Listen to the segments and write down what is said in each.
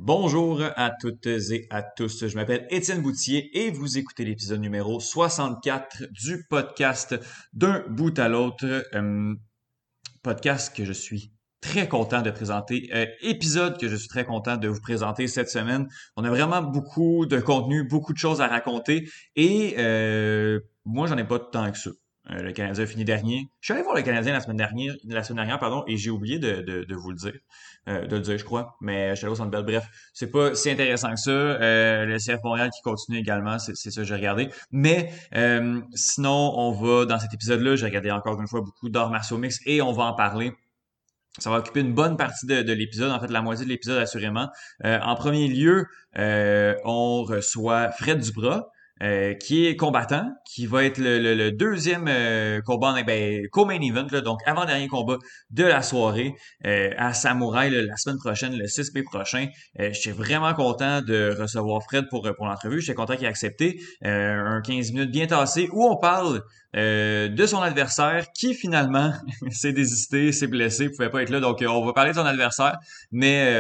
Bonjour à toutes et à tous. Je m'appelle Étienne Boutier et vous écoutez l'épisode numéro 64 du podcast D'un bout à l'autre. Podcast que je suis très content de présenter. Épisode que je suis très content de vous présenter cette semaine. On a vraiment beaucoup de contenu, beaucoup de choses à raconter et moi, j'en ai pas tant que ça. Le Canadien a fini dernier. Je suis allé voir le Canadien la semaine dernière, pardon, et j'ai oublié de vous le dire, de le dire, je crois. Mais je suis allé au Centre Bell. Bref, c'est pas si intéressant que ça. Le CF Montréal qui continue également, c'est ça que j'ai regardé. Mais sinon, on va dans cet épisode-là, j'ai regardé encore une fois beaucoup d'arts martiaux mix et on va en parler. Ça va occuper une bonne partie de l'épisode, en fait la moitié de l'épisode assurément. En premier lieu, on reçoit Fred Duprat, qui est combattant, qui va être le deuxième combat, co-main event, là, donc avant-dernier combat de la soirée à Samouraï là, la semaine prochaine, le 6 mai prochain. Je suis vraiment content de recevoir Fred pour l'entrevue. J'étais content qu'il ait accepté. Un 15 minutes bien tassé où on parle de son adversaire qui finalement s'est désisté, s'est blessé, pouvait pas être là. Donc on va parler de son adversaire, mais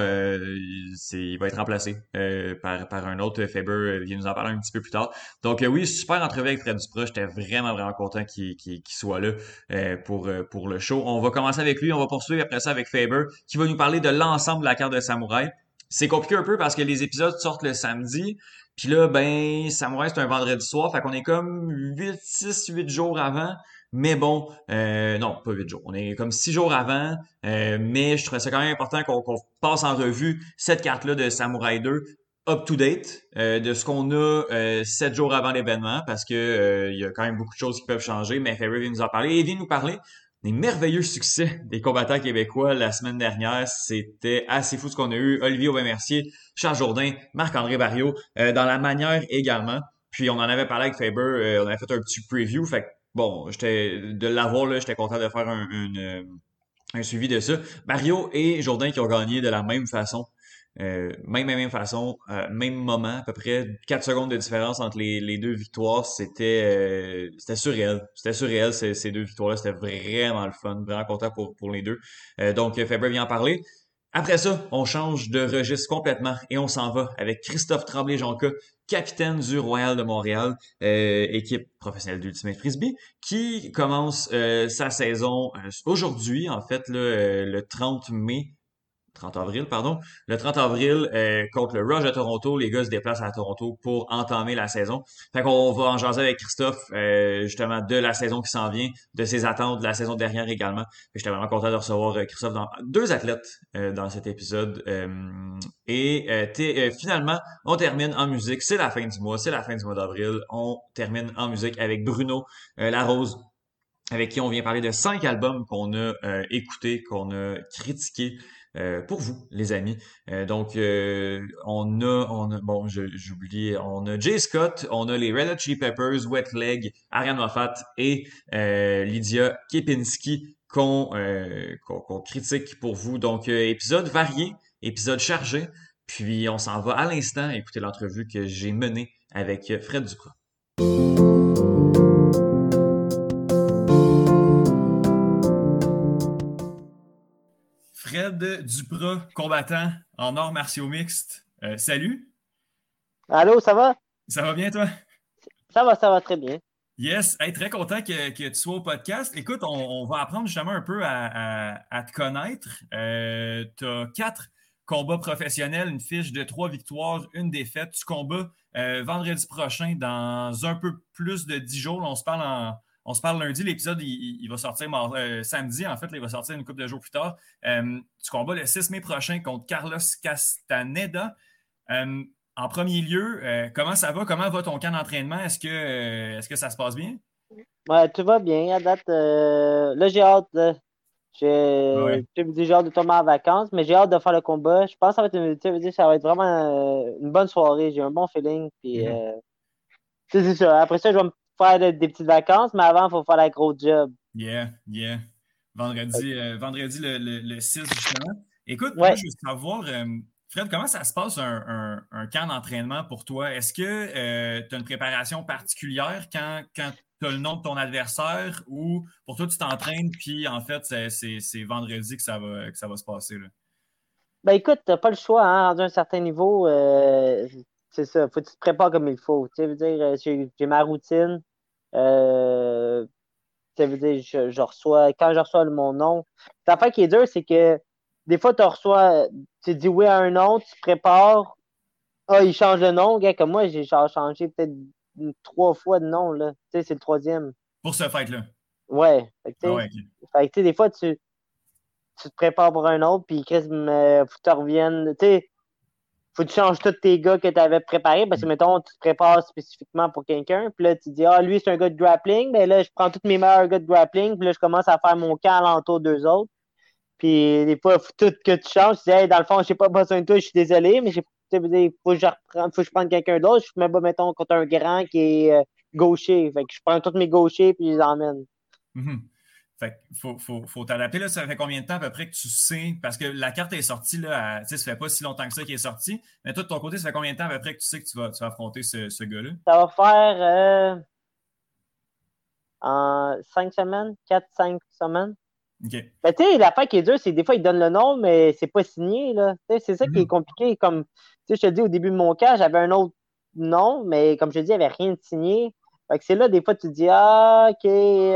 il va être remplacé par un autre. Faber vient nous en parler un petit peu plus tard. Donc oui, super entrevue avec Fred Duprat. J'étais vraiment content qu'il soit là pour le show. On va commencer avec lui, on va poursuivre après ça avec Faber qui va nous parler de l'ensemble de la carte de Samouraï. C'est compliqué un peu parce que les épisodes sortent le samedi. Puis là, ben, Samouraï, c'est un vendredi soir, fait qu'on est comme 8 jours avant. Mais bon, non, pas 8 jours. On est comme 6 jours avant. Mais je trouvais ça quand même important qu'on passe en revue cette carte-là de Samouraï 2 up-to-date de ce qu'on a 7 jours avant l'événement, parce que il y a quand même beaucoup de choses qui peuvent changer. Mais Ferry vient nous en parler et vient nous parler des merveilleux succès des combattants québécois la semaine dernière. C'était assez fou ce qu'on a eu. Olivier Aubin-Mercier, Charles Jourdain, Marc-André Barriot, dans la manière également. Puis on en avait parlé avec Faber, on avait fait un petit preview. Fait que bon, de l'avoir là, j'étais content de faire un suivi de ça. Barriot et Jourdain qui ont gagné de la même façon. Même façon, même moment, à peu près 4 secondes de différence entre les deux victoires, c'était surréel. C'était surréel ces deux victoires-là, c'était vraiment le fun, vraiment content pour les deux. Donc Faber vient en parler. Après ça, on change de registre complètement et on s'en va avec Christophe Tremblay-Jonca, capitaine du Royal de Montréal, équipe professionnelle d'Ultimate Frisbee, qui commence sa saison aujourd'hui, en fait, là, le 30 avril, pardon. Le 30 avril, contre le Rush de Toronto, les gars se déplacent à Toronto pour entamer la saison. Fait qu'on va en jaser avec Christophe, justement, de la saison qui s'en vient, de ses attentes, de la saison dernière également. Fait que j'étais vraiment content de recevoir Christophe deux athlètes dans cet épisode. Finalement, on termine en musique. C'est la fin du mois, c'est la fin du mois d'avril. On termine en musique avec Bruno Larose, avec qui on vient parler de 5 albums qu'on a écoutés, qu'on a critiqués pour vous, les amis. Bon, j'oublie, on a Jay Scott, on a les Red Hot Chili Peppers, Wet Leg, Ariane Moffat et Lydia Kepinski qu'on critique pour vous. Donc, épisode varié, épisode chargé. Puis, on s'en va à l'instant écouter l'entrevue que j'ai menée avec Fred Duprat. Fred Duprat, combattant en arts martiaux mixtes. Salut, Allô, ça va? ça va bien toi? Ça va très bien. Yes, hey, très content que tu sois au podcast. Écoute, on va apprendre justement un peu à te connaître. Tu as 4 combats professionnels, une fiche de 3 victoires, une défaite. Tu combats vendredi prochain dans un peu plus de 10 jours. Là, on se parle lundi. L'épisode, il va sortir samedi. En fait, là, il va sortir une couple de jours plus tard. Tu combats le 6 mai prochain contre Carlos Castaneda. Euh, En premier lieu, comment ça va? Comment va ton camp d'entraînement? Est-ce que ça se passe bien? Ouais, tout va bien à date. Là, j'ai hâte. Là. Ouais. J'ai hâte de tomber en vacances, mais j'ai hâte de faire le combat. Je pense que ça va être vraiment une bonne soirée. J'ai un bon feeling. Puis, Mhm. c'est ça. Après ça, je vais me faire des petites vacances, mais avant, il faut faire la grosse job. Yeah, yeah. Vendredi le 6, justement. Écoute, moi, Ouais. je veux savoir, Fred, comment ça se passe un camp d'entraînement pour toi? Est-ce que tu as une préparation particulière quand tu as le nom de ton adversaire ou pour toi, tu t'entraînes puis en fait, c'est vendredi que ça va se passer, là? Ben écoute, t'as pas le choix, hein, rendu à un certain niveau, c'est ça, faut que tu te prépares comme il faut. Tu sais, veux dire, j'ai ma routine. Euh, Ça veut dire, quand je reçois mon nom. L'affaire qui est dure, c'est que des fois, tu dis oui à un nom, tu te prépares, ah, il change de nom, gars, comme moi, j'ai genre changé peut-être 3 fois de nom, là. Tu sais, c'est le troisième. Pour ce fight-là. Ouais. Ah ouais, ok. Tu sais, des fois, tu te prépares pour un autre, puis Chris, faut que tu reviennes. Tu sais, faut que tu changes tous tes gars que tu avais préparés, parce que, mettons, tu te prépares spécifiquement pour quelqu'un, puis là, tu dis, ah, lui, c'est un gars de grappling, mais là, je prends tous mes meilleurs gars de grappling, puis là, je commence à faire mon camp alentour d'eux autres. Puis des fois, il faut tout que tu changes. Tu dis, hey, dans le fond, j'ai pas besoin de toi, je suis désolé, mais faut que faut que je prenne quelqu'un d'autre. Je me bats, mettons, contre un grand qui est gaucher. Fait que je prends tous mes gauchers puis je les emmène. Mhm. Fait qu'il faut t'adapter. Là, ça fait combien de temps à peu près que tu sais? Parce que la carte est sortie, là, tu sais, ça fait pas si longtemps que ça qui est sorti. Mais toi, de ton côté, ça fait combien de temps à peu près que tu sais que tu vas affronter ce gars-là? Ça va faire en 5 semaines, 4, 5 semaines. OK. Mais tu sais, l'affaire qui est dure, c'est que des fois, ils donnent le nom, mais c'est pas signé, là. Tu sais, c'est ça qui est Mhm. compliqué. Comme, tu sais, je te dis, au début de mon cas, j'avais un autre nom, mais comme je te dis, il n'y avait rien de signé. Fait que c'est là, des fois, tu te dis, ah, OK,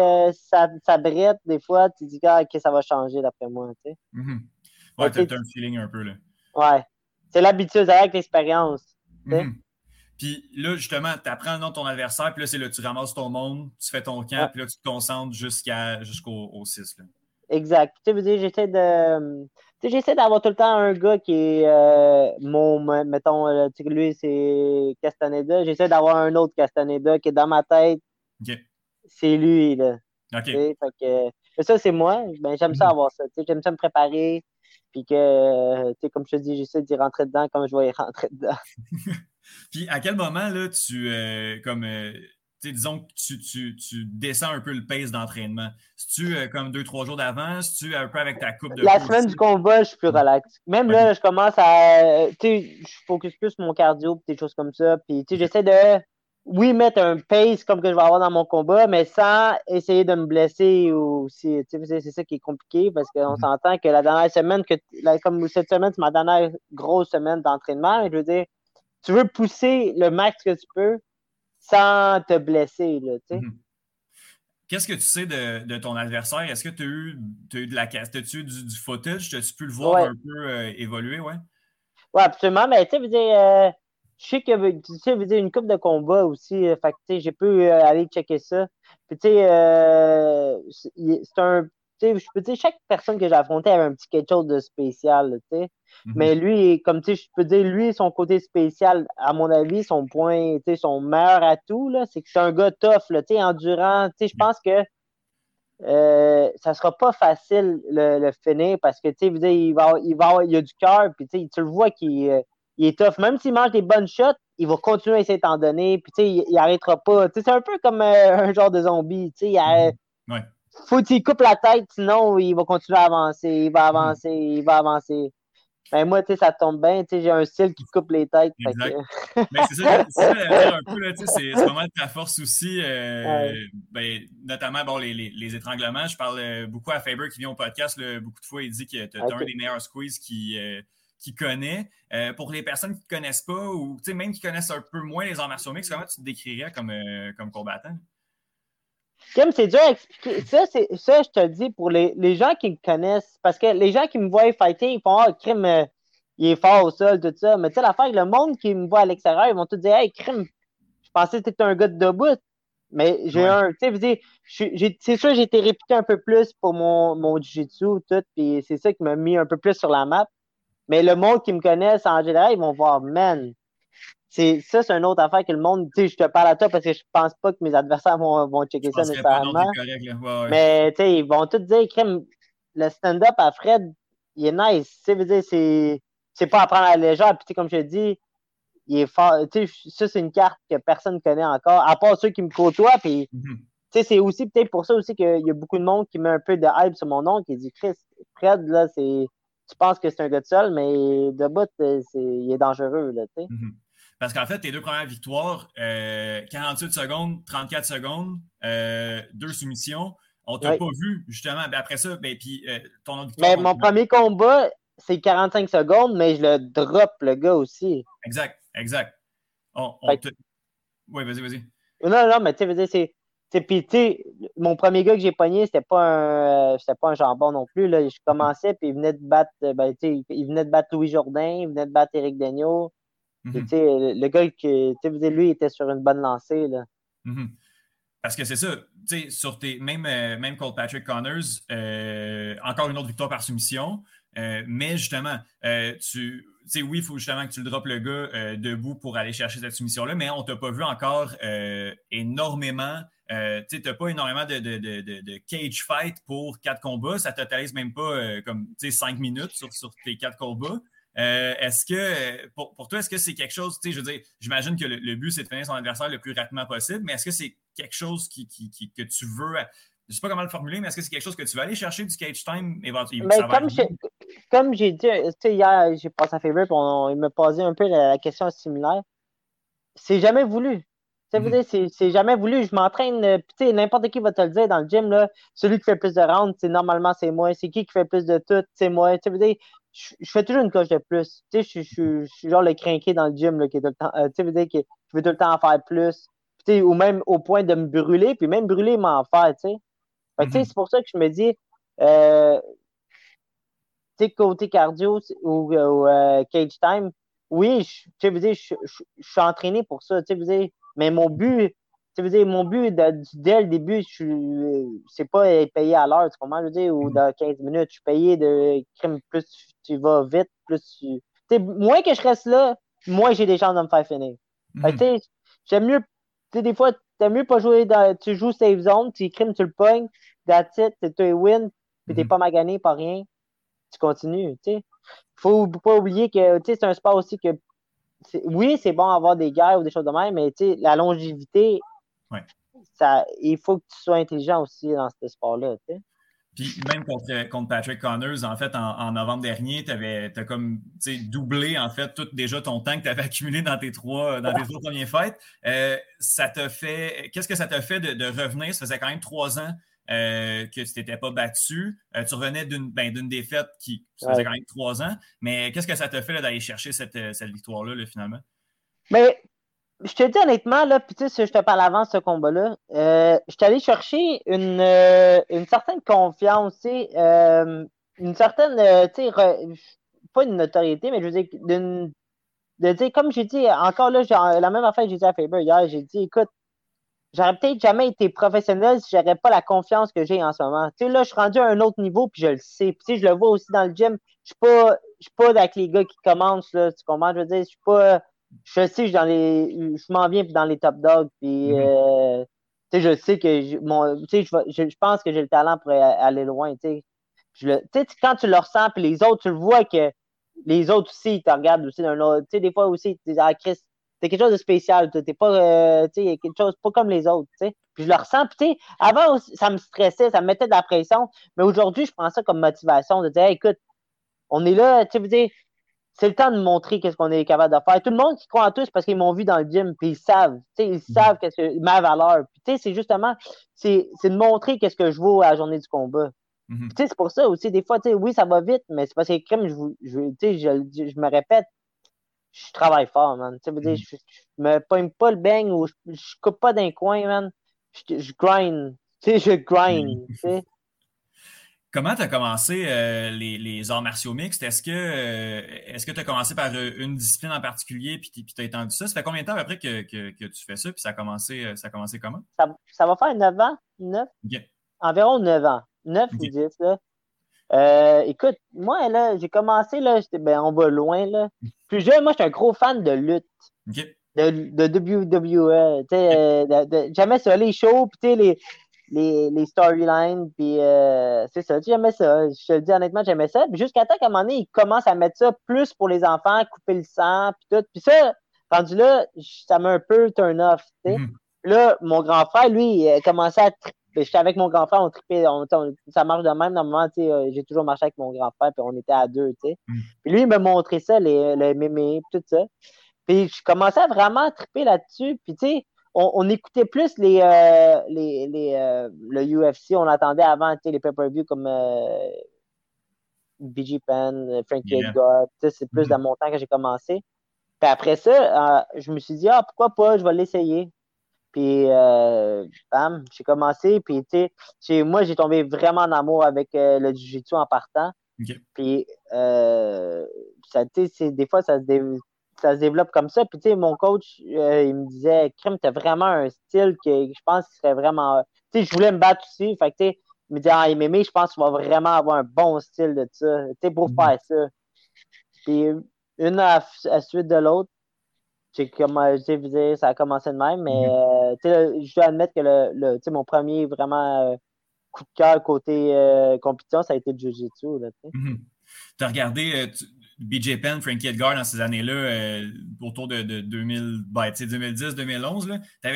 ça brette. Des fois, tu te dis, ah, OK, ça va changer d'après moi, tu sais. Mhm. Mais Ouais, tu sais, t'as un feeling un peu, là. ouais. C'est l'habitude avec l'expérience, tu sais. Mhm. Puis là, justement, tu apprends le nom de ton adversaire, puis là, c'est là, tu ramasses ton monde, tu fais ton camp, Ouais. puis là, tu te concentres jusqu'au 6. Là. Exact. Tu sais, veux dire, tu sais, j'essaie d'avoir tout le temps un gars qui est mettons, tu sais, lui, c'est Castaneda. J'essaie d'avoir un autre Castaneda qui est dans ma tête, OK. c'est lui, là. Tu OK. sais, fait que ça, c'est moi. Ben, j'aime ça Mhm. avoir ça. Tu sais, j'aime ça me préparer. Puis que, tu sais, comme je te dis, j'essaie d'y rentrer dedans comme je vais y rentrer dedans. Puis à quel moment, là, tu sais, disons que tu descends un peu le pace d'entraînement? Si-tu comme 2, 3 jours d'avant? Si-tu un peu avec ta coupe de La peau semaine aussi? du combat, je suis plus relax. Même OK. là, je commence à. Tu sais, je focus plus sur mon cardio et des choses comme ça. Puis, tu sais, j'essaie de, oui, mettre un pace comme que je vais avoir dans mon combat, mais sans essayer de me blesser aussi. Tu sais, c'est ça qui est compliqué parce qu'on Mhm. s'entend que la dernière semaine, comme cette semaine, c'est ma dernière grosse semaine d'entraînement. Je veux dire, tu veux pousser le max que tu peux sans te blesser, là, tu sais. Mhm. Qu'est-ce que tu sais de ton adversaire? Est-ce que t'as eu de la casse? T'as-tu eu du footage? T'as-tu pu le voir Ouais. un peu évoluer? Ouais. Ouais, absolument. Mais tu sais, veux dire, je sais que tu sais, veux dire, une coupe de combat aussi. Fait que tu sais, j'ai pu aller checker ça. Puis tu sais, c'est un. Tu sais, je peux dire, chaque personne que j'ai affrontée avait un petit quelque chose de spécial, là, tu sais. Mais Mhm. lui, comme tu sais, je peux dire, lui, son côté spécial, à mon avis, son point, tu sais, son meilleur atout, là, c'est que c'est un gars tough, là, tu sais, endurant. Tu sais, je OK. pense que ça sera pas facile le finir parce que tu sais, il a du cœur, puis tu le vois il est tough. Même s'il mange des bonnes shots, il va continuer à essayer de t'en donner, puis tu sais, il arrêtera pas. Tu sais, c'est un peu comme un genre de zombie. Tu sais, Mhm. Ouais. faut qu'il coupe la tête, sinon il va continuer à avancer, il va Mhm. avancer, il va avancer. Ben moi, tu sais, ça tombe bien, tu sais, j'ai un style qui coupe les têtes, fait que... Exact. Mais c'est ça, j'allais dire un peu, là, tu sais, c'est vraiment de ta force aussi, Ouais, ben, notamment, bon, les étranglements. Je parle beaucoup à Faber qui vient au podcast, là, beaucoup de fois, il dit que tu as un ok. des meilleurs squeezes qui connaît. Pour les personnes qui ne te connaissent pas ou, tu sais, même qui connaissent un peu moins les arts martiaux mixtes, comment tu te décrirais comme combattant? Kim, c'est dur à expliquer. Ça, je te le dis pour les gens qui me connaissent. Parce que les gens qui me voient fighter, ils font, ah, Crime, il est fort au sol, tout ça. Mais tu sais, l'affaire, avec le monde qui me voit à l'extérieur, ils vont tout dire, hey, Crime, je pensais que tu étais un gars de debout. Mais Ouais. tu sais, je veux dire, c'est sûr, j'ai été réputé un peu plus pour mon jiu-jitsu, tout. Puis c'est ça qui m'a mis un peu plus sur la map. Mais le monde qui me connaisse, en général, ils vont voir, man, c'est une autre affaire que le monde, tu sais, je te parle à toi parce que je pense pas que mes adversaires vont Je checker ça penserais pas, non, t'es nécessairement. correct, là. Ouais, ouais. Mais tu sais, ils vont tous dire, crème, le stand-up à Fred, il est nice. Tu sais, veux dire, c'est pas à prendre à la légère. Puis tu sais, comme je te dis, il est fort. Tu sais, ça, c'est une carte que personne ne connaît encore, à part ceux qui me côtoient. Puis Mhm. tu sais, c'est aussi peut-être pour ça aussi qu'il y a beaucoup de monde qui met un peu de hype sur mon nom, qui dit, Chris, Fred, là, tu penses que c'est un gars de seul, mais de bout, il est dangereux, là, tu sais. Mhm. Parce qu'en fait, tes deux premières victoires, 48 secondes, 34 secondes, deux soumissions. On t'a Ouais. pas vu, justement. Ben, après ça, ben, puis ton autre victoire Mais contre. mon premier combat, c'est 45 secondes, mais je le drop, le gars aussi. Exact. Fait Oui, vas-y. Non, mais tu sais, veux dire, puis tu sais, mon premier gars que j'ai pogné, c'était pas un jambon non plus, là. Je commençais, puis il venait de battre, ben, tu sais, il venait de battre Louis Jourdain, il venait de battre Éric Daigneault. Puis, tu sais, le gars qui, tu sais, vous dire, lui, il était sur une bonne lancée, là. Parce que c'est ça, tu sais, sur tes même contre Patrick Connors, encore une autre victoire par soumission, mais justement, tu sais, oui, il faut justement que tu le droppes le gars debout pour aller chercher cette soumission-là, mais on t'a pas vu encore énormément. Tu sais, t'as pas énormément de cage fight pour 4 combats. Ça totalise même pas comme 5 minutes sur tes 4 combats. Est-ce que, pour toi, est-ce que c'est quelque chose, tu sais, je veux dire, j'imagine que le but, c'est de finir son adversaire le plus rapidement possible, mais est-ce que c'est quelque chose que tu veux, je sais pas comment le formuler, mais est-ce que c'est quelque chose que tu vas aller chercher du cage time éventuellement? Mais comme j'ai dit, tu sais, hier, j'ai passé à Favorite, il m'a posé un peu la question similaire. C'est jamais voulu. Ça veut dire, c'est jamais voulu. Je m'entraîne, puis tu sais, n'importe qui va te le dire dans le gym, là, celui qui fait plus de rounds, normalement, c'est moi. C'est qui fait plus de tout, c'est moi. Tu sais, je fais toujours une coche de plus. Tu sais, je suis genre le crinqué dans le gym, là, qui est tout le temps, tu sais, veut dire que je veux tout le temps en faire plus. Puis, tu sais, ou même au point de me brûler, puis même brûler, m'en faire, tu sais. Fait que, tu sais, c'est pour ça que je me dis, euh, tu sais, côté cardio ou cage time, oui, tu sais, je suis entraîné pour ça, tu sais, mais mon but, tu sais, mon but dès le début, c'est pas être payé à l'heure, tu comprends, je veux dire, ou dans 15 minutes, je suis payé de crime, plus tu vas vite, plus tu sais, moins que je reste là, moins j'ai des chances de me faire finir. Fait que, tu sais, j'aime mieux, tu sais, des fois, t'aimes mieux pas jouer tu joues safe zone, tu crimes, tu le pognes, that's it, tu win, puis t'es pas magané, pas rien, tu continues, tu sais. Faut pas oublier que, tu sais, c'est un sport aussi que, oui, c'est bon d'avoir des guerres ou des choses de même, mais, tu sais, la longévité, il faut que tu sois intelligent aussi dans ce sport-là, tu sais. Puis même contre Patrick Connors, en fait, en novembre dernier, t'as comme doublé en fait tout déjà ton temps que tu avais accumulé dans tes trois premiers fights. Qu'est-ce que ça t'a fait de revenir? Ça faisait quand même 3 ans que tu t'étais pas battu. Tu revenais d'une défaite qui ça faisait quand même 3 ans. Mais qu'est-ce que ça t'a fait là, d'aller chercher cette victoire-là, là, finalement? Mais je te dis honnêtement, là, puis tu sais, si je te parle avant ce combat-là, je suis allé chercher une certaine confiance, tu sais, une certaine, tu sais, pas une notoriété, mais je veux dire, de dire, comme j'ai dit, encore là, la même affaire que j'ai dit à Faber hier, j'ai dit, écoute, j'aurais peut-être jamais été professionnel si j'aurais pas la confiance que j'ai en ce moment. Tu sais, là, je suis rendu à un autre niveau, puis je le sais. Puis tu sais, je le vois aussi dans le gym. Je suis pas avec les gars qui commencent, là, tu comprends? Je veux dire, je suis pas, je sais, je m'en viens dans les top dogs, puis tu sais, je sais que tu sais, je pense que j'ai le talent pour aller loin, tu sais. Tu sais, quand tu le ressens, puis les autres, tu le vois que les autres aussi, ils te regardent aussi d'un autre. Tu sais, des fois aussi, tu dis, ah, Chris, t'es quelque chose de spécial, t'es pas, tu sais, quelque chose pas comme les autres, tu sais. Puis je le ressens, puis tu sais, avant, aussi, ça me stressait, ça me mettait de la pression, mais aujourd'hui, je prends ça comme motivation de dire, hey, écoute, on est là, tu sais, veux dire, c'est le temps de montrer qu'est-ce qu'on est capable de faire. Tout le monde qui croit en tout, c'est parce qu'ils m'ont vu dans le gym, puis ils savent, tu sais, ils savent qu'est-ce que ma valeur. Puis tu sais, c'est justement, c'est de montrer qu'est-ce que je vaux à la journée du combat. Puis tu sais, c'est pour ça aussi, des fois, tu sais, oui, ça va vite, mais c'est parce que crime, tu sais, je me répète, je travaille fort, man. Tu sais, je me pogne pas le bang ou je coupe pas d'un coin, man. Je grind. Tu sais, je grind. Tu sais. Comment tu as commencé les arts martiaux mixtes? Est-ce que tu as commencé par une discipline en particulier puis tu as étendu ça? Ça fait combien de temps après que tu fais ça? Puis ça a commencé comment? Ça va faire 9 ans. 9? Okay. Environ 9 ans. 9 ou 10, là. Écoute, moi, là, j'ai commencé, là, on va loin, là. Plus jeune, moi, j'étais un gros fan de lutte. Okay. De WWE. Tu sais, j'aimais ça, les shows, puis tu sais, les storylines, puis c'est ça, j'aimais ça. Je te le dis honnêtement, j'aimais ça. Puis jusqu'à temps qu'à un moment donné, ils commencent à mettre ça plus pour les enfants, couper le sang, puis tout. Puis ça, rendu là, ça m'a un peu turn off, tu sais. Là, mon grand frère, lui, il a commencé à triper. J'étais avec mon grand frère, on tripait, ça marche de même. Normalement, tu sais, j'ai toujours marché avec mon grand frère, puis on était à deux, tu sais. Puis lui, il m'a montré ça, les mémés, tout ça. Puis je commençais à vraiment triper là-dessus. Puis tu sais, on écoutait plus le UFC, on attendait avant, tu sais, les pay-per-view comme BG Penn, Frankie Yeah. Edgar. C'est plus dans mon temps que j'ai commencé. Puis après ça, je me suis dit, pourquoi pas, je vais l'essayer. Puis, bam, j'ai commencé. Puis, tu sais, moi, j'ai tombé vraiment en amour avec le jiu-jitsu en partant. OK. Puis, des fois, ça se développe comme ça. Puis, tu sais, mon coach, il me disait, Crime, t'as vraiment un style que je pense qu'il serait vraiment. Tu sais, je voulais me battre aussi. Fait que, tu sais, il me dit, en MMA, je pense que tu vas vraiment avoir un bon style de ça. Tu sais, pour faire ça. Puis, une à la suite de l'autre, ça a commencé de même, mais je dois admettre que mon premier vraiment coup de cœur côté compétition, ça a été le Jiu-Jitsu. Tu as regardé BJ Penn, Frankie Edgar dans ces années-là, autour de 2010-2011.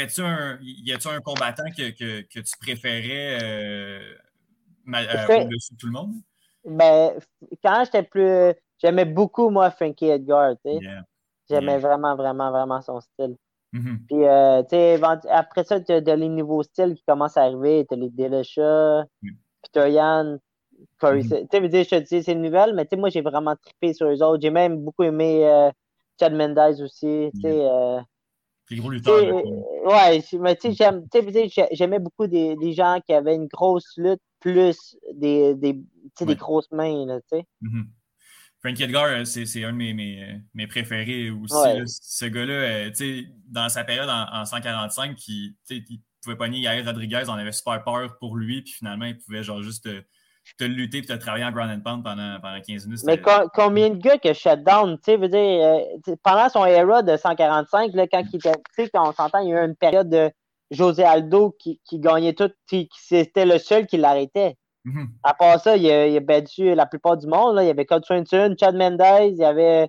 Y a-tu un combattant que tu préférais au-dessus de tout le monde? Ben, quand j'étais plus. J'aimais beaucoup, moi, Frankie Edgar. Yeah. J'aimais vraiment, vraiment, vraiment son style. Mm-hmm. Puis, tu sais, après ça, tu as les nouveaux styles qui commencent à arriver. Tu as les Dillashaw, Peter Yan, Corey. Tu sais, je te dis, c'est une nouvelle, mais tu sais, moi, j'ai vraiment trippé sur eux autres. J'ai même beaucoup aimé Chad Mendes aussi. Tu sais, les gros lutteurs. Ouais, mais tu sais, j'aimais beaucoup des gens qui avaient une grosse lutte plus des grosses mains, là, tu sais. Mm-hmm. Frankie Edgar, c'est un de mes préférés aussi. Ouais. Là. Ce gars-là, dans sa période en 145, il pouvait pogner Yair Rodriguez, on avait super peur pour lui, puis finalement, il pouvait genre juste te lutter et te travailler en ground and pound pendant 15 minutes. Mais combien de gars que shut down, tu sais, veux dire, pendant son era de 145, là, quand on s'entend, il y a eu une période de José Aldo qui gagnait tout, c'était le seul qui l'arrêtait. Mm-hmm. À part ça, il a battu la plupart du monde. Là. Il y avait Cole Swanson, Chad Mendes, il y avait.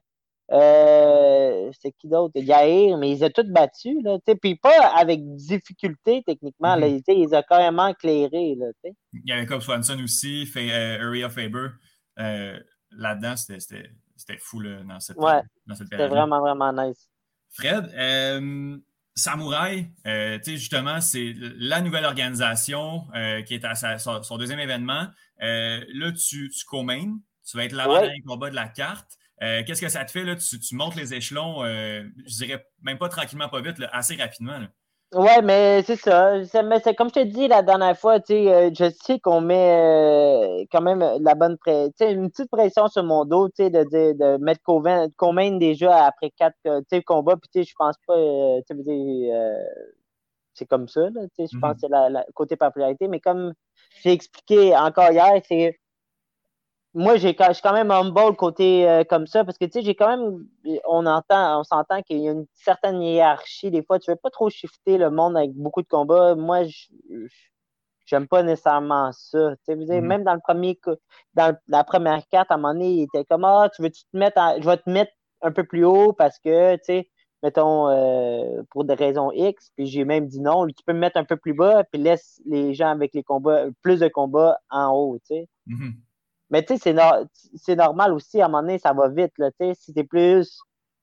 C'est qui d'autre? Yair, mais ils ont tous battus. Puis pas avec difficulté, techniquement. Là, il les a carrément éclairés. Là, il y avait Cole Swanson aussi, Uriah Faber. Là-dedans, c'était fou là, dans cette période. C'était vraiment, vraiment nice. Fred, Samouraï, justement, c'est la nouvelle organisation qui est à son deuxième événement. Là, tu co-main, tu vas être l'avant-dernier combat de la carte. Qu'est-ce que ça te fait? Là? Tu montes les échelons, je dirais même pas tranquillement, pas vite, là, assez rapidement. Là. Ouais, mais c'est ça. Mais c'est comme je te dis la dernière fois, je sais qu'on met quand même la bonne une petite pression sur mon dos, de mettre Comain déjà après 4 combats, puis je pense pas, c'est comme ça, là, je pense que c'est la côté popularité, mais comme j'ai expliqué encore hier, c'est moi, je suis quand même humble côté comme ça, parce que, j'ai quand même, on s'entend qu'il y a une certaine hiérarchie. Des fois, tu veux pas trop shifter le monde avec beaucoup de combats. Moi, j'aime pas nécessairement ça. Même dans la première carte, à un moment donné, il était comme, je vais te mettre un peu plus haut parce que, mettons, pour des raisons X, puis j'ai même dit non, tu peux me mettre un peu plus bas, puis laisse les gens avec les combats, plus de combats en haut, tu sais. Mm-hmm. Mais tu sais, c'est normal aussi, à un moment donné, ça va vite. Là, si t'es plus.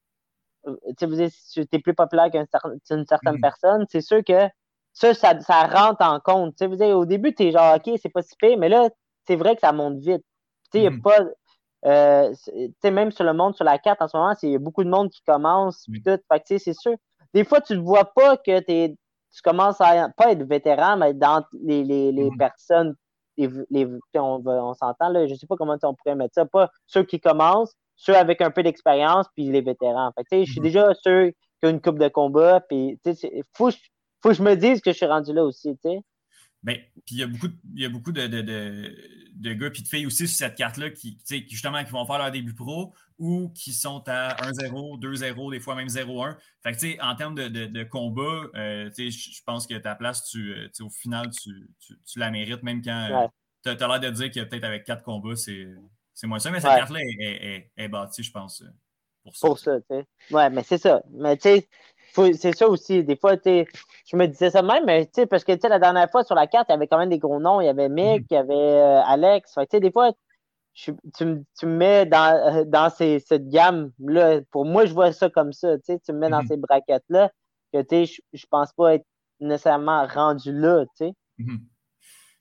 Si t'es plus populaire qu'une certaine personne, c'est sûr que ça rentre en compte. Au début, t'es genre OK, c'est pas si pire, mais là, c'est vrai que ça monte vite. Il y a pas. Même sur le monde, sur la carte en ce moment, il y a beaucoup de monde qui commence. Tout. Fait que c'est sûr. Des fois, tu ne vois pas que tu commences à pas être vétéran, mais dans les personnes. On s'entend, là, je ne sais pas comment on pourrait mettre ça. Pas ceux qui commencent, ceux avec un peu d'expérience, puis les vétérans. Fait je suis déjà ceux qui ont une coupe de combat, puis faut que je me dise que je suis rendu là aussi. Ben, puis il y a beaucoup de gars puis de filles aussi sur cette carte-là qui justement qui vont faire leur début pro ou qui sont à 1-0, 2-0, des fois même 0-1. Fait que en termes de combat, je pense que ta place, au final, tu la mérites, même quand tu as l'air de dire que peut-être avec 4 combats, c'est moins ça. Mais cette carte-là est bâtie, je pense, pour ça. Pour ça, tu sais. Ouais, mais c'est ça. Mais tu sais, c'est ça aussi. Des fois, je me disais ça même, mais parce que la dernière fois sur la carte, il y avait quand même des gros noms. Il y avait Mick, il y avait Alex. Fait des fois, tu me mets dans cette gamme-là. Pour moi, je vois ça comme ça. Tu me mets dans ces braquettes-là que je pense pas être nécessairement rendu là. Tu sais.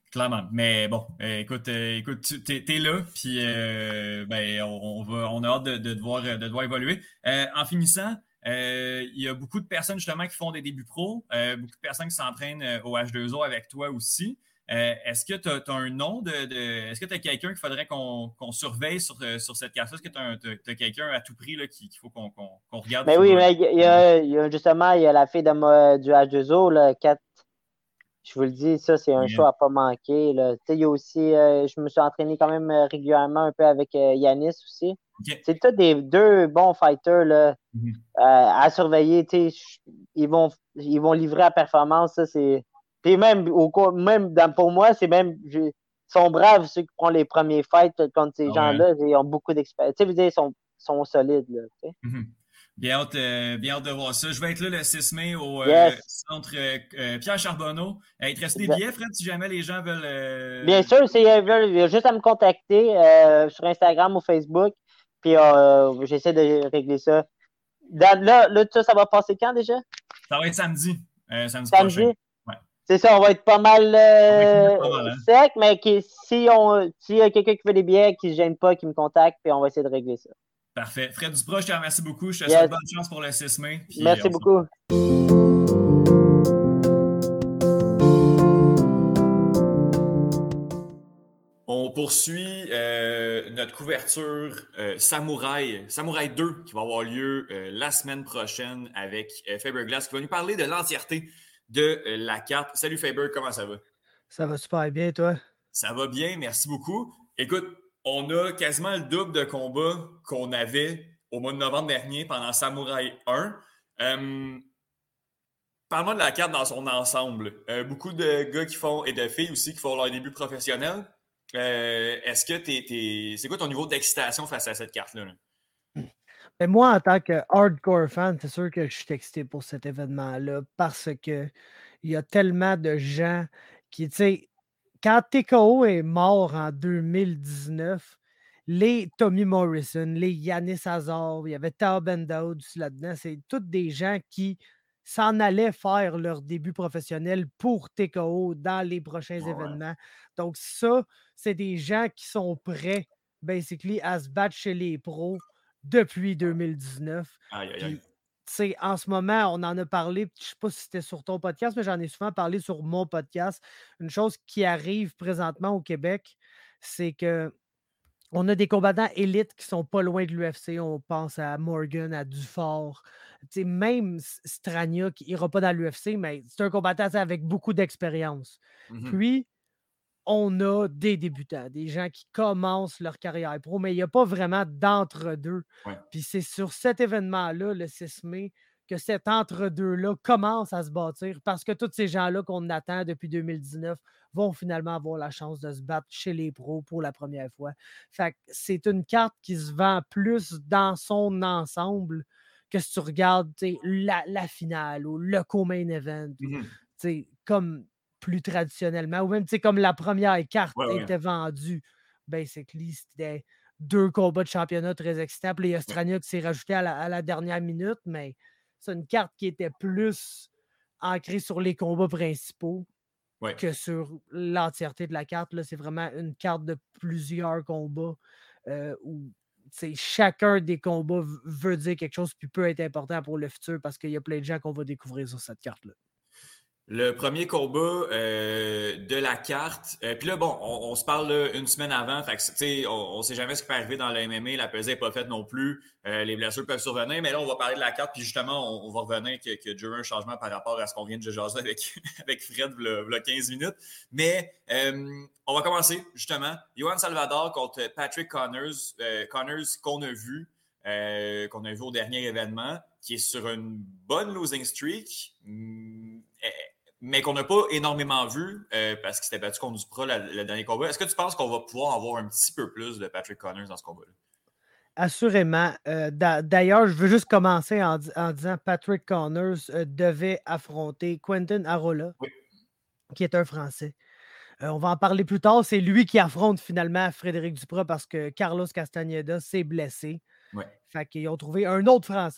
Clairement. Mais bon, écoute, t'es là, puis on a hâte de te voir évoluer. En finissant, il y a beaucoup de personnes justement qui font des débuts pro, beaucoup de personnes qui s'entraînent au H2O avec toi aussi. Est-ce que tu as un nom est-ce que tu as quelqu'un qu'il faudrait qu'on surveille sur cette carte-là? Est-ce que tu as quelqu'un à tout prix là, qu'il faut qu'on regarde? Mais oui, mais il y a justement, il y a la fille du H2O, là, Kat. Je vous le dis, ça, c'est un show à pas manquer. Là. Il y a aussi, je me suis entraîné quand même régulièrement un peu avec Yanis aussi. Okay. C'est tous deux bons fighters là, à surveiller. Ils vont livrer à performance. Ça, c'est... Puis même pour moi, c'est même. Ils sont braves ceux qui prennent les premiers fights contre ces gens-là. Ils ont beaucoup d'expérience. Tu sais, ils sont solides. Là, Bien hâte de voir ça. Je vais être là le 6 mai au centre Pierre Charbonneau. Il te reste des billets, Fred, si jamais les gens veulent. Bien sûr, il y a juste à me contacter sur Instagram ou Facebook. Puis j'essaie de régler ça. Là, ça va passer quand déjà? Ça va être samedi. Samedi prochain. Ouais. C'est ça, on va être pas mal sec, mais s'il y a quelqu'un qui veut des billets, qui ne se gêne pas, qui me contacte, puis on va essayer de régler ça. Parfait. Fred Duprat, je te remercie beaucoup. Je te souhaite bonne chance pour le 6 mai. Merci beaucoup. On poursuit notre couverture Samouraï 2 qui va avoir lieu la semaine prochaine avec Faber Glass qui va nous parler de l'entièreté de la carte. Salut Faber, comment ça va? Ça va super bien, toi? Ça va bien, merci beaucoup. Écoute, on a quasiment le double de combats qu'on avait au mois de novembre dernier pendant Samouraï 1. Parle-moi de la carte dans son ensemble. Beaucoup de gars et de filles aussi qui font leur début professionnel. Est-ce que c'est quoi ton niveau d'excitation face à cette carte-là? Ben moi, en tant que hardcore fan, c'est sûr que je suis excité pour cet événement-là parce que il y a tellement de gens qui, tu sais, quand TKO est mort en 2019, les Tommy Morrison, les Yanis Azar, il y avait Tao Bendaud aussi là-dedans, c'est tous des gens qui s'en allaient faire leur début professionnel pour TKO dans les prochains événements. Donc ça, c'est des gens qui sont prêts, basically, à se battre chez les pros depuis 2019. Puis, en ce moment, on en a parlé, je ne sais pas si c'était sur ton podcast, mais j'en ai souvent parlé sur mon podcast. Une chose qui arrive présentement au Québec, c'est que on a des combattants élites qui sont pas loin de l'UFC. On pense à Morgan, à Dufort. Même Strania qui n'ira pas dans l'UFC, mais c'est un combattant avec beaucoup d'expérience. Puis, on a des débutants, des gens qui commencent leur carrière pro, mais il n'y a pas vraiment d'entre-deux. Puis c'est sur cet événement-là, le 6 mai, que cet entre-deux-là commence à se bâtir parce que tous ces gens-là qu'on attend depuis 2019 vont finalement avoir la chance de se battre chez les pros pour la première fois. Fait que c'est une carte qui se vend plus dans son ensemble que si tu regardes la finale ou le co-main event. Comme plus traditionnellement, ou même comme la première carte était vendue, basically, c'était 2 combats de championnat très excitants. Puis il y a Strania qui s'est rajouté à la dernière minute, mais c'est une carte qui était plus ancrée sur les combats principaux que sur l'entièreté de la carte. Là, c'est vraiment une carte de plusieurs combats où chacun des combats veut dire quelque chose puis peut être important pour le futur parce qu'il y a plein de gens qu'on va découvrir sur cette carte-là. Le premier combat de la carte. Puis là, bon, on se parle là, une semaine avant. Fait que, on sait jamais ce qui peut arriver dans le MMA. La pesée n'est pas faite non plus. Les blessures peuvent survenir. Mais là, on va parler de la carte. Puis justement, on va revenir qu'il y a déjà eu un changement par rapport à ce qu'on vient de jaser avec Fred il y a 15 minutes. Mais on va commencer, justement. Johan Salvador contre Patrick Connors. Connors qu'on a vu au dernier événement, qui est sur une bonne losing streak. Mais qu'on n'a pas énormément vu parce qu'il s'était battu contre Duprat le dernier combat. Est-ce que tu penses qu'on va pouvoir avoir un petit peu plus de Patrick Connors dans ce combat-là? Assurément. D'ailleurs, je veux juste commencer en disant que Patrick Connors devait affronter Quentin Arola, qui est un Français. On va en parler plus tard. C'est lui qui affronte finalement Frédéric Duprat parce que Carlos Castañeda s'est blessé. Fait qu'ils ont trouvé un autre Français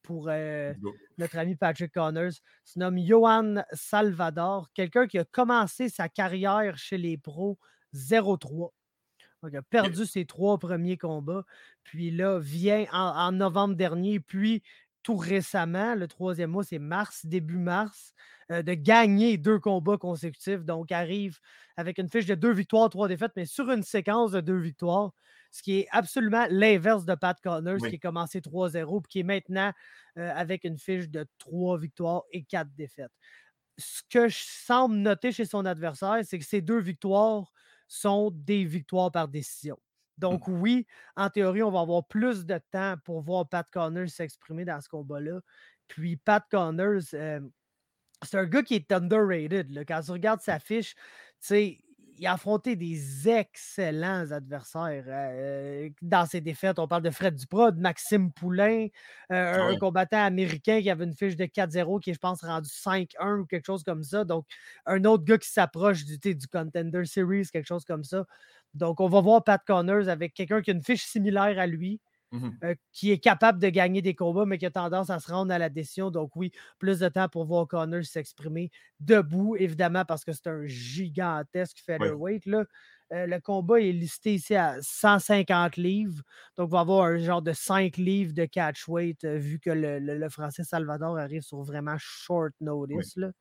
pour notre ami Patrick Connors. Il se nomme Johan Salvador, quelqu'un qui a commencé sa carrière chez les pros 0-3. Donc, il a perdu ses 3 premiers combats. Puis là, vient en novembre dernier, puis tout récemment, le 3e mois, c'est début mars, de gagner 2 combats consécutifs. Donc, arrive avec une fiche de 2 victoires, 3 défaites, mais sur une séquence de 2 victoires, ce qui est absolument l'inverse de Pat Connors, qui est commencé 3-0, puis qui est maintenant avec une fiche de 3 victoires et 4 défaites. Ce que je semble noter chez son adversaire, c'est que ces 2 victoires sont des victoires par décision. Donc oui, en théorie, on va avoir plus de temps pour voir Pat Connors s'exprimer dans ce combat-là. Puis Pat Connors, c'est un gars qui est underrated. Là. Quand tu regardes sa fiche, tu sais, il a affronté des excellents adversaires dans ses défaites. On parle de Fred Duprat, de Maxime Poulain, un combattant américain qui avait une fiche de 4-0 qui est, je pense, rendu 5-1 ou quelque chose comme ça. Donc, un autre gars qui s'approche du Contender Series, quelque chose comme ça. Donc, on va voir Pat Connors avec quelqu'un qui a une fiche similaire à lui, qui est capable de gagner des combats, mais qui a tendance à se rendre à la décision. Donc oui, plus de temps pour voir Connors s'exprimer debout, évidemment, parce que c'est un gigantesque featherweight. Là. Le combat est listé ici à 150 livres. Donc, on va avoir un genre de 5 livres de catchweight, vu que le Français Salvador arrive sur vraiment short notice. Là.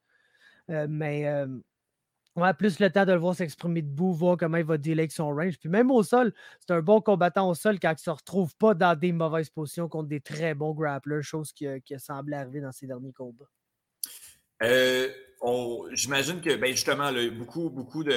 On a plus le temps de le voir s'exprimer debout, voir comment il va dealer avec son range. Puis même au sol, c'est un bon combattant au sol quand il ne se retrouve pas dans des mauvaises positions contre des très bons grapplers, chose qui a semblé arriver dans ses derniers combats. J'imagine que justement, là, beaucoup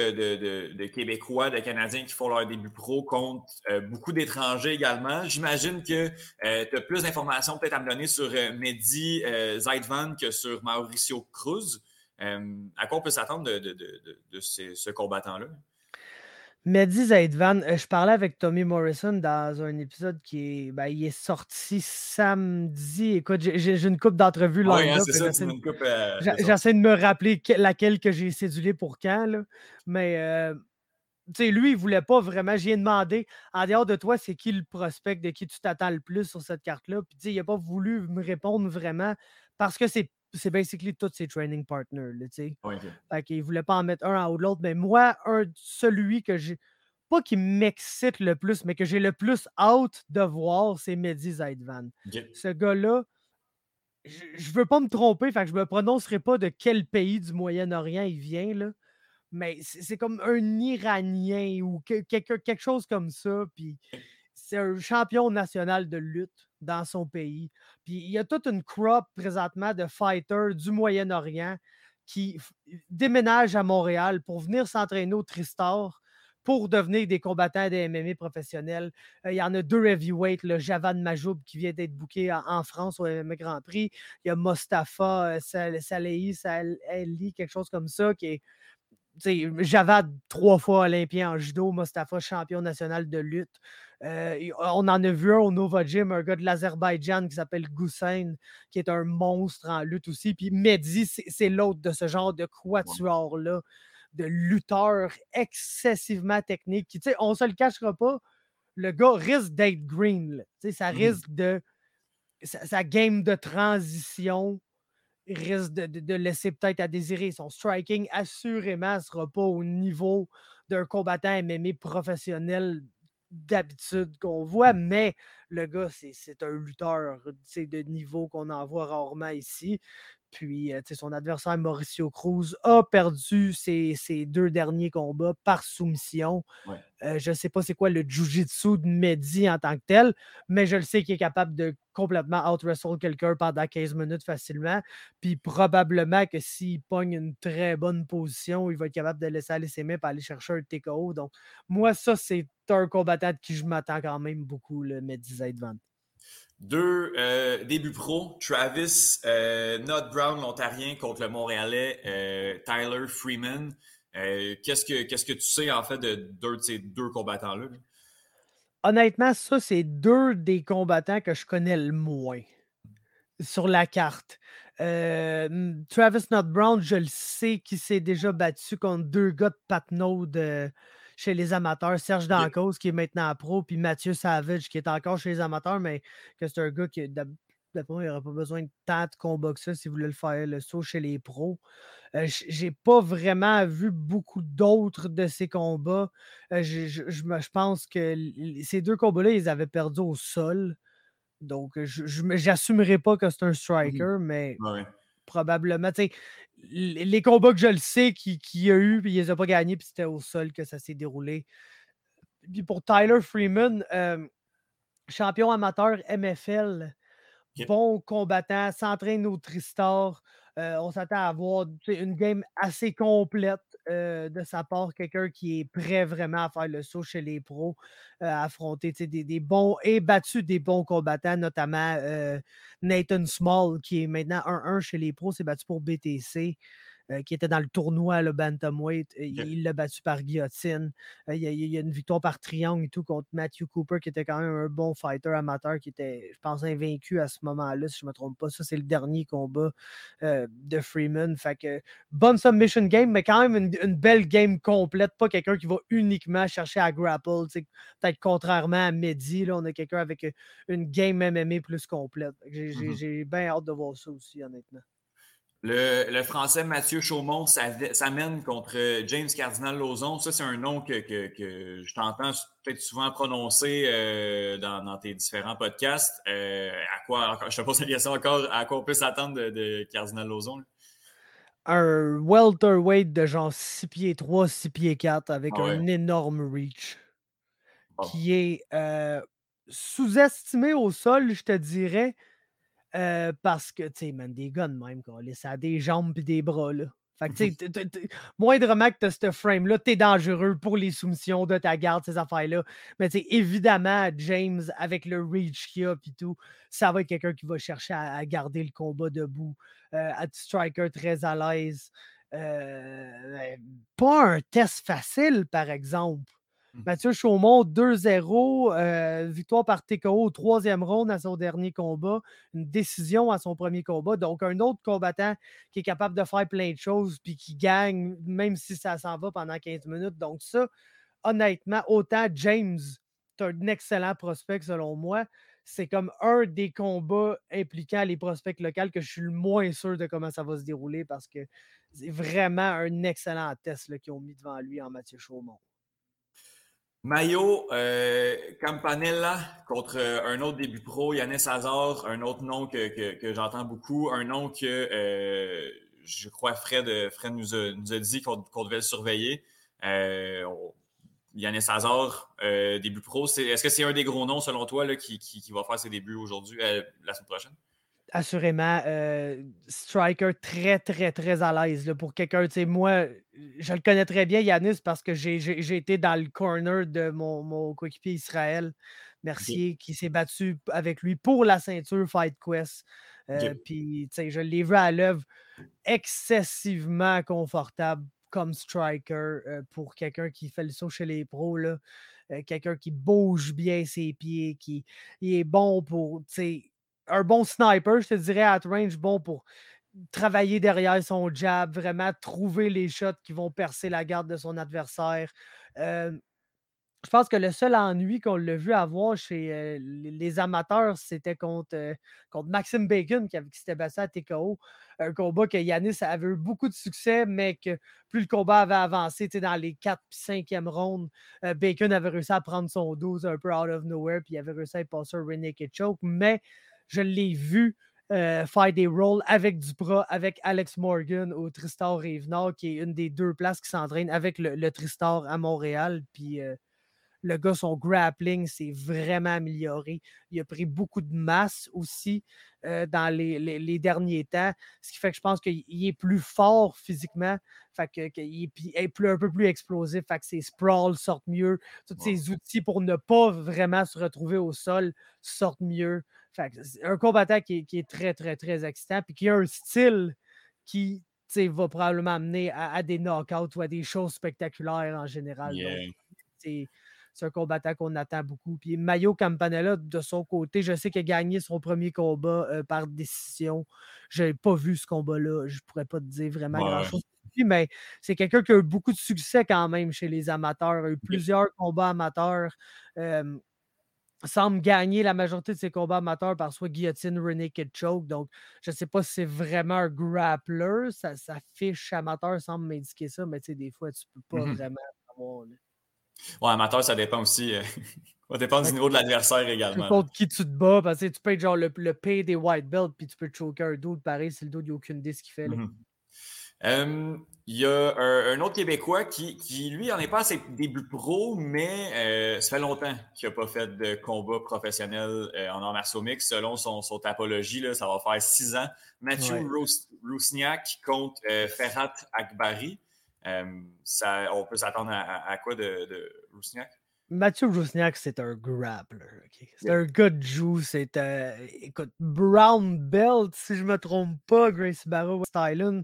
de Québécois, de Canadiens qui font leur début pro contre beaucoup d'étrangers également. J'imagine que tu as plus d'informations peut-être à me donner sur Mehdi Zaidvan que sur Mauricio Cruz. À quoi on peut s'attendre de ce combattant-là? Mehdi Zaidvan, je parlais avec Tommy Morrison dans un épisode qui est, il est sorti samedi. Écoute, j'ai une couple d'entrevues là. C'est ça, une coupe. J'essaie de me rappeler laquelle que j'ai cédulée pour quand, là. Mais tu sais, lui, il ne voulait pas vraiment. J'y ai demandé, en dehors de toi, c'est qui le prospect de qui tu t'attends le plus sur cette carte-là? Puis, tu sais, il n'a pas voulu me répondre vraiment parce que c'est basically tous ses training partners, tu sais. Fait qu'il ne voulait pas en mettre un en haut de l'autre. Mais moi, celui que j'ai, pas qui m'excite le plus, mais que j'ai le plus hâte de voir, c'est Mehdi Zaidvan. Ce gars-là, je ne veux pas me tromper, fait que je ne me prononcerai pas de quel pays du Moyen-Orient il vient, là. Mais c'est comme un Iranien ou quelque chose comme ça. Puis c'est un champion national de lutte dans son pays. Puis il y a toute une crop présentement de fighters du Moyen-Orient qui déménagent à Montréal pour venir s'entraîner au Tristar pour devenir des combattants de MMA professionnels. Il y en a 2 heavyweights, le Javad Majoub qui vient d'être booké en France au MMA Grand Prix. Il y a Mostafa Salehi, quelque chose comme ça, qui est Javad 3 fois olympien en judo, Mostafa champion national de lutte. On en a vu un au Nova Gym, un gars de l'Azerbaïdjan qui s'appelle Goussain, qui est un monstre en lutte aussi. Puis Mehdi, c'est l'autre de ce genre de quatuor-là, de lutteur excessivement technique. Qui, on ne se le cachera pas, le gars risque d'être green. Ça risque de... Sa game de transition risque de laisser peut-être à désirer. Son striking, assurément, ne sera pas au niveau d'un combattant MMA professionnel d'habitude qu'on voit, mais le gars, c'est un lutteur de niveau qu'on en voit rarement ici. Puis, son adversaire, Mauricio Cruz, a perdu ses 2 derniers combats par soumission. Je ne sais pas c'est quoi le jiu-jitsu de Mehdi en tant que tel, mais je le sais qu'il est capable de complètement out-wrestle quelqu'un pendant 15 minutes facilement. Puis probablement que s'il pogne une très bonne position, il va être capable de laisser aller ses mains pour aller chercher un TKO. Donc, moi, ça, c'est un combattant de qui je m'attends quand même beaucoup, le Mehdi Zaidvan. 2 débuts pro, Travis Not Brown, l'Ontarien, contre le Montréalais Tyler Freeman. Qu'est-ce que tu sais en fait de 2 de ces 2 combattants-là? Honnêtement, ça, c'est 2 des combattants que je connais le moins sur la carte. Travis Not Brown, je le sais qu'il s'est déjà battu contre 2 gars de Patnaud chez les amateurs, Serge Dancause qui est maintenant pro, puis Mathieu Savage qui est encore chez les amateurs, mais que c'est un gars qui D'après moi, il n'y aurait pas besoin de tant de combats que ça s'il voulait le faire le saut chez les pros. J'ai pas vraiment vu beaucoup d'autres de ces combats. Je pense que ces 2 combats-là, ils avaient perdu au sol. Donc, j'assumerai pas que c'est un striker, mais Ouais. probablement, tu sais, les combats que je le sais qu'il y a eu, puis il les a pas gagnés, puis c'était au sol que ça s'est déroulé. Puis pour Tyler Freeman, champion amateur MFL, bon combattant, s'entraîne au Tristar. On s'attend à avoir une game assez complète de sa part. Quelqu'un qui est prêt vraiment à faire le saut chez les pros, à affronter des bons et battu des bons combattants, notamment Nathan Small, qui est maintenant 1-1 chez les pros, s'est battu pour BTC. Qui était dans le tournoi, le Bantamweight. Il l'a battu par guillotine. Il y a une victoire par triangle et tout contre Matthew Cooper, qui était quand même un bon fighter amateur, qui était, je pense, invaincu à ce moment-là, si je ne me trompe pas. Ça, c'est le dernier combat de Freeman. Fait que bonne submission game, mais quand même une belle game complète. Pas quelqu'un qui va uniquement chercher à grapple. Peut-être contrairement à Mehdi, là, on a quelqu'un avec une game MMA plus complète. J'ai bien hâte de voir ça aussi, honnêtement. Le Français Mathieu Chaumont s'amène contre James Cardinal-Lauzon. Ça, c'est un nom que je t'entends peut-être souvent prononcer dans tes différents podcasts. À quoi, je te pose la question encore, à quoi on peut s'attendre de Cardinal-Lauzon? Un welterweight de genre 6 pieds 3, 6 pieds 4 avec un énorme reach qui est sous-estimé au sol, je te dirais. Parce que, tu sais, man, des gars de même, ça a des jambes et des bras, là. Fait que, tu sais, moindrement que tu as ce frame-là, tu es dangereux pour les soumissions de ta garde, ces affaires-là. Mais, tu sais, évidemment, James, avec le reach qu'il a et tout, ça va être quelqu'un qui va chercher à garder le combat debout. À striker très à l'aise. Pas un test facile, par exemple. Mathieu Chaumont, 2-0, victoire par TKO au 3e round à son dernier combat, une décision à son premier combat. Donc, un autre combattant qui est capable de faire plein de choses puis qui gagne, même si ça s'en va pendant 15 minutes. Donc, ça, honnêtement, autant James, c'est un excellent prospect selon moi. C'est comme un des combats impliquant les prospects locaux que je suis le moins sûr de comment ça va se dérouler parce que c'est vraiment un excellent test qu'ils ont mis devant lui en Mathieu Chaumont. Mayo Campanella contre un autre début pro, Yannis Hazard, un autre nom que j'entends beaucoup, un nom que je crois Fred nous a dit qu'on devait le surveiller. Yannis Hazard, début pro, est-ce que c'est un des gros noms selon toi là, qui va faire ses débuts aujourd'hui, la semaine prochaine? Assurément, striker très, très, très à l'aise. Là, pour quelqu'un, tu sais, moi, je le connais très bien, Yannis, parce que j'ai été dans le corner de mon coéquipier Israël Mercier, qui s'est battu avec lui pour la ceinture Fight Quest. Puis, tu sais, je l'ai vu à l'œuvre excessivement confortable comme striker pour quelqu'un qui fait le saut chez les pros. Là. Quelqu'un qui bouge bien ses pieds, qui est bon pour, tu sais, un bon sniper, je te dirais, at range, bon pour travailler derrière son jab, vraiment trouver les shots qui vont percer la garde de son adversaire. Je pense que le seul ennui qu'on l'a vu avoir chez les amateurs, c'était contre Maxime Bacon qui s'était battu à TKO. Un combat que Yannis avait eu beaucoup de succès, mais que plus le combat avait avancé dans les 4 et 5e rounds, Bacon avait réussi à prendre son 12 un peu out of nowhere, puis il avait réussi à passer un rear naked choke. Mais je l'ai vu faire des rolls avec Duprat, avec Alex Morgan au Tristar Rive-Nord, qui est une des 2 places qui s'entraîne avec le Tristar à Montréal. Puis le gars, son grappling s'est vraiment amélioré. Il a pris beaucoup de masse aussi dans les derniers temps, ce qui fait que je pense qu'il est plus fort physiquement, fait qu'il est un peu plus explosif, fait que ses sprawls sortent mieux, tous ses outils pour ne pas vraiment se retrouver au sol sortent mieux. Fait que c'est un combattant qui est très, très, très excitant, puis qui a un style qui va probablement amener à des knockouts ou à des choses spectaculaires en général. Yeah. Donc, c'est un combattant qu'on attend beaucoup. Puis Mayo Campanella, de son côté, je sais qu'il a gagné son premier combat par décision. Je n'ai pas vu ce combat-là. Je ne pourrais pas te dire vraiment grand-chose. Mais c'est quelqu'un qui a eu beaucoup de succès quand même chez les amateurs. Il a eu plusieurs combats amateurs. semble gagner la majorité de ses combats amateurs par soit guillotine, rear naked choke. Donc, je ne sais pas si c'est vraiment un grappler. Sa fiche amateur semble m'indiquer ça, mais tu sais, des fois, tu ne peux pas vraiment savoir. Là. Ouais, amateur, ça dépend aussi. Ça dépend du niveau de l'adversaire également. Contre qui tu te bats, parce que tu peux être genre le pay des white belts, puis tu peux choker un dude pareil si le dude n'a aucune idée ce qu'il fait. Là. Il y a un autre Québécois qui lui, en est pas à ses débuts pro, mais ça fait longtemps qu'il n'a pas fait de combat professionnel en arts martiaux mixtes. Selon son tapologie, là, ça va faire 6 ans. Mathieu Rusniak contre Ferhat Akbari. On peut s'attendre à quoi de Rusniak? Mathieu Rusniak, c'est un grappler. Okay? C'est un gars de jiu. C'est écoute, brown belt, si je ne me trompe pas, Gracie Barra West Island.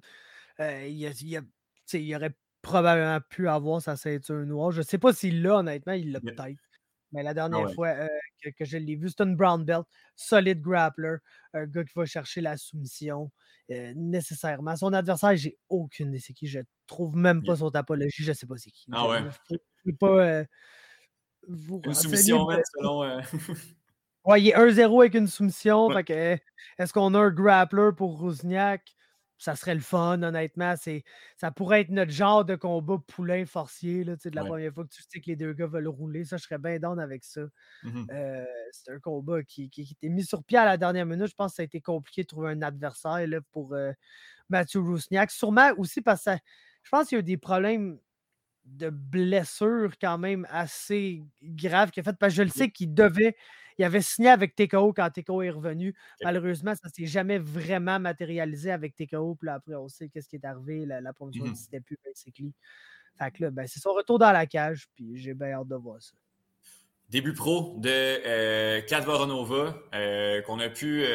Il aurait probablement pu avoir sa ceinture noire. Je ne sais pas s'il l'a, honnêtement, il l'a peut-être. Mais la dernière fois que je l'ai vu, c'est une brown belt, solide grappler, un gars qui va chercher la soumission nécessairement. Son adversaire, j'ai aucune idée c'est qui. Je ne trouve même pas son tapologie, je ne sais pas c'est qui. Ah ouais. Je ne peux pas une soumission, même, selon... Ouais, il est 1-0 avec une soumission. Fait que, est-ce qu'on a un grappler pour Rusniak? Ça serait le fun, honnêtement. Ça pourrait être notre genre de combat poulain forcier, là, de la première fois que tu sais que les deux gars veulent rouler. Ça, je serais bien down avec ça. C'est un combat qui était mis sur pied à la dernière minute. Je pense que ça a été compliqué de trouver un adversaire là, pour Mathieu Rusniak. Sûrement aussi parce que je pense qu'il y a eu des problèmes de blessures quand même assez graves qu'il a fait. Parce que je le sais il avait signé avec TKO quand TKO est revenu. Malheureusement, ça ne s'est jamais vraiment matérialisé avec TKO. Puis là, après, on sait qu'est-ce qui est arrivé. La promotion n'existait plus, basically. Fait que là, c'est son retour dans la cage. Puis j'ai bien hâte de voir ça. Début pro de Kat Voronova, qu'on a pu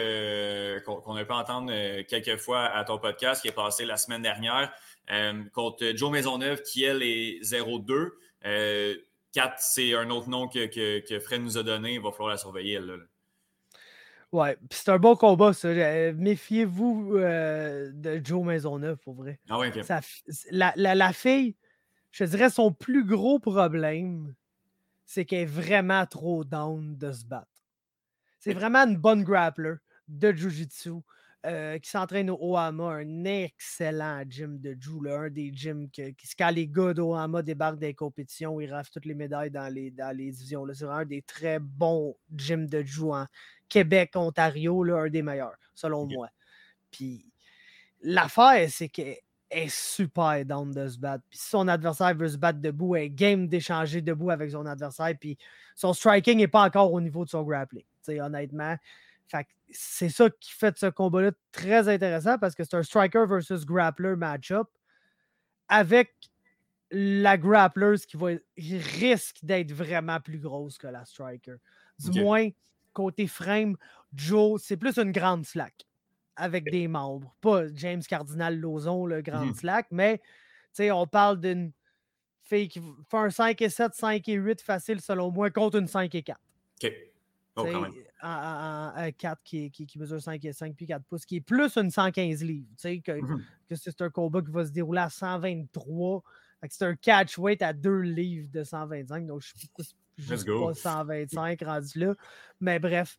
entendre quelques fois à ton podcast qui est passé la semaine dernière, contre Jo Maisonneuve qui, elle, est 0-2. Kat, c'est un autre nom que Fred nous a donné. Il va falloir la surveiller, elle. Là. Ouais, puis c'est un bon combat, ça. Méfiez-vous de Jo Maisonneuve, pour vrai. Ah ouais, OK. La fille, je dirais, son plus gros problème, c'est qu'elle est vraiment trop down de se battre. C'est vraiment une bonne grappler de Jiu-Jitsu qui s'entraîne au Ohama, un excellent gym de Jiu, là, un des gyms quand les gars d'Ohama débarquent des compétitions, ils raflent toutes les médailles dans les divisions. Là. C'est vraiment un des très bons gyms de Jiu en Québec, Ontario, là, un des meilleurs, selon moi. Puis l'affaire, c'est qu'elle est super down de se battre. Puis si son adversaire veut se battre debout, elle est game d'échanger debout avec son adversaire. Puis son striking n'est pas encore au niveau de son grappling. Honnêtement. Fait que c'est ça qui fait ce combat-là très intéressant parce que c'est un striker versus grappler match-up avec la grappler qui risque d'être vraiment plus grosse que la striker. Du moins, côté frame, Joe, c'est plus une grande slack avec des membres. Pas James Cardinal-Lozon, le grand slack, mais on parle d'une fille qui fait un 5-7, 5-8 facile selon moi contre une 5-4. OK. Oh, quand même. Un 4 qui mesure 5 puis 4 pouces, qui est plus une 115 livres. Que c'est un combat qui va se dérouler à 123. C'est un catch weight à 2 livres de 125. Donc, je ne sais pas 125 rendu là. Mais bref.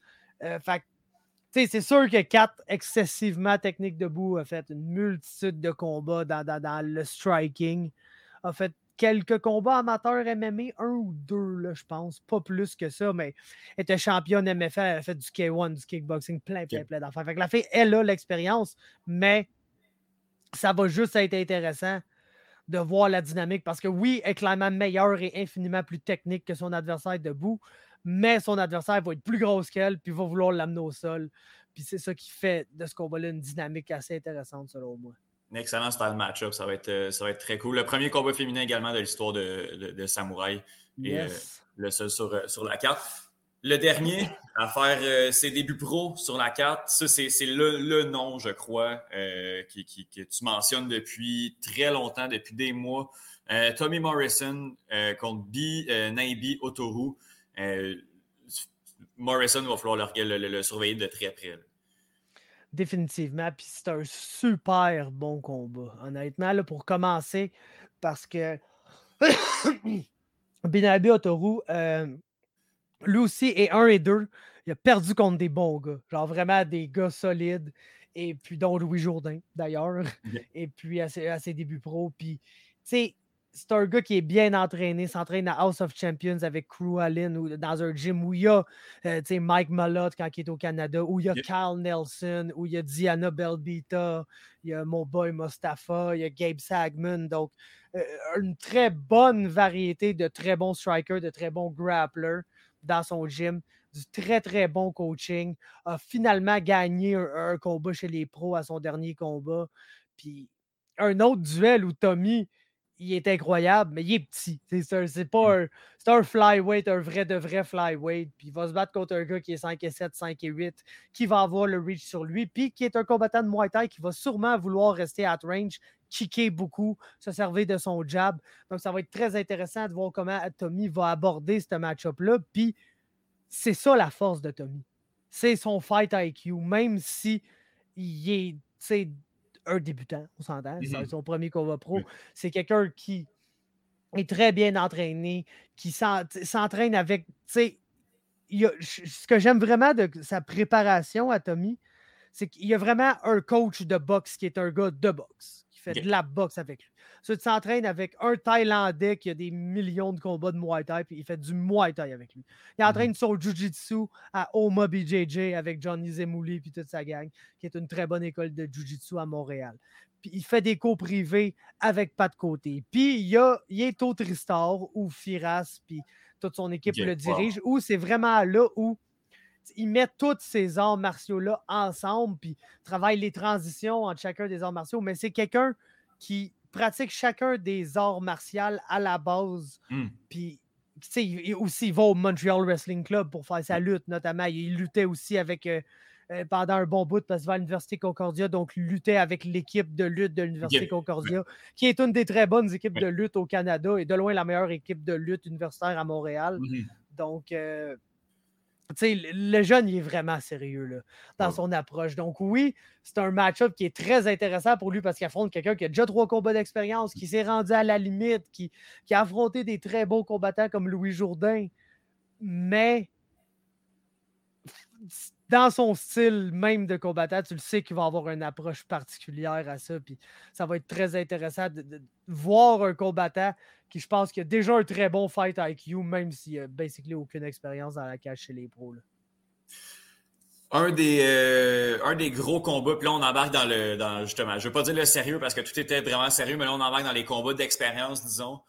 C'est sûr que 4 excessivement technique debout a fait une multitude de combats dans le striking. A fait quelques combats amateurs MMA, 1 ou 2, là, je pense. Pas plus que ça, mais elle était championne MFL, elle a fait du K1, du kickboxing, plein d'affaires. Fait que la fille, elle a l'expérience, mais ça va juste être intéressant de voir la dynamique parce que oui, elle est clairement meilleure et infiniment plus technique que son adversaire debout, mais son adversaire va être plus grosse qu'elle puis va vouloir l'amener au sol. Puis c'est ça qui fait de ce combat-là une dynamique assez intéressante selon moi. Un excellent style match-up, ça va être très cool. Le premier combat féminin également de l'histoire de Samouraï et le seul sur la carte. Le dernier à faire ses débuts pro sur la carte, ça c'est le nom, je crois, que tu mentionnes depuis très longtemps, depuis des mois. Tommy Morrison contre Naibi Otoru. Morrison, il va falloir le surveiller de très près. Là. Définitivement. Puis c'est un super bon combat. Honnêtement, là, pour commencer, parce que Naibi Otoru, lui aussi est 1 et 2. Il a perdu contre des bons gars. Genre vraiment des gars solides. Et puis, dont Louis Jourdain, d'ailleurs. Ok. Et puis, à ses débuts pro. Puis, tu sais, c'est un gars qui est bien entraîné, s'entraîne à House of Champions avec Crew Allen ou dans un gym où il y a Mike Malott quand il est au Canada, où il y a Kyle Nelson, où il y a Diana Belbita, il y a mon boy Mustafa, il y a Gabe Sagman. Donc, une très bonne variété de très bons strikers, de très bons grapplers dans son gym. Du très, très bon coaching. A finalement gagné un combat chez les pros à son dernier combat. Puis, un autre duel où Tommy, il est incroyable, mais il est petit. C'est un flyweight, un vrai de vrai flyweight. Puis il va se battre contre un gars qui est 5 et 7, 5 et 8, qui va avoir le reach sur lui, puis qui est un combattant de Muay Thai qui va sûrement vouloir rester at range, kicker beaucoup, se servir de son jab. Donc ça va être très intéressant de voir comment Tommy va aborder ce match-up-là. Puis c'est ça la force de Tommy. C'est son fight IQ, même si il est un débutant, on s'entend, c'est son premier combat pro. C'est quelqu'un qui est très bien entraîné, qui s'entraîne avec, ce que j'aime vraiment de sa préparation à Tommy, c'est qu'il y a vraiment un coach de boxe qui est un gars de boxe, qui fait de la boxe avec lui. Tu s'entraîne avec un Thaïlandais qui a des millions de combats de Muay Thai, puis il fait du Muay Thai avec lui. Il entraîne son Jiu-Jitsu à Oma BJJ avec Johnny Zemouli puis toute sa gang, qui est une très bonne école de Jiu-Jitsu à Montréal. Puis il fait des cours privés avec Pat Côté. Puis il est au Tristar où Firas puis toute son équipe le dirige, où c'est vraiment là où il met tous ces arts martiaux-là ensemble, puis travaille les transitions entre chacun des arts martiaux, mais c'est quelqu'un qui pratique chacun des arts martiaux à la base. Puis, il va au Montreal Wrestling Club pour faire sa lutte, notamment. Il luttait aussi avec, pendant un bon bout, parce qu'il va à l'Université Concordia, donc il luttait avec l'équipe de lutte de l'Université Concordia, qui est une des très bonnes équipes de lutte au Canada et de loin la meilleure équipe de lutte universitaire à Montréal. Donc, le jeune, il est vraiment sérieux là, dans son approche. Donc oui, c'est un match-up qui est très intéressant pour lui parce qu'il affronte quelqu'un qui a déjà 3 combats d'expérience, qui s'est rendu à la limite, qui a affronté des très beaux combattants comme Louis Jourdain. Mais dans son style même de combattant, tu le sais qu'il va avoir une approche particulière à ça. Puis ça va être très intéressant de voir un combattant qui, je pense, qui a déjà un très bon fight IQ, même s'il n'a basically aucune expérience dans la cage chez les pros. Là. Un des gros combats, puis là on embarque dans justement, je veux pas dire le sérieux parce que tout était vraiment sérieux, mais là on embarque dans les combats d'expérience, disons.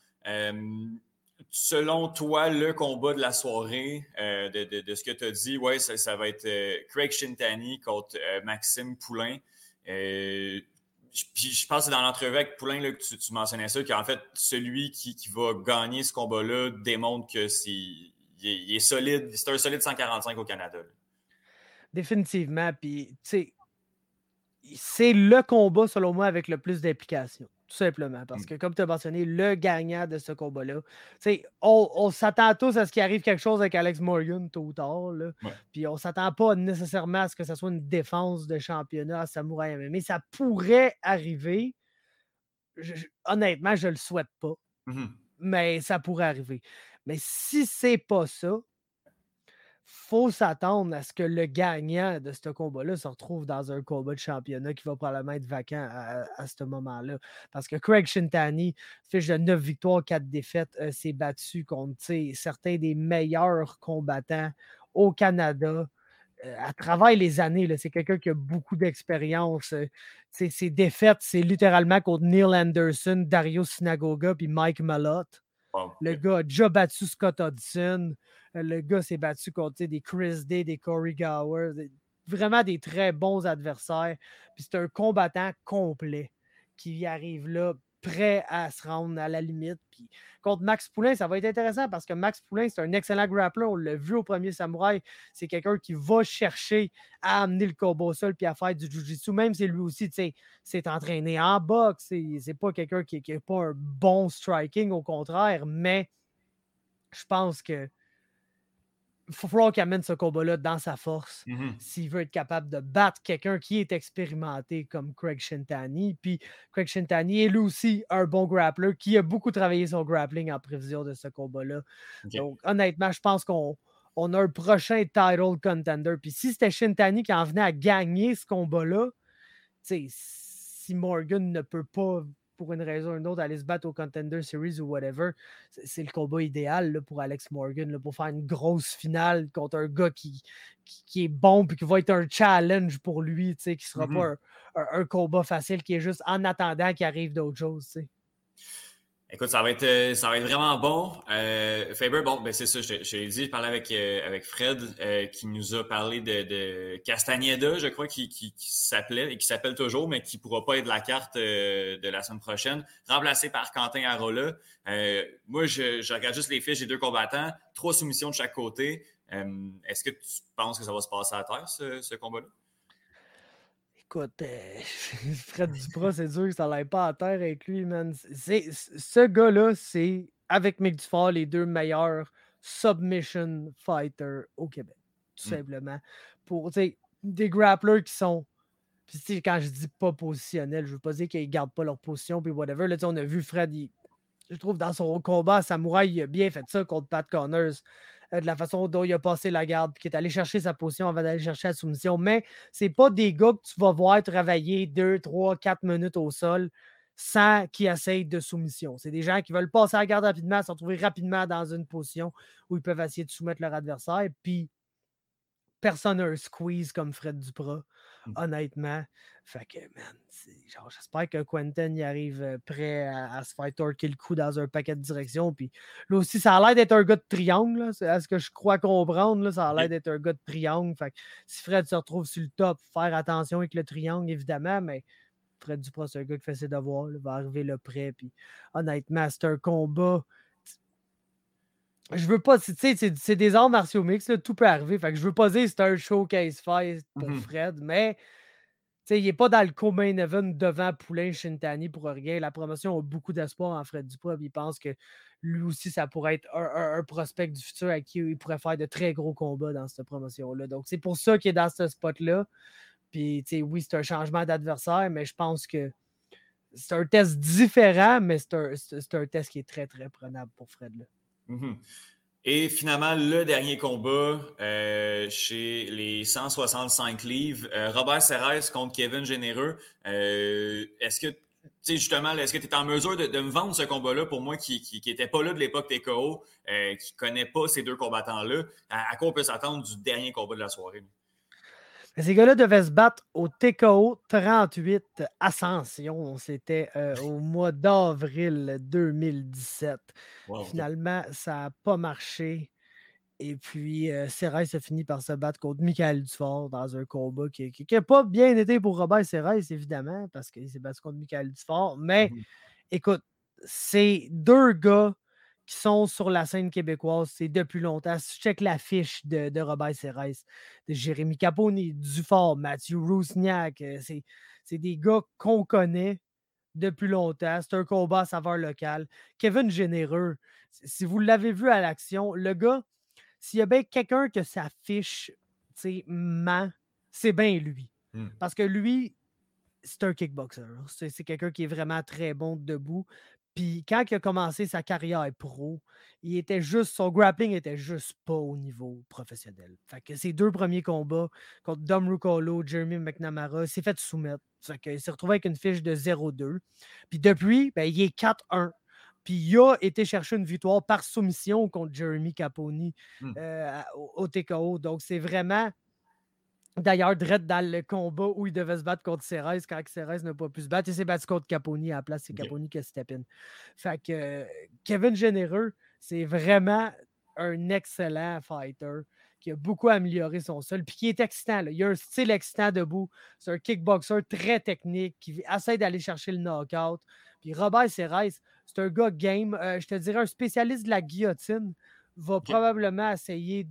Selon toi, le combat de la soirée, de ce que tu as dit, ouais, ça va être Craig Shintani contre Maxime Poulain. Puis je pense que c'est dans l'entrevue avec Poulain là, que tu mentionnais ça, qu'en fait, celui qui va gagner ce combat-là démontre que il est solide. C'est un solide 145 au Canada. Là. Définitivement. Puis, tu sais, c'est le combat, selon moi, avec le plus d'implication. Tout simplement. Parce que, comme tu as mentionné, le gagnant de ce combat-là, on s'attend tous à ce qu'il arrive quelque chose avec Alex Morgan tôt ou tard. Là. Ouais. Puis on s'attend pas nécessairement à ce que ce soit une défense de championnat à Samouraï MMA. Mais ça pourrait arriver. Honnêtement, je le souhaite pas. Mais ça pourrait arriver. Mais si c'est pas ça, faut s'attendre à ce que le gagnant de ce combat-là se retrouve dans un combat de championnat qui va probablement être vacant à ce moment-là. Parce que Craig Shintani, fiche de 9 victoires, 4 défaites, s'est battu contre certains des meilleurs combattants au Canada. À travers les années, là, c'est quelqu'un qui a beaucoup d'expérience. Ses défaites, c'est littéralement contre Neil Anderson, Dario Sinagoga puis Mike Malott. Oh, le gars a déjà battu Scott Hudson. Le gars s'est battu contre des Chris Day, des Corey Gower. Vraiment des très bons adversaires. Puis c'est un combattant complet qui arrive là, prêt à se rendre à la limite. Puis contre Max Poulain, ça va être intéressant parce que Max Poulain, c'est un excellent grappler. On l'a vu au premier Samouraï. C'est quelqu'un qui va chercher à amener le combat au sol puis à faire du jiu-jitsu. Même si lui aussi, s'est entraîné en boxe. C'est pas quelqu'un qui n'a pas un bon striking, au contraire. Mais je pense que il faut falloir qu'il amène ce combat-là dans sa force s'il veut être capable de battre quelqu'un qui est expérimenté comme Craig Shintani. Puis Craig Shintani est lui aussi un bon grappler qui a beaucoup travaillé son grappling en prévision de ce combat-là. Okay. Donc, honnêtement, je pense qu'on on a un prochain title contender. Puis si c'était Shintani qui en venait à gagner ce combat-là, si Morgan ne peut pas, pour une raison ou une autre, aller se battre au Contender Series ou whatever, c'est le combat idéal là, pour Alex Morgan, là, pour faire une grosse finale contre un gars qui est bon et qui va être un challenge pour lui, qui ne sera pas un combat facile, qui est juste en attendant qu'il arrive d'autres choses. T'sais. Écoute, ça va être vraiment bon. Faber, bon, ben c'est ça, je l'ai dit, je parlais avec Fred qui nous a parlé de Castagneda, je crois, qui s'appelait et qui s'appelle toujours, mais qui ne pourra pas être la carte de la semaine prochaine, remplacé par Quentin Arola. Moi, je regarde juste les fiches des deux combattants, 3 soumissions de chaque côté. Est-ce que tu penses que ça va se passer à terre, ce combat-là? Écoute, Fred Dupras, c'est sûr que ça n'allait pas à terre avec lui, man. Ce gars-là, c'est, avec Mick Dufort, les 2 meilleurs submission fighters au Québec, tout simplement. Pour des grapplers qui sont. Puis, quand je dis pas positionnels, je veux pas dire qu'ils gardent pas leur position, puis whatever. Là, on a vu Fred, je trouve, dans son combat à Samouraï, il a bien fait ça contre Pat Connors. De la façon dont il a passé la garde, puis qu'il est allé chercher sa position avant d'aller chercher la soumission. Mais c'est pas des gars que tu vas voir travailler 2, 3, 4 minutes au sol sans qu'ils essayent de soumission. C'est des gens qui veulent passer la garde rapidement, se retrouver rapidement dans une position où ils peuvent essayer de soumettre leur adversaire. Puis personne n'a un squeeze comme Fred Dupras, honnêtement. Fait que, man, j'espère que Quentin y arrive prêt à se faire torquer le cou dans un paquet de directions. Puis là aussi, ça a l'air d'être un gars de triangle. Là. C'est à ce que je crois comprendre. Là, ça a l'air d'être un gars de triangle. Fait que si Fred se retrouve sur le top, faire attention avec le triangle, évidemment, mais Fred Dupras, c'est un gars qui fait ses devoirs. Il va arriver là prêt. Puis honnêtement, c'est un combat. Je veux pas, c'est des arts martiaux mix, là, tout peut arriver. Fait que je veux pas dire que c'est un showcase fight pour Fred, mais il n'est pas dans le co-main event devant Poulain Shintani pour rien. La promotion a beaucoup d'espoir en Fred Dupras. Il pense que lui aussi, ça pourrait être un prospect du futur à qui il pourrait faire de très gros combats dans cette promotion-là. Donc, c'est pour ça qu'il est dans ce spot-là. Puis, oui, c'est un changement d'adversaire, mais je pense que c'est un test différent, mais c'est un test qui est très, très prenable pour Fred. Là. Et finalement, le dernier combat chez les 165 livres, Robert Serres contre Kevin Généreux. Est-ce que justement, est-ce que tu es en mesure de me vendre ce combat-là pour moi qui n'était pas là de l'époque TKO, qui ne connaît pas ces 2 combattants-là? À quoi on peut s'attendre du dernier combat de la soirée? Ces gars-là devaient se battre au TKO 38 Ascension. C'était au mois d'avril 2017. Wow, Finalement, ça n'a pas marché. Et puis, Serres a fini par se battre contre Michael Dufort dans un combat qui n'a pas bien été pour Robert Serres, évidemment, parce qu'il s'est battu contre Michael Dufort. Mais écoute, c'est 2 gars qui sont sur la scène québécoise, c'est depuis longtemps. Si je check la fiche de Robert Serres, de Jérémy Caponi, Dufort, Mathieu Rousniak, c'est des gars qu'on connaît depuis longtemps. C'est un combat à saveur locale. Kevin Généreux, si vous l'avez vu à l'action, le gars, s'il y a bien quelqu'un que sa fiche ment, c'est bien lui. Parce que lui, c'est un kickboxer. C'est quelqu'un qui est vraiment très bon debout. Puis quand il a commencé sa carrière pro, son grappling était juste pas au niveau professionnel. Fait que ses 2 premiers combats contre Dom Rucolo, Jeremy McNamara, il s'est fait soumettre. Fait qu'il s'est retrouvé avec une fiche de 0-2. Puis depuis, ben, il est 4-1. Puis il a été chercher une victoire par soumission contre Jeremy Caponi au TKO. Donc c'est vraiment... D'ailleurs, direct dans le combat où il devait se battre contre Serres, quand Serres n'a pas pu se battre, il s'est battu contre Caponi à la place. C'est Caponi qui a step in. Fait que Kevin Généreux, c'est vraiment un excellent fighter qui a beaucoup amélioré son sol, puis qui est excitant. Là. Il a un style excitant debout. C'est un kickboxer très technique qui essaie d'aller chercher le knockout. Puis Robert Serres, c'est un gars game. Je te dirais, un spécialiste de la guillotine va probablement essayer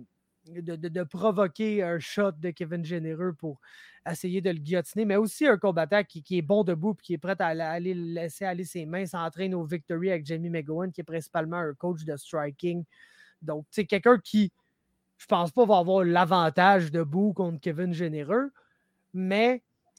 de provoquer un shot de Kevin Généreux pour essayer de le guillotiner, mais aussi un combattant qui est bon debout et qui est prêt à aller laisser aller ses mains, s'entraîne au Victory avec Jamie McGowan, qui est principalement un coach de striking. Donc, c'est quelqu'un qui, je pense pas, va avoir l'avantage debout contre Kevin Généreux, mais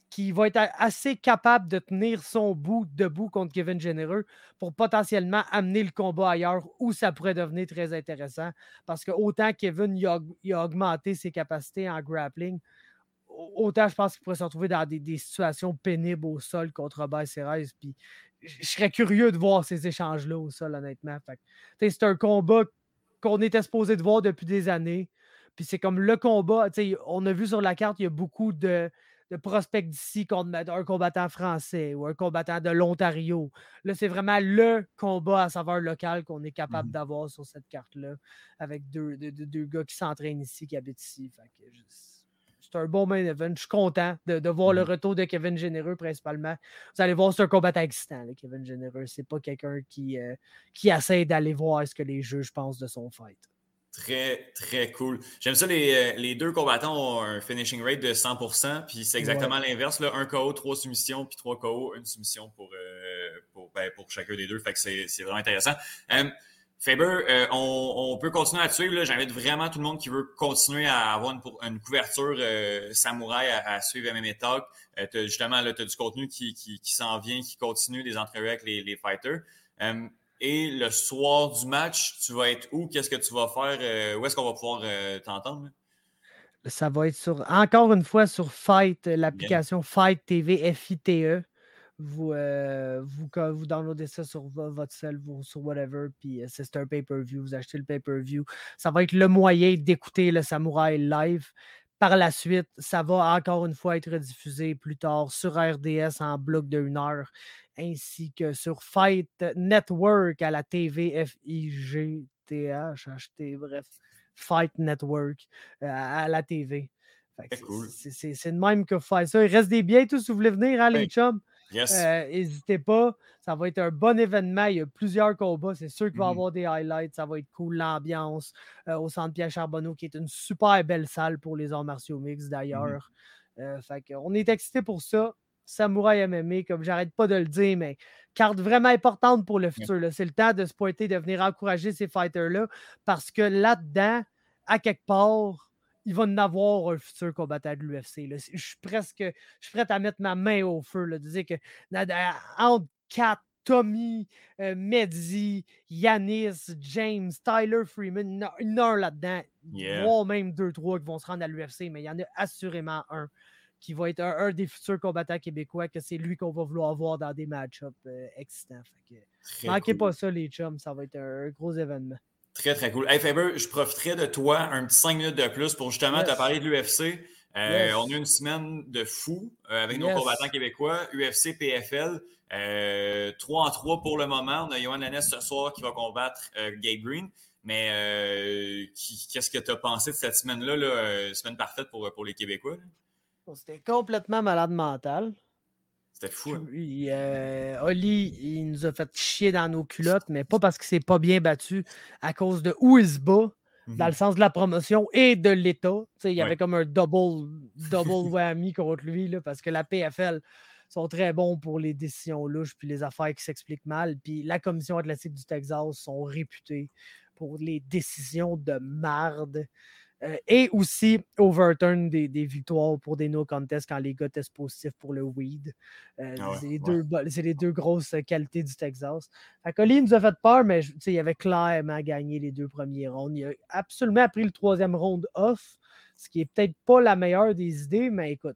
qui va être assez capable de tenir son bout debout contre Kevin Généreux pour potentiellement amener le combat ailleurs où ça pourrait devenir très intéressant. Parce que autant Kevin il a augmenté ses capacités en grappling, autant je pense qu'il pourrait se retrouver dans des situations pénibles au sol contre Robert Serres. Puis je serais curieux de voir ces échanges-là au sol, honnêtement. C'est un combat qu'on était supposé de voir depuis des années. Puis c'est comme le combat. On a vu sur la carte, il y a beaucoup de prospects d'ici contre un combattant français ou un combattant de l'Ontario. Là, c'est vraiment le combat à saveur locale qu'on est capable d'avoir sur cette carte-là avec deux gars qui s'entraînent ici, qui habitent ici. C'est un bon main event. Je suis content de voir le retour de Kevin Généreux principalement. Vous allez voir, c'est un combattant existant, là, Kevin Généreux. C'est pas quelqu'un qui essaie d'aller voir ce que les juges pensent de son fight. Très, très cool. J'aime ça, les deux combattants ont un finishing rate de 100%, puis c'est exactement l'inverse. Là, 1 KO, 3 soumissions, puis 3 KO, 1 soumission pour chacun des deux. Fait que c'est vraiment intéressant. Faber, on peut continuer à te suivre. Là. J'invite vraiment tout le monde qui veut continuer à avoir une couverture samouraï à suivre MMA Talk. Justement, tu as du contenu qui s'en vient, qui continue, des entrevues avec les fighters. Et le soir du match, tu vas être où? Qu'est-ce que tu vas faire? Où est-ce qu'on va pouvoir t'entendre? Ça va être encore une fois sur Fight, l'application Fight TV, FITE. Vous downloadez ça sur votre cell, sur whatever, puis c'est un pay-per-view, vous achetez le pay-per-view. Ça va être le moyen d'écouter le Samouraï live. Par la suite, ça va encore une fois être diffusé plus tard sur RDS en bloc de 1 heure, ainsi que sur Fight Network à la TV FIGTH, bref, Fight Network à la TV. C'est de même que faire ça. Il reste des billets, tous, si vous voulez venir, hein, les chums. Yes. N'hésitez pas. Ça va être un bon événement. Il y a plusieurs combats. C'est sûr qu'il va y avoir des highlights. Ça va être cool. L'ambiance au Centre Pierre Charbonneau, qui est une super belle salle pour les arts martiaux mixtes, d'ailleurs. On est excités pour ça. Samouraï MMA, comme j'arrête pas de le dire, mais carte vraiment importante pour le futur. C'est le temps de se pointer, de venir encourager ces fighters-là, parce que là-dedans, à quelque part, il va en avoir un futur combattant de l'UFC. Je suis prêt à mettre ma main au feu, là, de dire que entre Kat, Tommy, Medzi, Yanis, James, Tyler Freeman, il y en a un là-dedans, voire même 2-3 qui vont se rendre à l'UFC, mais il y en a assurément un qui va être un des futurs combattants québécois, que c'est lui qu'on va vouloir voir dans des match-ups excitants. Manquez pas ça, les chums, ça va être un gros événement. Très, très cool. Hey Faber, je profiterai de toi un petit 5 minutes de plus pour justement te parler de l'UFC. On a eu une semaine de fou avec nos combattants québécois. UFC, PFL, 3-3 pour le moment. On a Yohan Lainez ce soir qui va combattre Gabe Green. Mais qu'est-ce que tu as pensé de cette semaine-là, semaine parfaite pour les Québécois? C'était complètement malade mental. C'était fou. Hein? Oli, il nous a fait chier dans nos culottes, mais pas parce qu'il s'est pas bien battu, à cause de où il se bat, dans le sens de la promotion et de l'État. Il y avait comme un double whammy contre lui, là, parce que la PFL sont très bons pour les décisions louches puis les affaires qui s'expliquent mal. Puis la Commission athlétique du Texas sont réputés pour les décisions de marde. Et aussi overturn des victoires pour des no contests quand les gars testent positifs pour le weed. C'est les deux grosses qualités du Texas. Oli nous a fait peur, mais il avait clairement gagné les 2 premiers rounds. Il a absolument pris le 3e round off, ce qui est peut-être pas la meilleure des idées, mais écoute,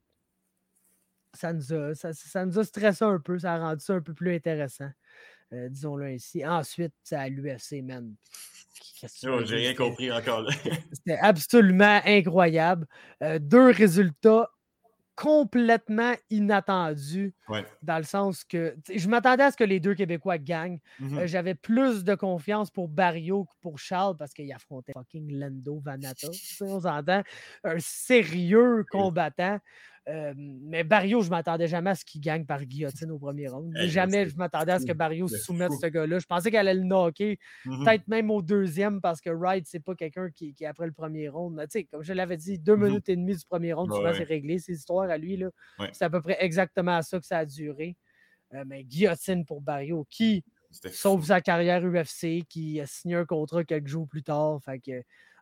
ça nous a stressé un peu, ça a rendu ça un peu plus intéressant. Disons-le ainsi. Ensuite, c'est à l'UFC, man. J'ai rien compris encore là. C'était absolument incroyable. 2 résultats complètement inattendus, dans le sens que je m'attendais à ce que les 2 Québécois gagnent. J'avais plus de confiance pour Barrio que pour Charles parce qu'il affrontait fucking Lando Vannata. On s'entend. Un sérieux combattant. Mais Barrio, je ne m'attendais jamais à ce qu'il gagne par guillotine au premier round. Jamais je m'attendais à ce que Barrio soumette ce gars-là. Je pensais qu'elle allait le knocker, peut-être même au 2e, parce que Wright, c'est pas quelqu'un qui après le premier round. Mais, comme je l'avais dit, 2 minutes et demie du premier round, souvent c'est réglé. Ces histoires à lui, là, c'est à peu près exactement à ça que ça a duré. Mais guillotine pour Barrio, qui sauve sa carrière UFC, qui a signé un contrat quelques jours plus tard. Fait que,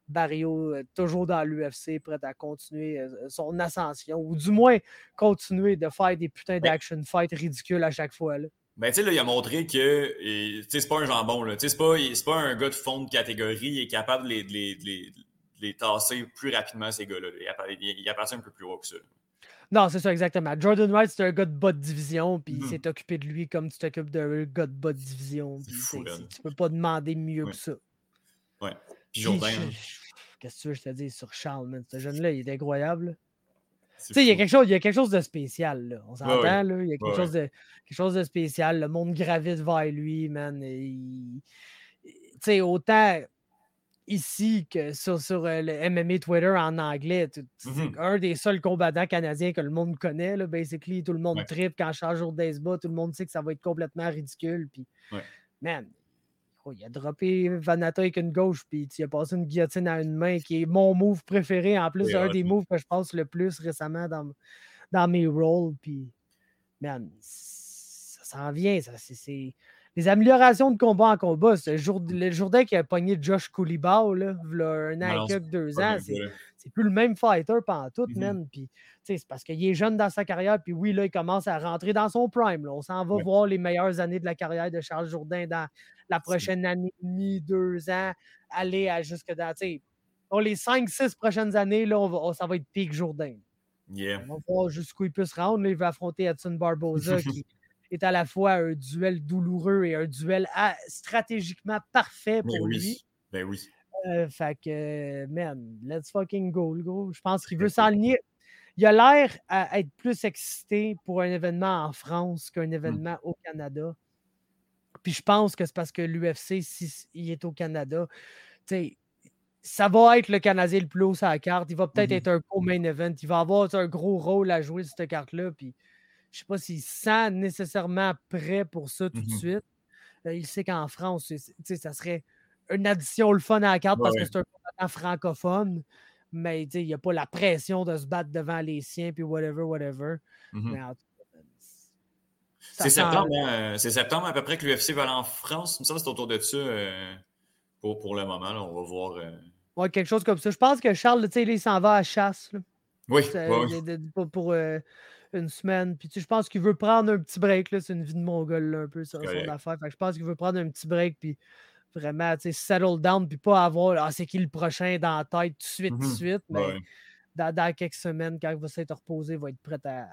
Barrio, toujours dans l'UFC, prêt à continuer son ascension, ou du moins continuer de faire des putains d'action fights ridicules à chaque fois. Là. Ben, tu sais, là, il a montré que c'est pas un jambon. Là. C'est pas un gars de fond de catégorie. Il est capable de les tasser plus rapidement, ces gars-là. Il appartient un peu plus haut que ça. Non, c'est ça, exactement. Jordan Wright, c'est un gars de bas de division, puis il s'est occupé de lui comme tu t'occupes d'un gars de bas de division. Tu peux pas demander mieux que ça. Ouais. Puis Jourdain. Qu'est-ce que tu veux que je te dise sur Charles, man? Ce jeune-là, il est incroyable. Tu sais, il y a quelque chose de spécial, là. On s'entend, là. Il y a quelque chose de spécial. Le monde gravite vers lui, man. Tu sais, autant ici que sur le MMA Twitter en anglais, c'est un des seuls combattants canadiens que le monde connaît, là, basically. Tout le monde tripe quand Charles Jourdain se bat. Tout le monde sait que ça va être complètement ridicule. Puis, man, il a droppé Vanata avec une gauche, puis il a passé une guillotine à une main, qui est mon move préféré. En plus, un des moves que je passe le plus récemment dans mes rolls. Puis, man, ça s'en vient. C'est les améliorations de combat en combat. Le Jourdain qui a pogné Josh Coulibaugh, là, un an et quelques 2 ans, c'est plus le même fighter pantoute, man. Puis, c'est parce qu'il est jeune dans sa carrière, puis oui, là, il commence à rentrer dans son prime. Là. On s'en va voir les meilleures années de la carrière de Charles Jourdain dans la prochaine année et demie, 2 ans, aller à jusque dans, les 5-6 prochaines années, là, ça va être peak Jourdain. Yeah. On va voir jusqu'où il peut se rendre. Là, il va affronter Edson Barboza, qui est à la fois un duel douloureux et un duel stratégiquement parfait pour lui. Ben oui. Fait que, man, let's fucking go, le gros. Je pense qu'il veut s'aligner. Il a l'air à être plus excité pour un événement en France qu'un événement au Canada. Puis je pense que c'est parce que l'UFC, s'il est au Canada, ça va être le Canadien le plus haut sur la carte. Il va peut-être être un co-main event. Il va avoir un gros rôle à jouer sur cette carte-là. Puis je ne sais pas s'il se sent nécessairement prêt pour ça tout de suite. Il sait qu'en France, ça serait une addition le fun à la carte parce que c'est un combattant francophone. Mais il n'y a pas la pression de se battre devant les siens puis whatever. Mais en tout cas, c'est septembre à peu près que l'UFC va aller en France. Il me semble que c'est autour de ça pour le moment. Là, on va voir. Ouais, quelque chose comme ça. Je pense que Charles, il s'en va à chasse. Là. Oui. Pour une semaine. Puis je pense qu'il veut prendre un petit break. Là. C'est une vie de Mongol, là, un peu, son affaire. Fait que je pense qu'il veut prendre un petit break. Puis vraiment, settle down. Puis pas avoir c'est qui le prochain dans la tête tout de suite. Mais dans quelques semaines, quand il va s'être reposé, il va être prêt à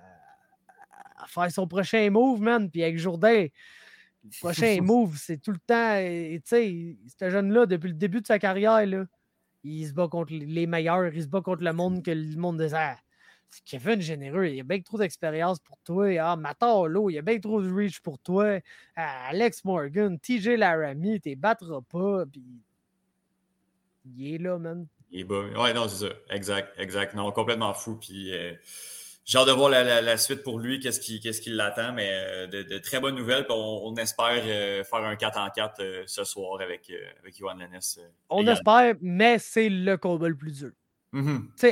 faire son prochain move, man. Puis avec Jourdain, le prochain move, c'est tout le temps. Tu sais, ce jeune-là, depuis le début de sa carrière, là, il se bat contre les meilleurs. Il se bat contre le monde que le monde désire. C'est Kevin Généreux, il y a bien trop d'expérience pour toi. Matalo, il y a bien trop de reach pour toi. Alex Morgan, TJ Laramie, t'es battras pas. Puis il est là, man. Il est bas. Ouais, non, c'est ça. Exact. Non, complètement fou. Puis j'ai hâte de voir la suite pour lui, qu'est-ce qui l'attend. Mais de très bonnes nouvelles. Puis on espère faire un 4-en-4 ce soir avec Yohan Lennes. On espère, mais c'est le combat le plus dur. Tu sais,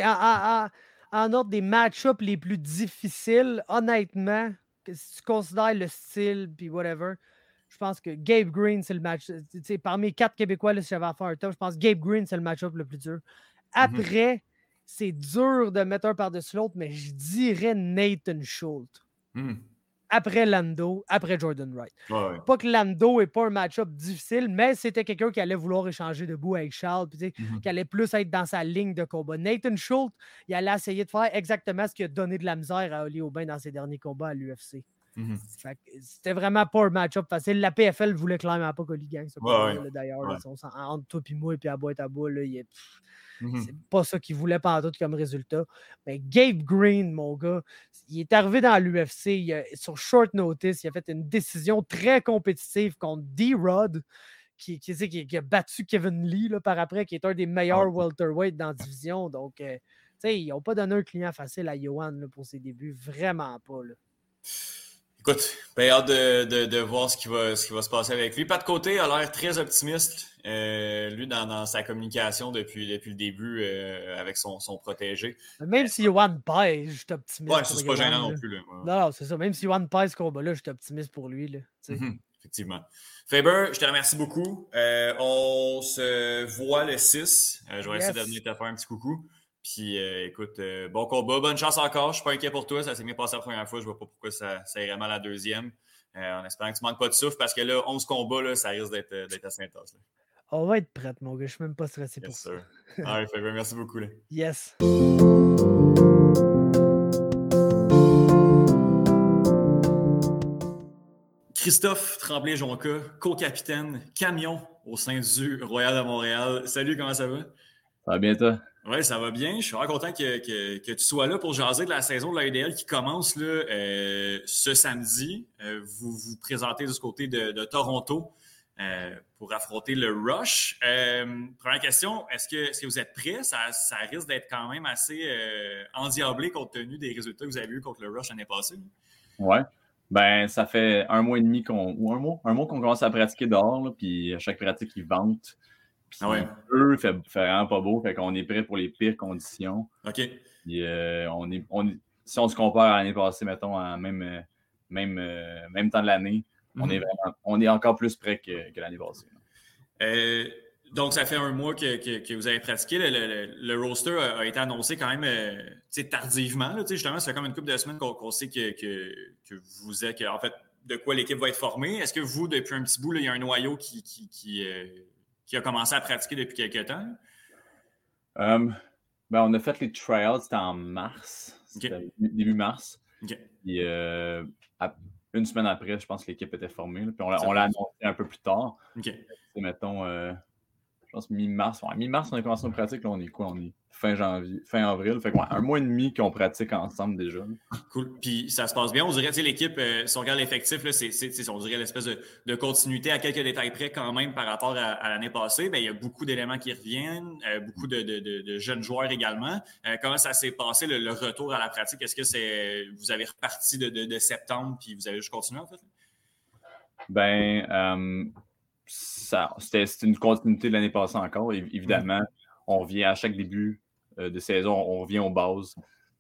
en ordre des match-ups les plus difficiles, honnêtement, si tu considères le style puis whatever, je pense que Gabe Green, c'est le match. Parmi 4 Québécois, là, si j'avais à faire un top, je pense que Gabe Green, c'est le match-up le plus dur. Après, c'est dur de mettre un par-dessus l'autre, mais je dirais Nathan Schultz. Après Lando, après Jordan Wright. Ouais. Pas que Lando n'est pas un match-up difficile, mais c'était quelqu'un qui allait vouloir échanger debout avec Charles, puis qui allait plus être dans sa ligne de combat. Nathan Schultz, il allait essayer de faire exactement ce qui a donné de la misère à Oli Aubin dans ses derniers combats à l'UFC. C'était vraiment pas un match-up facile. La PFL voulait clairement pas qu'Oli gagne ce combat-là, d'ailleurs. Là, entre toi et moi, puis à boîte à bout, là, c'est pas ça qu'il voulait pantoute comme résultat. Mais Gabe Green, mon gars, il est arrivé dans l'UFC sur short notice. Il a fait une décision très compétitive contre D-Rod, qui a battu Kevin Lee là, par après, qui est un des meilleurs welterweight dans la division. Donc, ils n'ont pas donné un client facile à Yohan là, pour ses débuts. Vraiment pas. Là. Écoute, ben, hâte de voir ce qui va se passer avec lui. Pas de côté, a l'air très optimiste. Lui, dans sa communication depuis le début avec son protégé. Même si Yohan pèse, je suis optimiste. Ouais, c'est pas gênant non plus. Là. Non, c'est ça. Même si Yohan pèse ce combat-là, je suis optimiste pour lui. Là, Effectivement. Faber, je te remercie beaucoup. On se voit le 6. Je vais essayer de venir te faire un petit coucou. Puis écoute, bon combat, bonne chance encore. Je suis pas inquiet pour toi. Ça s'est bien passé la première fois. Je vois pas pourquoi ça irait mal la deuxième. En espérant que tu manques pas de souffle parce que là, 11 combats, là, ça risque d'être assez intense. Là. On va être prête, mon gars. Je suis même pas stressé pour ça. All right, Faber, merci beaucoup. Là. Yes. Christophe Tremblay-Jonca, co-capitaine, camion au sein du Royal de Montréal. Salut, comment ça va? Ça va bien, toi? Oui, ça va bien. Je suis vraiment content que tu sois là pour jaser de la saison de l'AEDL qui commence là, ce samedi. Vous vous présentez du côté de Toronto pour affronter le Rush. Première question, est-ce que vous êtes prêts? Ça risque d'être quand même assez endiablé compte tenu des résultats que vous avez eus contre le Rush l'année passée. Oui. Ben, ça fait un mois et demi un mois qu'on commence à pratiquer dehors, là, puis à chaque pratique, ils ventent. Puis eux, il fait vraiment pas beau, fait qu'on est prêt pour les pires conditions. OK. Puis, si on se compare à l'année passée, mettons, à même temps de l'année, on est encore plus prêt que l'année passée. Donc, ça fait un mois que vous avez pratiqué. Le roster a été annoncé quand même tardivement. Là, justement, ça fait comme une couple de semaines qu'on sait que vous êtes, en fait, de quoi l'équipe va être formée. Est-ce que vous, depuis un petit bout, là, il y a un noyau qui a commencé à pratiquer depuis quelques temps? Ben, on a fait les trials, c'était en mars. C'était début mars. Okay. Puis, une semaine après, je pense que l'équipe était formée. Là, puis on l'a annoncé un peu plus tard. Okay. Mettons, je pense mi-mars. Ouais, mi-mars, on a commencé nos pratiques. Là, on est quoi? On est fin avril. Fait un mois et demi qu'on pratique ensemble déjà. Là. Cool. Puis ça se passe bien. On dirait, l'équipe, si on regarde l'effectif, là, on dirait l'espèce de continuité à quelques détails près quand même par rapport à l'année passée. Bien, il y a beaucoup d'éléments qui reviennent, beaucoup de jeunes joueurs également. Comment ça s'est passé, le retour à la pratique? Est-ce que vous avez reparti de septembre puis vous avez juste continué, en fait? Ben, c'était une continuité de l'année passée encore. Évidemment, on revient à chaque début de saison, on revient aux bases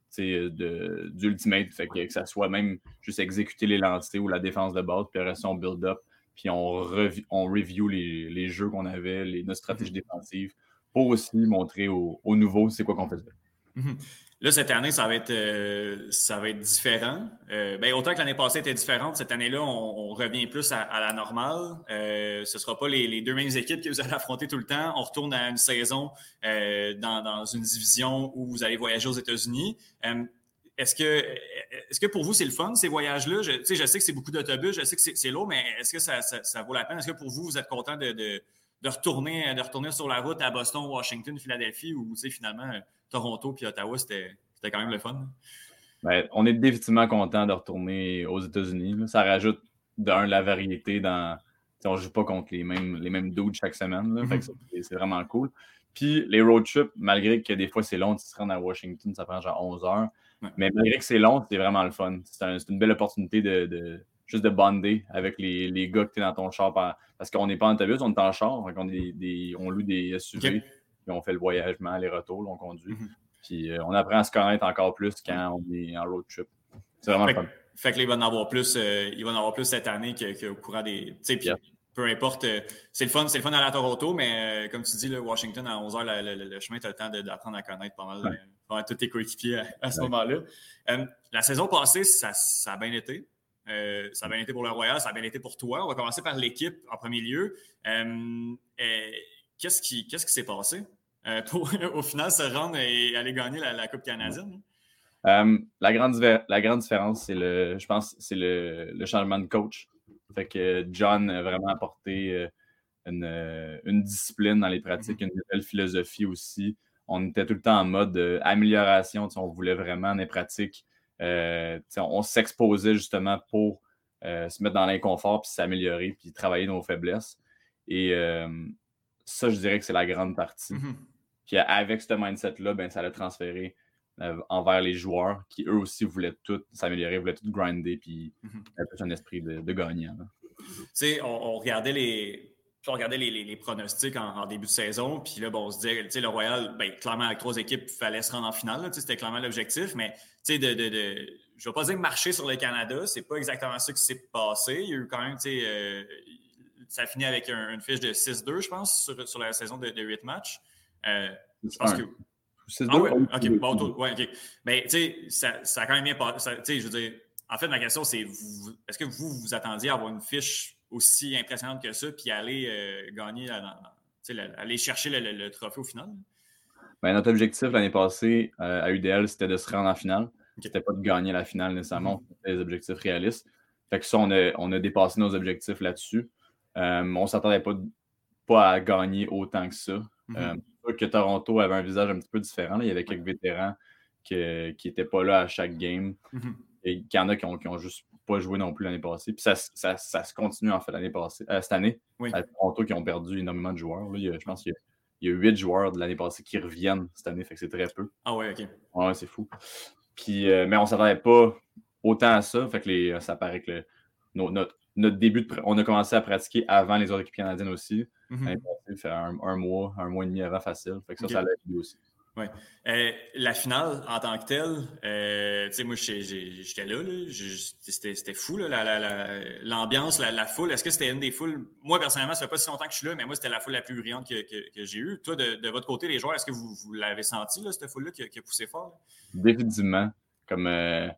d'Ultimate, fait que ça soit même juste exécuter les lancers ou la défense de base, puis après ça, on build up, puis on review les jeux qu'on avait, notre stratégie défensive, pour aussi montrer aux nouveaux c'est quoi qu'on faisait. Là, cette année, ça va être différent. Autant que l'année passée était différente, cette année-là, on revient plus à la normale. Ce ne sera pas les deux mêmes équipes que vous allez affronter tout le temps. On retourne à une saison dans une division où vous allez voyager aux États-Unis. Est-ce que pour vous, c'est le fun, ces voyages-là? Je sais que c'est beaucoup d'autobus, je sais que c'est lourd, mais est-ce que ça vaut la peine? Est-ce que pour vous, vous êtes content de retourner sur la route à Boston, Washington, Philadelphie, ou finalement, Toronto puis Ottawa, c'était quand même le fun? Ben, on est définitivement content de retourner aux États-Unis. Là. Ça rajoute la variété dans. On ne joue pas contre les mêmes dudes chaque semaine. Là. Fait que c'est vraiment cool. Puis les road trips, malgré que des fois c'est long, tu te rends à Washington, ça prend genre 11 heures. Ouais. Mais malgré que c'est long, c'est vraiment le fun. C'est une belle opportunité juste de bonder avec les gars que tu es dans ton char. Parce qu'on n'est pas en autobus, on est en char. Donc on loue des SUV. Okay. Puis on fait le voyagement, aller-retour, là, on conduit. Puis on apprend à se connaître encore plus quand on est en road trip. C'est vraiment le fun. Fait que là, il va en avoir plus cette année qu'au courant des. Tu sais, peu importe. C'est le fun d'aller à Toronto, mais comme tu dis, là, Washington, à 11h, le chemin, tu as le temps d'apprendre à connaître pas mal tous tes coéquipiers à ce moment-là. La saison passée, ça a bien été. Ça a bien été pour le Royal, ça a bien été pour toi. On va commencer par l'équipe en premier lieu. Qu'est-ce qui s'est passé pour, au final, se rendre et aller gagner la Coupe canadienne? La grande différence, je pense, c'est le changement de coach. Fait que John a vraiment apporté une discipline dans les pratiques, une nouvelle philosophie aussi. On était tout le temps en mode amélioration. On voulait vraiment dans les pratiques. On s'exposait justement pour se mettre dans l'inconfort, puis s'améliorer, puis travailler nos faiblesses. Et ça, je dirais que c'est la grande partie. Puis avec ce mindset-là, ben, ça l'a transféré envers les joueurs qui, eux aussi, voulaient tout s'améliorer, voulaient tout grinder, puis avait un esprit de gagnant. Tu sais, on regardait les pronostics en début de saison, puis là, on se disait, tu sais, le Royal, ben, clairement, avec 3 équipes, il fallait se rendre en finale, c'était clairement l'objectif, mais tu sais, je ne vais pas dire marcher sur le Canada, c'est pas exactement ça qui s'est passé. Il y a eu quand même, ça a fini avec une fiche de 6-2, je pense, sur la saison de 8 matchs. Je pense que. 6-2? Ah ouais, ok, bon, ouais, ok. Mais tu sais, ça a quand même bien passé. Tu sais, je veux dire, en fait, ma question, c'est est-ce que vous attendiez à avoir une fiche aussi impressionnante que ça, puis aller gagner, aller chercher le trophée au final? Ben, notre objectif l'année passée à UDL, c'était de se rendre en finale. Okay. C'était pas de gagner la finale nécessairement. C'était des objectifs réalistes. Fait que ça, on a dépassé nos objectifs là-dessus. On ne s'attendait pas à gagner autant que ça. Que Toronto avait un visage un petit peu différent. Là. Il y avait quelques vétérans qui n'étaient pas là à chaque game. Et qu'il y en a qui ont juste pas joué non plus l'année passée. Puis ça se continue en fait cette année. Oui. À Toronto qui ont perdu énormément de joueurs. Là. Je pense qu'il y a 8 joueurs de l'année passée qui reviennent cette année. Fait que c'est très peu. Ah ouais, OK. Ouais, c'est fou. Puis, mais on ne s'attendait pas autant à ça. Fait que ça paraît que notre début on a commencé à pratiquer avant les autres équipes canadiennes aussi. L'année passée, fait un mois et demi avant facile. Fait que ça l'a aidé aussi. Oui. La finale, en tant que telle, tu sais, moi, j'étais là. C'était fou, là, l'ambiance, la foule. Est-ce que c'était une des foules? Moi, personnellement, ça fait pas si longtemps que je suis là, mais moi, c'était la foule la plus brillante que j'ai eue. Toi, de votre côté, les joueurs, est-ce que vous l'avez senti, là, cette foule-là qui a poussé fort? Là? Définitivement. Comme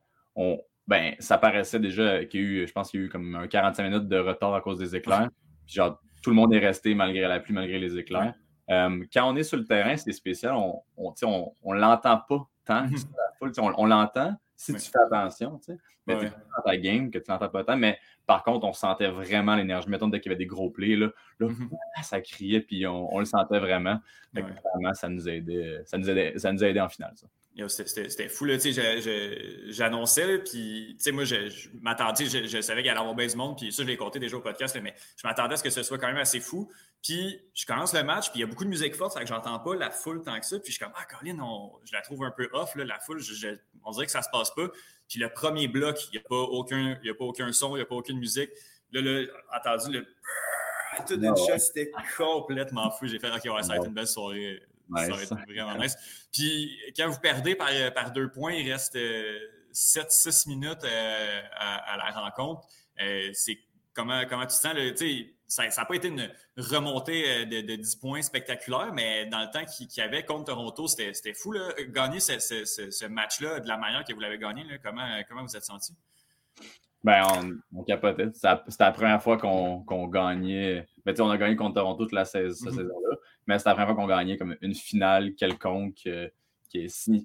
ça paraissait déjà qu'il y a eu, je pense qu'il y a eu comme un 45 minutes de retard à cause des éclairs. Puis genre, tout le monde est resté malgré la pluie, malgré les éclairs. Quand on est sur le terrain, c'est spécial. On l'entend pas tant. La foule, on l'entend si tu fais attention. Mais tu es dans ta game que tu l'entends pas tant. Mais par contre, on sentait vraiment l'énergie. Mettons, dès qu'il y avait des gros plays, là, ça criait, puis on le sentait vraiment. Fait que, vraiment, ça nous a aidé en finale. Ça. C'était fou, là, tu sais, j'annonçais, puis, tu sais, moi, je m'attendais, je savais qu'il allait y avoir bien du monde, puis ça, je l'ai compté déjà au podcast, là, mais je m'attendais à ce que ce soit quand même assez fou. Puis, je commence le match, puis il y a beaucoup de musique forte, ça fait que j'entends pas la foule tant que ça, puis je suis comme, Colin, je la trouve un peu off, là, la foule, on dirait que ça se passe pas. Puis le premier bloc, il n'y a pas aucun son, il n'y a pas aucune musique. Là, entendu, tout d'une shot, c'était complètement fou. J'ai fait, OK, ouais, ça va être une belle soirée. Nice. Ça va être vraiment nice. Puis quand vous perdez par 2 points, il reste 7-6 minutes à la rencontre. C'est comment tu te sens? Ça n'a pas été une remontée de 10 points spectaculaire, mais dans le temps qu'il y avait contre Toronto, c'était fou. Là. Gagner ce match-là de la manière que vous l'avez gagné, là, comment vous êtes senti? Ben, on capotait. C'était la première fois qu'on gagnait. Ben, on a gagné contre Toronto toute cette saison-là, mais c'était la première fois qu'on gagnait comme une finale quelconque qui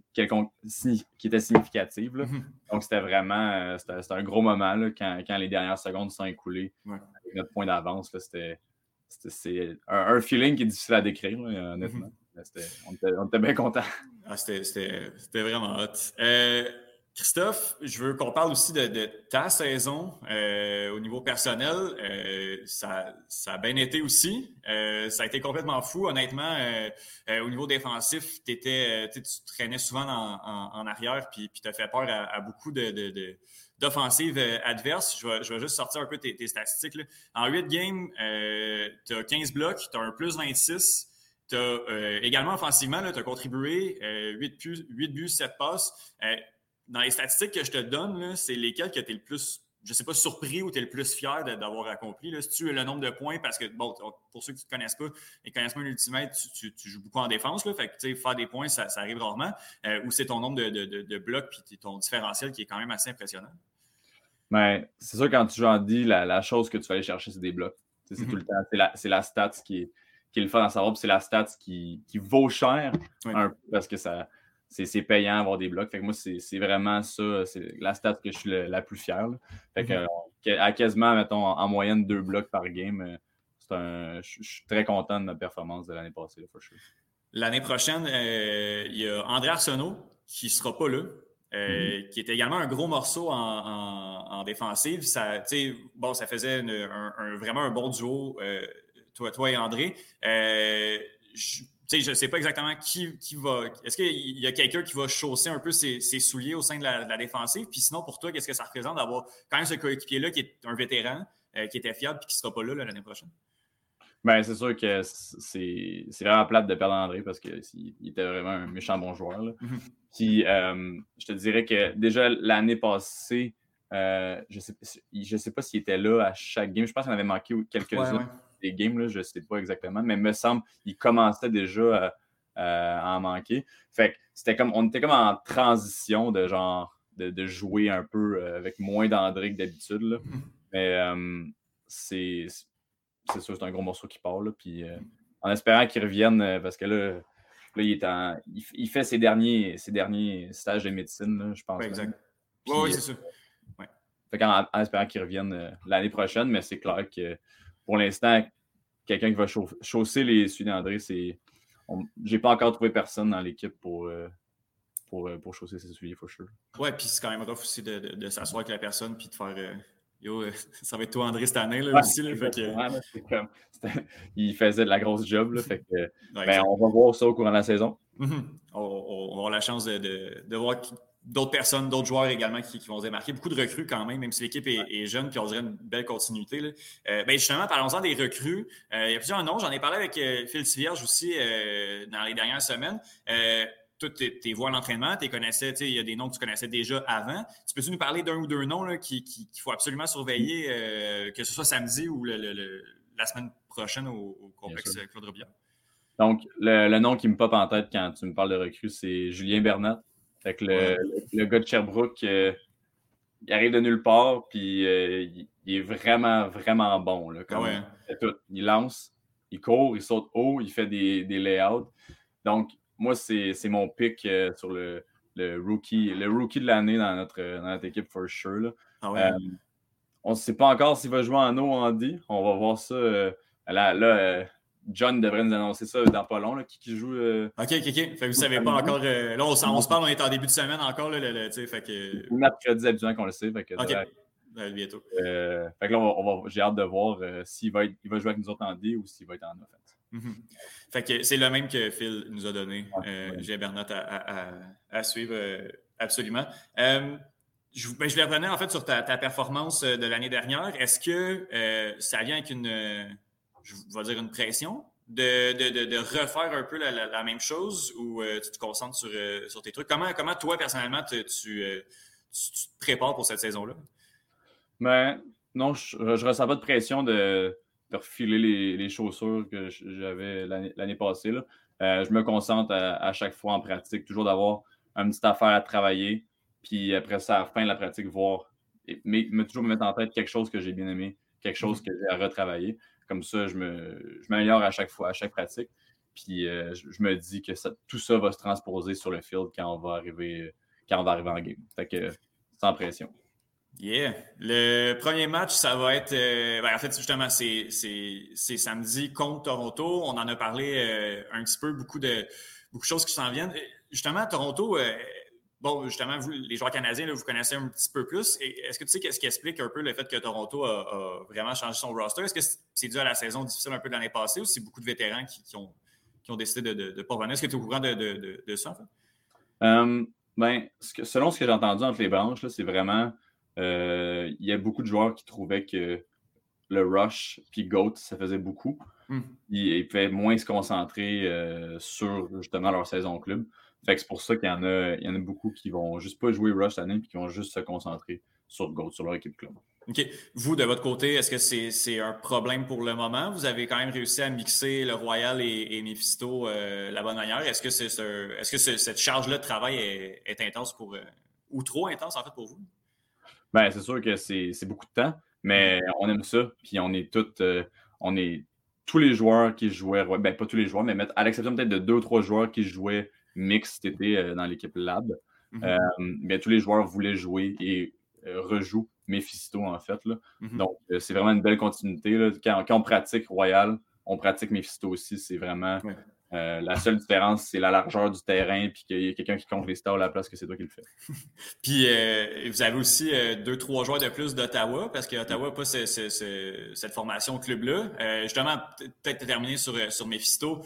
était significative. Là. Donc, c'était vraiment c'était un gros moment là, quand les dernières secondes sont écoulées avec notre point d'avance. Là, c'est un feeling qui est difficile à décrire, là, honnêtement. On était bien contents. Ah, c'était vraiment hot. Christophe, je veux qu'on parle aussi de ta saison au niveau personnel. Ça a bien été aussi. Ça a été complètement fou, honnêtement. Au niveau défensif, tu traînais souvent en arrière puis tu as fait peur à beaucoup d'offensives adverses. Je vais juste sortir un peu tes statistiques. Là. En 8 games, tu as 15 blocs, tu as un plus 26. Tu as également offensivement, tu as contribué 8 buts, 7 passes. Dans les statistiques que je te donne, là, c'est lesquelles que tu es le plus, je ne sais pas, surpris ou tu es le plus fier d'avoir accompli. Là. Si tu as le nombre de points, parce que, bon, pour ceux qui ne te connaissent pas, ils ne connaissent pas un ultimate, tu joues beaucoup en défense. Là, fait que, faire des points, ça arrive rarement. Ou c'est ton nombre de blocs puis ton différentiel qui est quand même assez impressionnant. Ben, c'est sûr, quand tu joues en D, la chose que tu vas aller chercher, c'est des blocs. C'est tout le temps. C'est la stat qui est le fun à savoir. Puis c'est la stat qui vaut cher un peu parce que c'est payant d'avoir des blocs. Fait que moi, c'est vraiment ça. C'est la stat que je suis la plus fière. Là. Fait que à quasiment, mettons, en moyenne 2 blocs par game, je suis très content de ma performance de l'année passée, là, for sure. L'année prochaine, il y a André Arsenault qui ne sera pas là. Qui est également un gros morceau en défensive. Ça faisait vraiment un bon duo, toi et André. Je ne sais pas exactement qui va... Est-ce qu'il y a quelqu'un qui va chausser un peu ses souliers au sein de la défensive? Puis sinon, pour toi, qu'est-ce que ça représente d'avoir quand même ce coéquipier-là qui est un vétéran, qui était fiable et qui ne sera pas là l'année prochaine? Ben, c'est sûr que c'est vraiment plate de perdre André parce qu'il était vraiment un méchant bon joueur. Là. Puis, je te dirais que déjà l'année passée, je sais pas s'il était là à chaque game. Je pense qu'il en avait manqué quelques-uns des games. Là, je ne sais pas exactement. Mais il me semble qu'il commençait déjà à en manquer. Fait que on était comme en transition de genre de jouer un peu avec moins d'André que d'habitude. Là. Mais c'est sûr, c'est un gros morceau qui part. Là, puis, en espérant qu'il revienne, parce que là il fait ses derniers stages de médecine, là, je pense. Oui, exact. Puis, oui, c'est ça. Ouais. Fait en espérant qu'il revienne l'année prochaine, mais c'est clair que pour l'instant, quelqu'un qui va chausser les souliers d'André, j'ai pas encore trouvé personne dans l'équipe pour chausser ses souliers, for sure. Ouais, puis c'est quand même rough aussi de s'asseoir avec la personne puis de faire ça va être toi, André, cette année là, aussi. Là, fait que... il faisait de la grosse job. Là, fait que, on va voir ça au courant de la saison. On va avoir la chance de voir d'autres personnes, d'autres joueurs également qui vont se démarquer. Beaucoup de recrues quand même si l'équipe est jeune puis on dirait une belle continuité. Là. Justement, parlons-en des recrues. Il y a plusieurs noms. J'en ai parlé avec Phil Tivierge aussi dans les dernières semaines. Toi, tes voix à l'entraînement, tu connaissais, il y a des noms que tu connaissais déjà avant. Tu peux-tu nous parler d'un ou deux noms là, qu'il faut absolument surveiller, que ce soit samedi ou la semaine prochaine au complexe Claude Robillard? Donc, le nom qui me pop en tête quand tu me parles de recrue, c'est Julien Bernat. Fait que le gars de Sherbrooke, il arrive de nulle part, puis il est vraiment, vraiment bon. Là, il lance, il court, il saute haut, il fait des layouts. Donc, moi, c'est mon pick sur le rookie de l'année dans notre équipe, for sure. Là. On ne sait pas encore s'il va jouer en O ou en D. On va voir ça. John devrait nous annoncer ça dans pas long, là, qui joue. OK. Fait que vous ne savez pas encore. Là, on se parle, on est en début de semaine encore. Là, fait que... Mercredi, habituellement qu'on le sait. Fait que, OK. Bientôt. Fait que là, j'ai hâte de voir s'il va jouer avec nous autres en D ou s'il va être en offense. Fait que c'est le même que Phil nous a donné. J'ai Bernat à suivre absolument. Je vais revenir en fait sur ta performance de l'année dernière. Est-ce que ça vient avec je vais dire une pression de refaire un peu la même chose ou tu te concentres sur tes trucs? Comment toi, personnellement, tu te prépares pour cette saison-là? Ben, non, je ressens pas de pression de refiler les chaussures que j'avais l'année passée. Là. Je me concentre à chaque fois en pratique, toujours d'avoir une petite affaire à travailler. Puis après ça, à la fin de la pratique, toujours me mettre en tête quelque chose que j'ai bien aimé, quelque chose que j'ai à retravailler. Comme ça, je m'améliore à chaque fois, à chaque pratique. Puis je me dis que tout ça va se transposer sur le field quand on va arriver en game. Fait que sans pression. Yeah. Le premier match, ça va être... en fait, justement, c'est samedi contre Toronto. On en a parlé un petit peu, beaucoup de choses qui s'en viennent. Justement, Toronto... justement, vous, les joueurs canadiens, là, vous connaissez un petit peu plus. Est-ce que tu sais qu'est-ce qui explique un peu le fait que Toronto a vraiment changé son roster? Est-ce que c'est dû à la saison difficile un peu de l'année passée ou c'est beaucoup de vétérans qui ont décidé de ne pas revenir? Est-ce que tu es au courant de ça, en fait? Selon ce que j'ai entendu entre les branches, là, c'est vraiment... il y a beaucoup de joueurs qui trouvaient que le rush puis GOAT, ça faisait beaucoup. Ils pouvaient moins se concentrer sur justement leur saison club. Fait que c'est pour ça qu'il y en a beaucoup qui vont juste pas jouer rush cette année puis qui vont juste se concentrer sur GOAT, sur leur équipe club. OK. Vous, de votre côté, est-ce que c'est un problème pour le moment? Vous avez quand même réussi à mixer le Royal et Mephisto la bonne manière. Est-ce que cette charge-là de travail est intense ou trop intense en fait pour vous? Ben, c'est sûr que c'est beaucoup de temps, mais on aime ça. Puis on est tous les joueurs qui jouaient, ben pas tous les joueurs, mais à l'exception peut-être de 2 ou 3 joueurs qui jouaient mix cet été dans l'équipe Lab, bien, tous les joueurs voulaient jouer et rejouent Mephisto en fait. Là. Donc, c'est vraiment une belle continuité. Là. Quand on pratique Royal, on pratique Mephisto aussi. C'est vraiment... la seule différence, c'est la largeur du terrain puis qu'il y a quelqu'un qui compte les stars à la place que c'est toi qui le fais. Puis, vous avez aussi 2-3 joueurs de plus d'Ottawa parce que Ottawa n'a pas cette formation club-là. Justement, peut-être terminer sur Mephisto.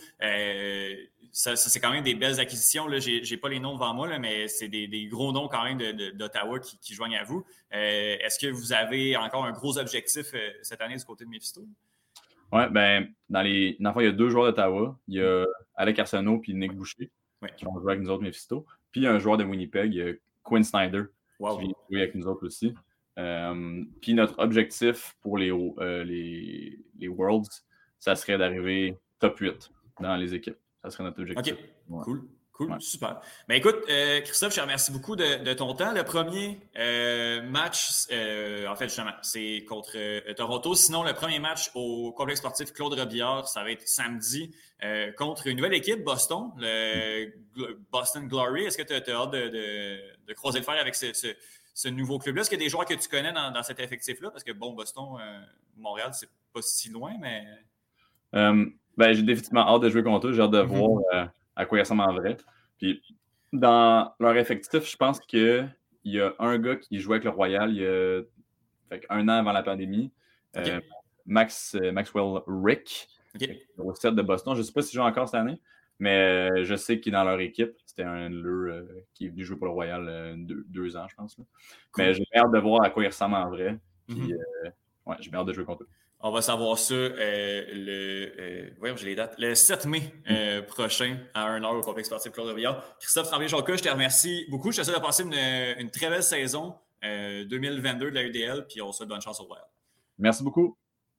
Ça, c'est quand même des belles acquisitions. Là. J'ai pas les noms devant moi, là, mais c'est des gros noms quand même d'Ottawa qui joignent à vous. Est-ce que vous avez encore un gros objectif cette année du côté de Mephisto? Ouais, ben, dans le fond, il y a 2 joueurs d'Ottawa. Il y a Alec Arsenault puis Nick Boucher qui vont jouer avec nous autres, Mephisto. Puis il y a un joueur de Winnipeg, Quinn Snyder, qui vient jouer avec nous autres aussi. Puis notre objectif pour les Worlds, ça serait d'arriver top 8 dans les équipes. Ça serait notre objectif. OK, cool, super. Ben écoute, Christophe, je te remercie beaucoup de ton temps. Le premier match, en fait, justement, c'est contre Toronto. Sinon, le premier match au complexe sportif Claude Robillard, ça va être samedi contre une nouvelle équipe, Boston, le Boston Glory. Est-ce que tu as hâte de croiser le fer avec ce nouveau club-là? Est-ce qu'il y a des joueurs que tu connais dans cet effectif-là? Parce que, bon, Boston, Montréal, c'est pas si loin, mais... Ben, j'ai définitivement hâte de jouer contre eux. J'ai hâte de voir à quoi ils ressemblent en vrai. Puis, dans leur effectif, je pense qu'il y a un gars qui jouait avec le Royal il y a un an avant la pandémie. Maxwell Rick, au stade de Boston. Je ne sais pas s'il joue encore cette année, mais je sais qu'il est dans leur équipe. C'était un de leurs qui est venu jouer pour le Royal 2 ans, je pense. Là. Cool. Mais j'ai hâte de voir à quoi ils ressemblent en vrai. Puis, j'ai hâte de jouer contre eux. On va savoir ça voyons, j'ai les dates. Le 7 mai prochain à 1h au complexe sportif Claude Robillard. Christophe Tremblay-Jonca, je te remercie beaucoup. Je te souhaite de passer une très belle saison 2022 de la UDL, puis on se souhaite bonne chance au Royal. Merci beaucoup.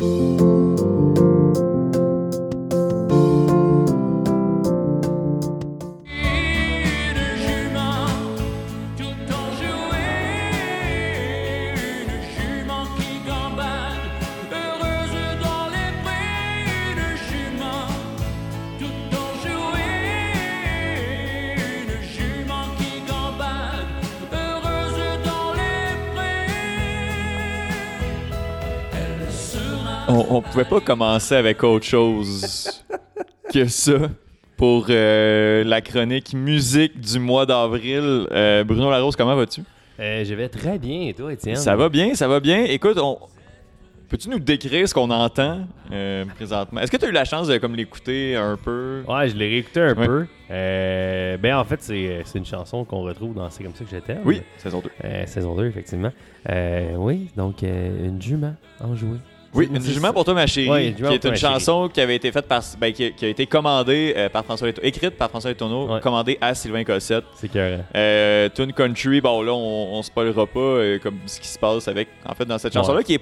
On pouvait pas commencer avec autre chose que ça pour la chronique musique du mois d'avril. Bruno Larose, comment vas-tu? Je vais très bien, et toi, Étienne? Ça va bien. Écoute, peux-tu nous décrire ce qu'on entend présentement? Est-ce que tu as eu la chance de comme l'écouter un peu? Ouais, je l'ai réécouté un peu. Ben en fait, c'est une chanson qu'on retrouve dans C'est comme ça que je t'aime. Oui, saison 2. Saison 2, effectivement. Oui, donc une jument enjouée. Oui, une jument pour toi, ma chérie, qui est une chanson qui avait été faite par, qui a été commandée écrite par François Letourneau, commandée à Sylvain Cossette. C'est carré. Tune Country, bon là, on spoilera pas comme ce qui se passe avec, en fait, dans cette chanson-là, qui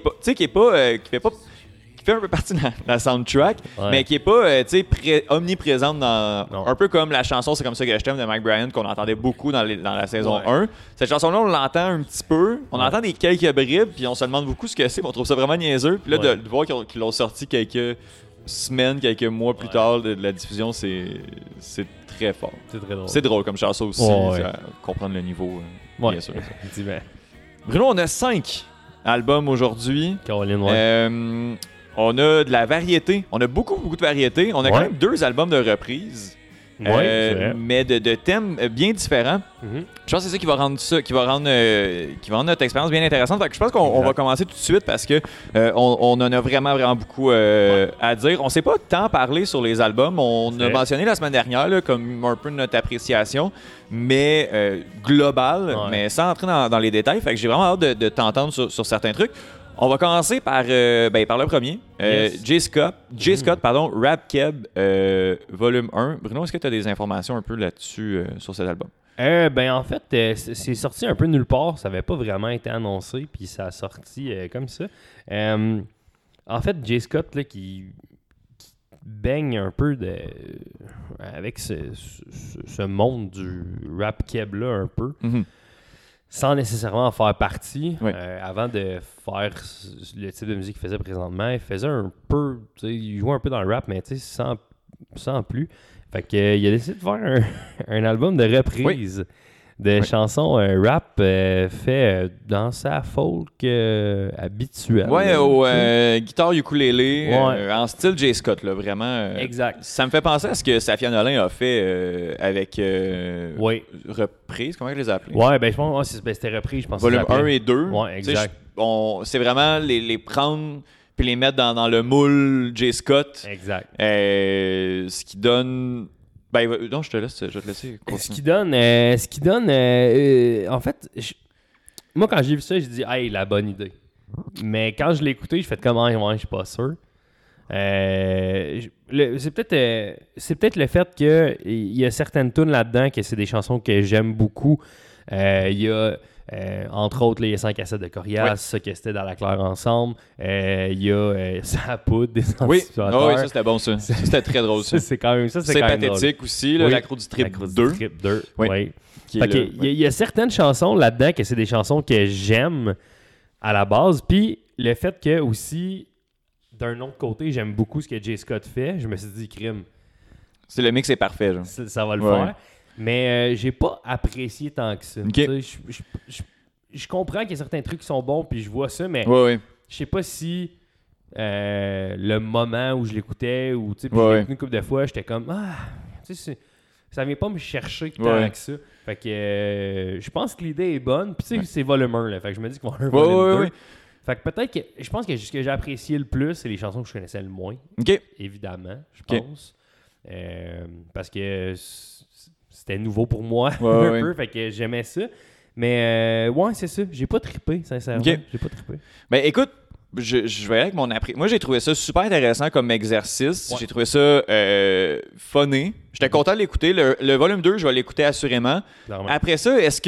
fait un peu partie de la soundtrack, mais qui est pas omniprésente dans un peu comme la chanson C'est comme ça que je t'aime de Mike Bryan qu'on entendait beaucoup dans la saison 1. Cette chanson-là, on l'entend un petit peu, on entend quelques bribes, puis on se demande beaucoup ce que c'est, on trouve ça vraiment niaiseux. Puis là, de voir qu'ils l'ont sorti quelques semaines, quelques mois plus tard de la diffusion, c'est très fort. C'est très drôle. C'est drôle comme chanson aussi, comprendre le niveau, bien sûr. Bruno, on a 5 albums aujourd'hui. Caroline, on a de la variété. On a beaucoup de variété. On a quand même 2 albums de reprise. Mais de thèmes bien différents. Je pense que c'est ça qui va rendre notre expérience bien intéressante. Fait que je pense qu'on va commencer tout de suite parce que on en a vraiment beaucoup à dire. On s'est pas tant parlé sur les albums. On a mentionné la semaine dernière là, comme un peu notre appréciation, mais globale, mais sans entrer dans les détails. Fait que j'ai vraiment hâte de t'entendre sur certains trucs. On va commencer par le premier. J. Scott, Rap Keb, volume 1. Bruno, est-ce que tu as des informations un peu là-dessus sur cet album? En fait, c'est sorti un peu nulle part. Ça n'avait pas vraiment été annoncé, puis ça a sorti comme ça. En fait, J. Scott, là, qui baigne un peu avec ce monde du Rap Keb-là un peu. Sans nécessairement en faire partie. Avant de faire le type de musique qu'il faisait présentement, il faisait un peu, il jouait un peu dans le rap, mais sans plus. Fait qu'il a décidé de faire un album de reprise de chansons rap fait dans sa folk habituelle. Au guitare ukulélé, en style J. Scott, là, vraiment. Exact. Ça me fait penser à ce que Safia Nolin a fait avec reprise, comment je les ai appelés? Je pense que c'était reprise, je pense. Volume 1 et 2. Ouais, exact. C'est vraiment les prendre puis les mettre dans le moule J. Scott. Exact. Ce qui donne... non, je vais te laisser continuer. Ce qui donne en fait, moi, quand j'ai vu ça, j'ai dit « Hey, la bonne idée ». Mais quand je l'ai écouté, je fais « Comment? Je suis pas sûr ». C'est peut-être le fait qu'il y a certaines tunes là-dedans que c'est des chansons que j'aime beaucoup. Il y a, entre autres, les 5 cassettes de Corias, ça que c'était dans la claire ensemble. Il y y a Sa poudre des anticipateurs. Oui, ça c'était bon, ça. Ça, c'était très drôle, ça. C'est quand même ça. C'est pathétique aussi, là, Oui. l'accro du trip 2. Oui. Il y a certaines chansons là-dedans que c'est des chansons que j'aime à la base. Puis le fait que aussi, d'un autre côté, j'aime beaucoup ce que J. Scott fait. Je me suis dit, crime. C'est le mix est parfait, genre. Ça va le faire. Mais j'ai pas apprécié tant que ça. Okay. Je comprends qu'il y a certains trucs qui sont bons, puis je vois ça, mais je sais pas si le moment où je l'écoutais, ou tu sais, puis je l'ai écouté une couple de fois, j'étais comme tu sais, ça vient pas me chercher tant que ça. Fait que je pense que l'idée est bonne, puis tu sais, c'est volume 1, là. Fait que je me dis qu'on va avoir un volume 2. Fait que peut-être que je pense que ce que j'ai apprécié le plus, c'est les chansons que je connaissais le moins. Évidemment, je pense. Parce que c'était nouveau pour moi un peu, fait que j'aimais ça. Mais c'est ça. J'ai pas trippé, sincèrement. J'ai pas trippé. Ben écoute, je vais aller avec mon après. Moi, j'ai trouvé ça super intéressant comme exercice. J'ai trouvé ça funny. J'étais content de l'écouter. Le volume 2, je vais l'écouter assurément. Clairement. Après ça, est-ce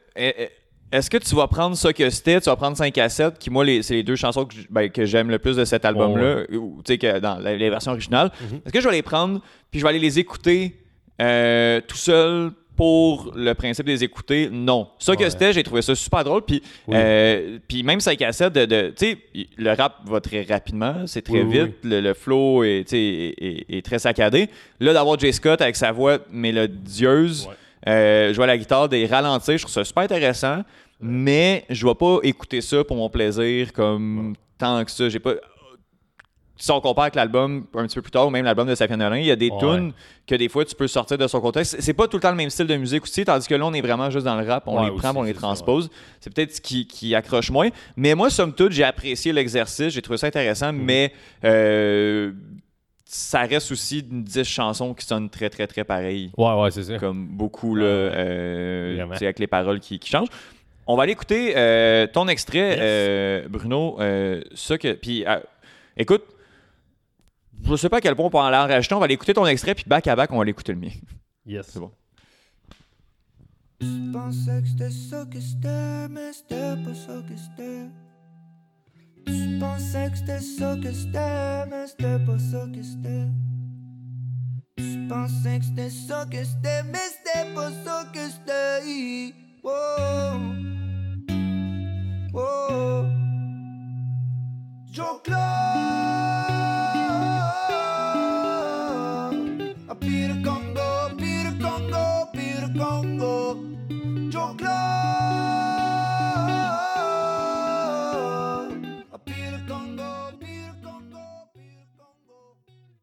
que tu vas prendre ça que c'était, tu vas prendre 5 à 7, qui moi, c'est les 2 chansons que j'aime le plus de cet album-là, tu sais, que dans les versions originales. Est-ce que je vais les prendre, puis je vais aller les écouter tout seul pour le principe de les écouter? Non. Ça que c'était, j'ai trouvé ça super drôle, puis même 5 à 7, tu sais, le rap va très rapidement, c'est très vite, le flow est très saccadé. Là, d'avoir J. Scott avec sa voix mélodieuse, jouer à la guitare, des ralentis, je trouve ça super intéressant, mais je vais pas écouter ça pour mon plaisir comme tant que ça. J'ai pas... Si on compare avec l'album un petit peu plus tard, ou même l'album de Safia Nolin, il y a des tunes que des fois tu peux sortir de son contexte. C'est pas tout le temps le même style de musique aussi, tandis que là on est vraiment juste dans le rap, on les prend, on les transpose. C'est peut-être ce qui accroche moins. Mais moi, somme toute, j'ai apprécié l'exercice, j'ai trouvé ça intéressant, mais ça reste aussi 10 chansons qui sonnent très, très, très pareilles. Ouais, c'est ça. Comme beaucoup, là, avec les paroles qui changent. On va aller écouter ton extrait, Bruno. Puis, écoute, je sais pas à quel point on peut en rajouter. On va aller écouter ton extrait, puis back à back, on va aller écouter le mien. Yes. C'est bon. Je pensais que c'était ça que c'était, mais c'était pas ça que c'était. Je pensais que c'était ça que c'était, mais c'était pas ça que c'était. Je pensais que c'était ça que c'était, mais c'était pas ça que c'était. Wow. Wow. Joe Club. Peter Congo, Peter Congo, Peter Congo. Joe Club. Peter Congo, Peter Congo, Peter Congo.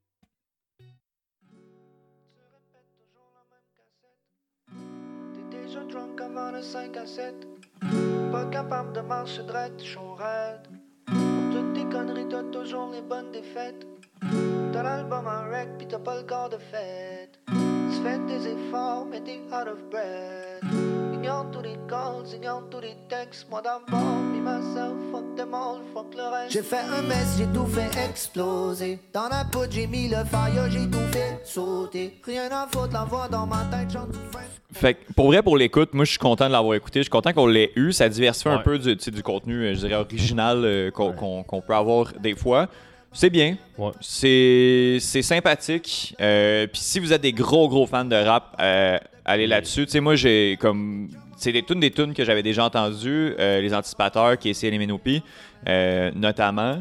Tu répètes toujours la même cassette. T'es déjà drunk avant le 5 à 7. Pas capable de marcher droit, chaud raide. Pour toutes tes conneries, t'as toujours les bonnes défaites. T'as l'album en rec pis t'as pas le corps de fête. Tu fais des efforts mais t'es out of breath. Ignore tous les calls, ignore tous les textes. Moi d'abord, me myself, fuck them all, fuck le reste. J'ai fait un mess, j'ai tout fait exploser. Dans la poudre j'ai mis le fire, j'ai tout fait sauter. Rien à foutre, la voix dans ma tête chante du fin. Fait que pour vrai, pour l'écoute, moi je suis content de l'avoir écouté. Je suis content qu'on l'ait eu. Ça diversifie un peu du contenu, je dirais, original qu'on peut avoir des fois. C'est bien. C'est sympathique. Puis si vous êtes des gros fans de rap, allez là-dessus. Tu sais, moi, j'ai comme... C'est des tunes que j'avais déjà entendues. Les Anticipateurs, Casey et les Ménopies, notamment.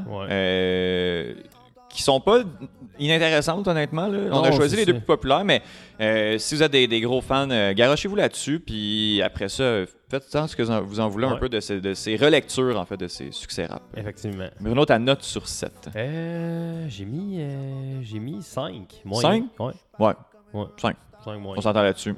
Qui sont pas inintéressantes, honnêtement. Là. On a choisi les 2 plus populaires, mais si vous êtes des gros fans, garochez-vous là-dessus. Puis après ça, faites ce que vous en voulez un peu de ces relectures, en fait, de ces succès rap. Effectivement. Bruno, ta note sur 7? J'ai mis 5. 5? Ouais. 5. 5 On s'entend là-dessus.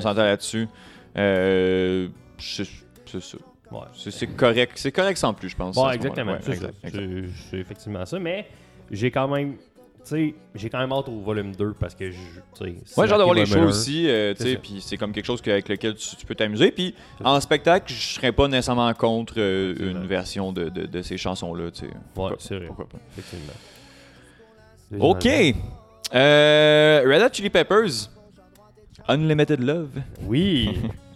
C'est ça. C'est correct. C'est correct sans plus, je pense. Exactement. C'est effectivement ça. Mais j'ai quand même hâte au volume 2 parce que j'ai hâte d'avoir les shows aussi, puis c'est comme quelque chose avec lequel tu peux t'amuser. Puis en spectacle, je serais pas nécessairement contre une version de ces chansons-là. C'est vrai. Pourquoi pas? Effectivement. OK. Red Hot Chili Peppers. Unlimited Love. Oui.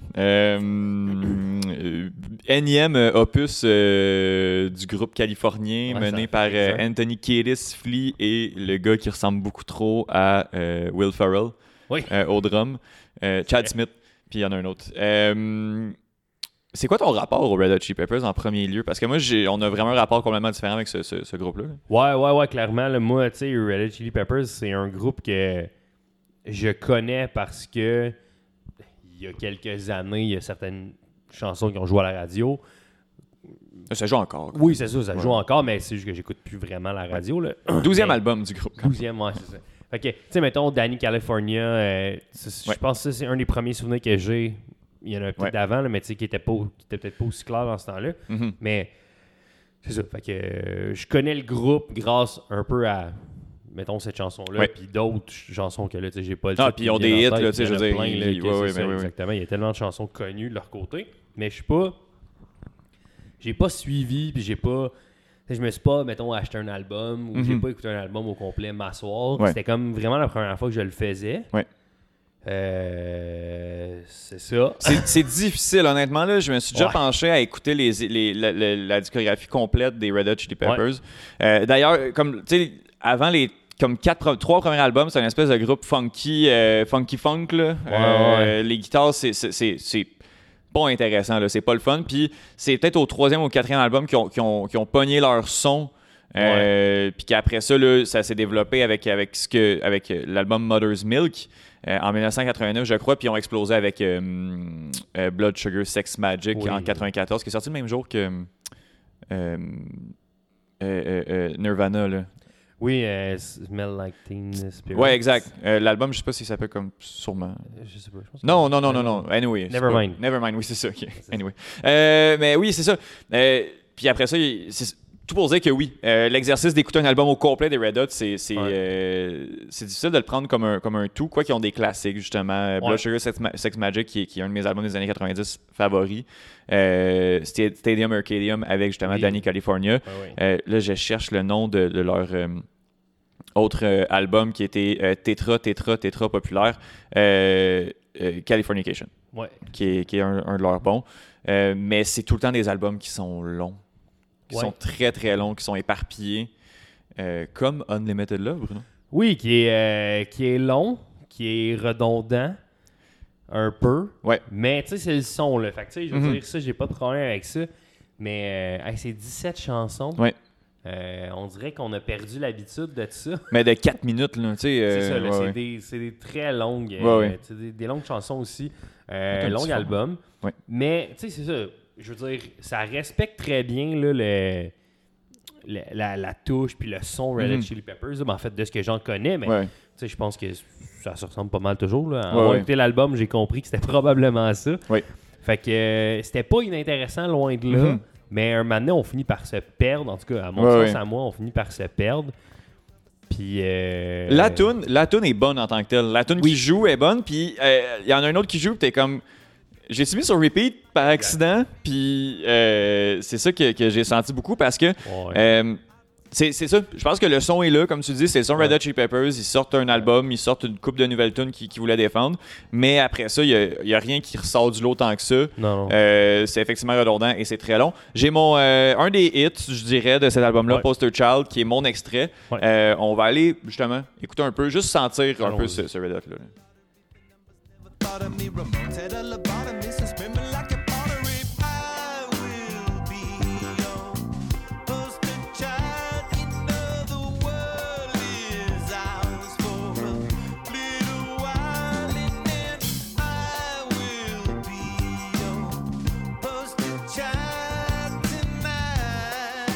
Énième opus du groupe californien Ouais, mené ça par fait ça. Anthony Kiedis, Flea et le gars qui ressemble beaucoup trop à Will Ferrell Oui. au drum, Chad Smith, puis il y en a un autre. C'est quoi ton rapport aux Red Hot Chili Peppers en premier lieu? Parce que moi, on a vraiment un rapport complètement différent avec ce groupe-là. Ouais, clairement. Là, moi, tu sais, Red Hot Chili Peppers, c'est un groupe que je connais parce que il y a quelques années, il y a certaines chansons qui ont joué à la radio. Ça joue encore. Oui, c'est ça joue encore, mais c'est juste que j'écoute plus vraiment la radio. Là. 12e Mais- album du groupe. 12e, ouais, c'est ça. Fait que, tu sais, mettons, Danny California, je pense que ça, c'est un des premiers souvenirs que j'ai. Il y en a peut-être d'avant, là, mais tu sais, qui était peut-être pas aussi clair dans ce temps-là. Mhm. Mais c'est ça. Fait que je connais le groupe grâce un peu à, mettons, cette chanson-là, Ouais. puis d'autres chansons que là, tu sais, j'ai pas le Ah, titre puis qui ils ont me vient des en hits, tête, là, tu sais, il y en je a veux dire, plein, là, ouais, que ouais, c'est ça, ben oui, oui. exactement. Il y a tellement de chansons connues de leur côté, mais je suis pas... J'ai pas suivi, puis j'ai pas... Tu sais, je me suis pas, mettons, acheté un album, ou j'ai pas écouté un album au complet m'asseoir. Ouais. C'était comme vraiment la première fois que je le faisais. Ouais. C'est ça. C'est difficile, honnêtement. Là, je me suis déjà Ouais. penché à écouter la discographie complète des Red Hot Chili Peppers. D'ailleurs, comme tu sais, avant les trois premiers albums, c'est une espèce de groupe funky funk. Là. Ouais. Les guitares, c'est pas intéressant. Là. C'est pas le fun. Puis c'est peut-être au troisième ou au quatrième album qui ont pogné leur son. Puis qu'après ça, là, ça s'est développé avec l'album Mother's Milk en 1989, je crois, puis ils ont explosé avec Blood Sugar Sex Magic Oui. en 94, qui est sorti le même jour que Nirvana. Là. Oui, Smell Like Teen Spirit. Ouais, exact. L'album, je sais pas si ça s'appelle comme sûrement. Je sais pas. Je pense Non. Anyway. c'est Nevermind. pas- Nevermind, oui, c'est ça. ok. ça. Anyway. Mais oui, c'est ça. Puis après ça, c'est tout pour dire que oui, l'exercice d'écouter un album au complet des Red Hot, c'est difficile de le prendre comme un tout, quoi qu'ils ont des classiques, justement. Blood Sugar Sex Magic, qui est un de mes albums des années 90 favoris. Stadium Arcadium avec justement Oui. Danny California. Ouais. Là, je cherche le nom de leur autre album qui était Tetra populaire, Californication, Ouais. qui est un de leurs bons. Mais c'est tout le temps des albums qui sont longs, qui sont très très longs, qui sont éparpillés, comme Unlimited Love, Bruno. Oui, qui est long, qui est redondant, un peu. Ouais. Mais tu sais, c'est le son, là. Fait que tu sais, je veux Mhm. dire, ça, j'ai pas de problème avec ça. Mais c'est 17 chansons. Ouais. On dirait qu'on a perdu l'habitude de ça. Mais de 4 minutes, là, tu sais. C'est ça, là, ouais, c'est des très longues. Ouais. Tu sais, des longues chansons aussi. un Long petit album. Ouais. Mais, tu sais, c'est ça. Je veux dire, ça respecte très bien là, la touche puis le son Red Hot Mhm. Chili Peppers. là. Ben, en fait, de ce que j'en connais, mais Ouais. tu sais, je pense que ça se ressemble pas mal toujours. Là. En Ouais, ayant ouais. écouté l'album, j'ai compris que c'était probablement ça. Ouais. Fait que c'était pas inintéressant loin de là. Mhm. Mais un moment donné, on finit par se perdre. En tout cas, à mon Ouais, sens, ouais. à moi, on finit par se perdre. Puis. La toune est bonne en tant que telle. La toune qui joue est bonne, puis il y en a un autre qui joue, puis t'es comme... J'ai-tu mis sur repeat par accident, puis c'est ça que j'ai senti beaucoup parce que Ouais. c'est ça. Je pense que le son est là, comme tu dis, c'est le son Red Hot Chili Peppers. Ils sortent un album, ils sortent une couple de nouvelles tunes qui voulaient défendre, mais après ça, il y a rien qui ressort du lot tant que ça. Non. C'est effectivement redondant et c'est très long. J'ai mon un des hits, je dirais, de cet album-là, Ouais. Poster Child, qui est mon extrait. Ouais. On va aller justement écouter un peu, juste sentir un peu Allons-y. ce Red Hot-là. Thought of me, remote at a lobotomy, suspend me like a pottery. I will be your poster child. In other world is ours for a little while, and then I will be your poster child tonight.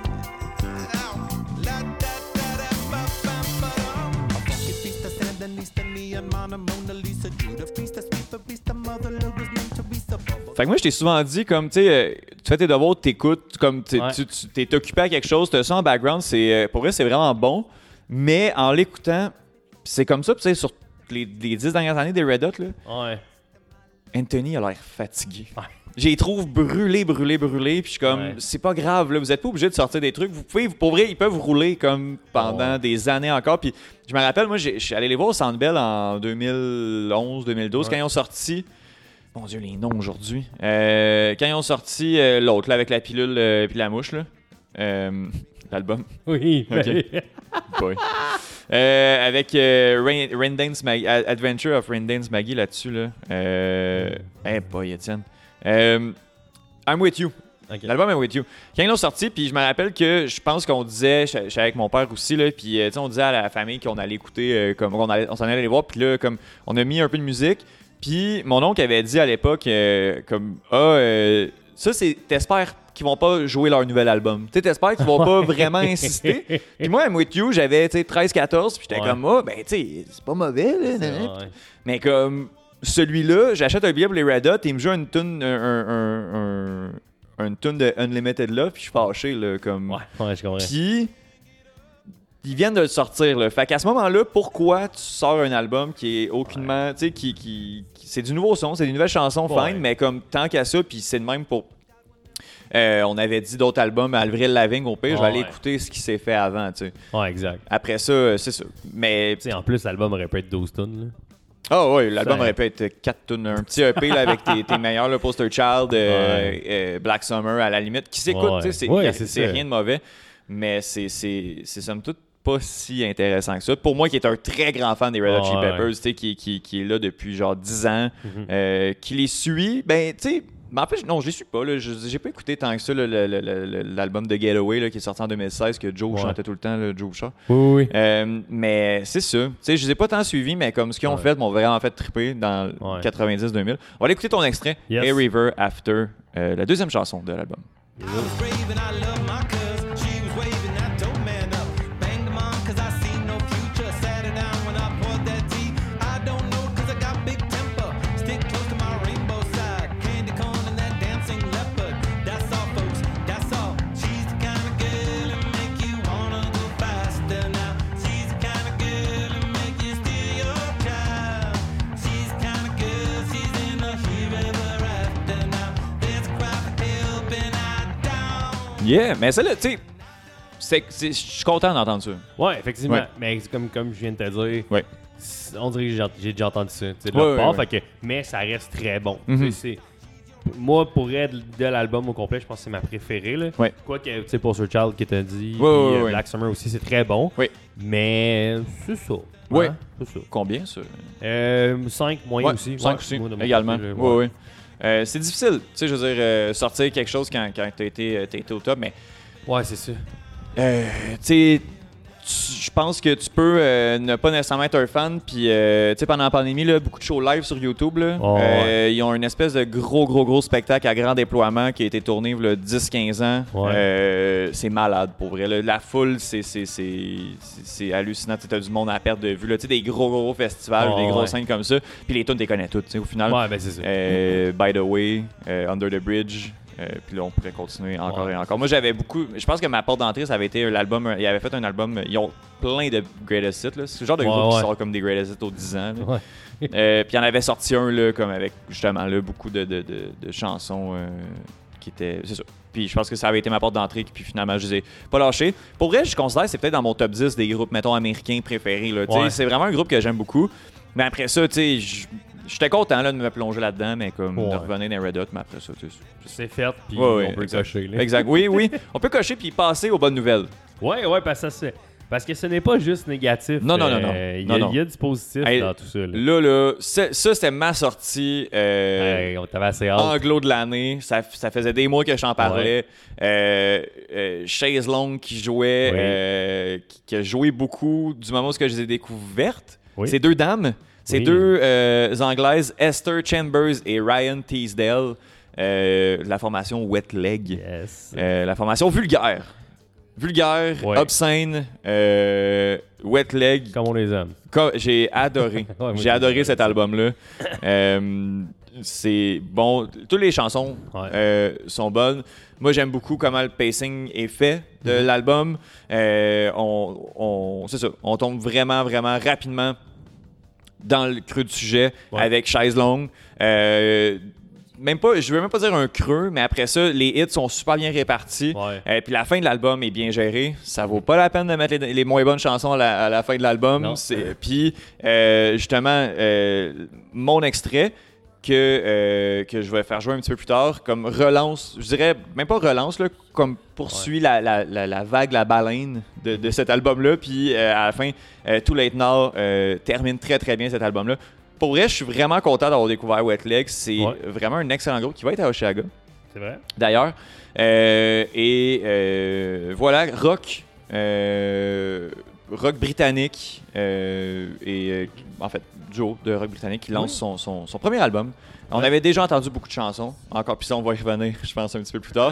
La da da da ba ba ba dum. A funky beast, a Sandinista, neon Mona Lisa, Judah feast, a sweeper beast, a mother love was meant to be so bubble. Fait que moi, je t'ai souvent dit, comme, tu sais, tu fais tes devoirs, t'écoutes, comme, tu Ouais. t'es occupé à quelque chose, t'as ça en background, pour vrai, c'est vraiment bon. Mais en l'écoutant, c'est comme ça, tu sais, sur les 10 dernières années des Red Hot, là, Ouais. Anthony a l'air fatigué. Ouais. J'y trouve brûlés, puis je suis comme, Ouais. c'est pas grave, là, vous êtes pas obligé de sortir des trucs, pour vrai, ils peuvent rouler comme pendant des années encore, puis je me rappelle, moi, je suis allé les voir au Centre Bell en 2011, 2012, quand ils ont sorti, mon Dieu, les noms aujourd'hui, quand ils ont sorti l'autre, là, avec la pilule puis la mouche, là, l'album, Oui. Ok. ben, boy. Avec Rain Dance Adventure of Rain Dance Maggie là-dessus, là, boy, Étienne. I'm With You. ok. L'album I'm With You. Quand ils l'ont sorti, puis je me rappelle que je pense qu'on disait, je suis avec mon père aussi, là, puis on disait à la famille qu'on allait écouter, comme on s'en allait les voir, puis là, comme on a mis un peu de musique, puis mon oncle avait dit à l'époque, ça, t'espères qu'ils vont pas jouer leur nouvel album. Tu sais, t'espères qu'ils vont pas vraiment insister. Puis moi, I'm With You, j'avais 13-14, puis j'étais comme, tu sais, c'est pas mauvais, là. C'est nan, nan. vrai, ouais. Mais comme celui-là, j'achète un billet pour les Red Hot et il me joue une tune une tune de Unlimited Love, puis je suis fâché, là, comme... Ouais, je comprends. Puis, ils viennent de le sortir, là. Fait qu'à ce moment-là, pourquoi tu sors un album qui est aucunement... Tu sais, qui c'est du nouveau son, c'est des nouvelles chansons Ouais. fine, mais comme tant qu'à ça, puis c'est de même pour... on avait dit d'autres albums à Avril Lavigne, au pire, je vais aller Ouais. écouter ce qui s'est fait avant, tu sais. Ouais, exact. Après ça, c'est ça. Mais... Tu sais, en plus, l'album aurait pu être 12 tonnes, là. Ah oui, l'album Ça- aurait pu être 4 tunes, un petit EP là, avec tes meilleurs, le Poster Child, Black Summer à la limite, qui s'écoute, Ouais. tu sais, Ouais, c'est c'est ça. rien de mauvais, mais c'est somme toute pas si intéressant que ça. Pour moi qui est un très grand fan des Red Hot Chili Ouais. Peppers, tu sais, qui est là depuis genre 10 ans, Mhm. qui les suit, ben tu sais, mais en fait, non, je les suis pas. Là. J'ai pas écouté tant que ça l'album de Getaway là, qui est sorti en 2016 que Joe chantait tout le temps, là, Joe Shaw. Oui. Mais c'est ça. Tu sais, je les ai pas tant suivis, mais comme ce qu'ils ont Ouais. fait m'ont vraiment fait triper dans Ouais. 90-2000. On va aller écouter ton extrait, Yes. A River After, la deuxième chanson de l'album. Raving, I love my cuz. She was waving that dope man up. Banged him on cause I see no future. Sat her down when I poured that tea. I don't know cause I got big temper. Stick close to my rainbow side. Candy corn and that dancing leopard. That's all, folks. That's all. She's the kind of girl that make you wanna go faster now. She's the kind of girl that make you steal your child. She's the kind of girl, she's in a river after now. There's a cry for help and I down. Yeah, mais celle-là, tu sais, je suis content d'entendre ça. Ouais, effectivement. Ouais. Mais c'est comme je viens de te dire, Ouais. on dirait que j'ai déjà entendu ça. Tu sais, de Ouais, leur part, ouais, fait que, mais ça reste très bon. Mhm. Tu sais, moi, pour être de l'album au complet, je pense que c'est ma préférée. Là. Ouais. Quoique, tu sais, Poster Child qui t'a dit, Ouais, puis, ouais, ouais. Black Summer aussi, c'est très bon. Oui. Mais c'est ça. Ouais. Hein, c'est ça. Combien, ça? 5 moyens Ouais, aussi. 5 Ouais, aussi, moi, de mon également. côté, là, Oui, oui. C'est difficile, tu sais, je veux dire, sortir quelque chose quand t'as été au top, mais Ouais, c'est ça. tu sais, je pense que tu peux ne pas nécessairement être un fan, puis tu sais, pendant la pandémie, là, beaucoup de shows live sur YouTube, là, Oh, ouais. ils ont une espèce de gros spectacle à grand déploiement qui a été tourné il y a 10-15 ans. Ouais. C'est malade, pour vrai. Là. La foule, c'est hallucinant. Tu as du monde à perte de vue. Tu sais, des gros festivals, Oh, des grosses ouais. scènes comme ça. Puis les tunes, tu les connais toutes, tu sais, au final. Ouais, ben c'est ça. By the Way, Under the Bridge. Puis là, on pourrait continuer encore Ouais. et encore. Moi, j'avais beaucoup. Je pense que ma porte d'entrée, ça avait été l'album. Ils avaient fait un album. Ils ont plein de greatest hits. Là. C'est le genre de Ouais, groupe qui ouais. sort comme des greatest hits aux 10 ans. là. Ouais. Puis il y en avait sorti un là, comme avec justement là, beaucoup de chansons qui étaient. C'est ça. Puis je pense que ça avait été ma porte d'entrée. Puis finalement, je les ai pas lâchés. Pour vrai, je considère que c'est peut-être dans mon top 10 des groupes, mettons, américains préférés. Là. Tu sais, Ouais. c'est vraiment un groupe que j'aime beaucoup. Mais après ça, tu sais, j'étais content là, de me plonger là-dedans, mais comme Ouais. de revenir dans les Red Hot. Mais après ça, tu sais. C'est fait, puis Ouais, ouais, on peut exact. cocher. Là. Exact. Oui. On peut cocher puis passer aux bonnes nouvelles. Ouais, parce que ce n'est pas juste négatif. Non. Il Non. y a du positif Hey, dans tout ça. Là. Là, ça, c'était ma sortie Hey, on t'avait assez hâte. anglo de l'année. Ça faisait des mois que j'en parlais. Chaise Long qui jouait, qui a joué beaucoup du moment où je les ai découvertes. Oui. Ces deux dames, ces Oui. deux Anglaises, Esther Chambers et Ryan Teasdale, la formation Wet Leg. Yes. La formation vulgaire. Vulgaire, Ouais. obscène, Wet Leg. Comme on les aime. J'ai adoré. Ouais, moi, J'ai adoré j'ai cet adoré album-là. C'est bon. Toutes les chansons sont bonnes. Moi, j'aime beaucoup comment le pacing est fait de Mm-hmm. l'album. C'est ça. On tombe vraiment rapidement dans le creux du sujet Ouais. avec Chaise Longue. je veux même pas dire un creux, mais après ça, les hits sont super bien répartis. Ouais. Puis la fin de l'album est bien gérée. Ça vaut pas la peine de mettre les moins bonnes chansons à la fin de l'album. Non. Puis justement, mon extrait que je vais faire jouer un petit peu plus tard, comme relance, je dirais même pas relance, là, comme poursuit la vague, la baleine de cet album-là. Puis à la fin, Too Late Now termine très très bien cet album-là. Pour vrai, je suis vraiment content d'avoir découvert Wet Legs. C'est vraiment un excellent groupe qui va être à Osheaga. C'est vrai? D'ailleurs. Voilà, rock britannique. En fait, duo de rock britannique qui lance son premier album. On avait déjà entendu beaucoup de chansons. Encore, puis ça, on va y revenir, je pense, un petit peu plus tard.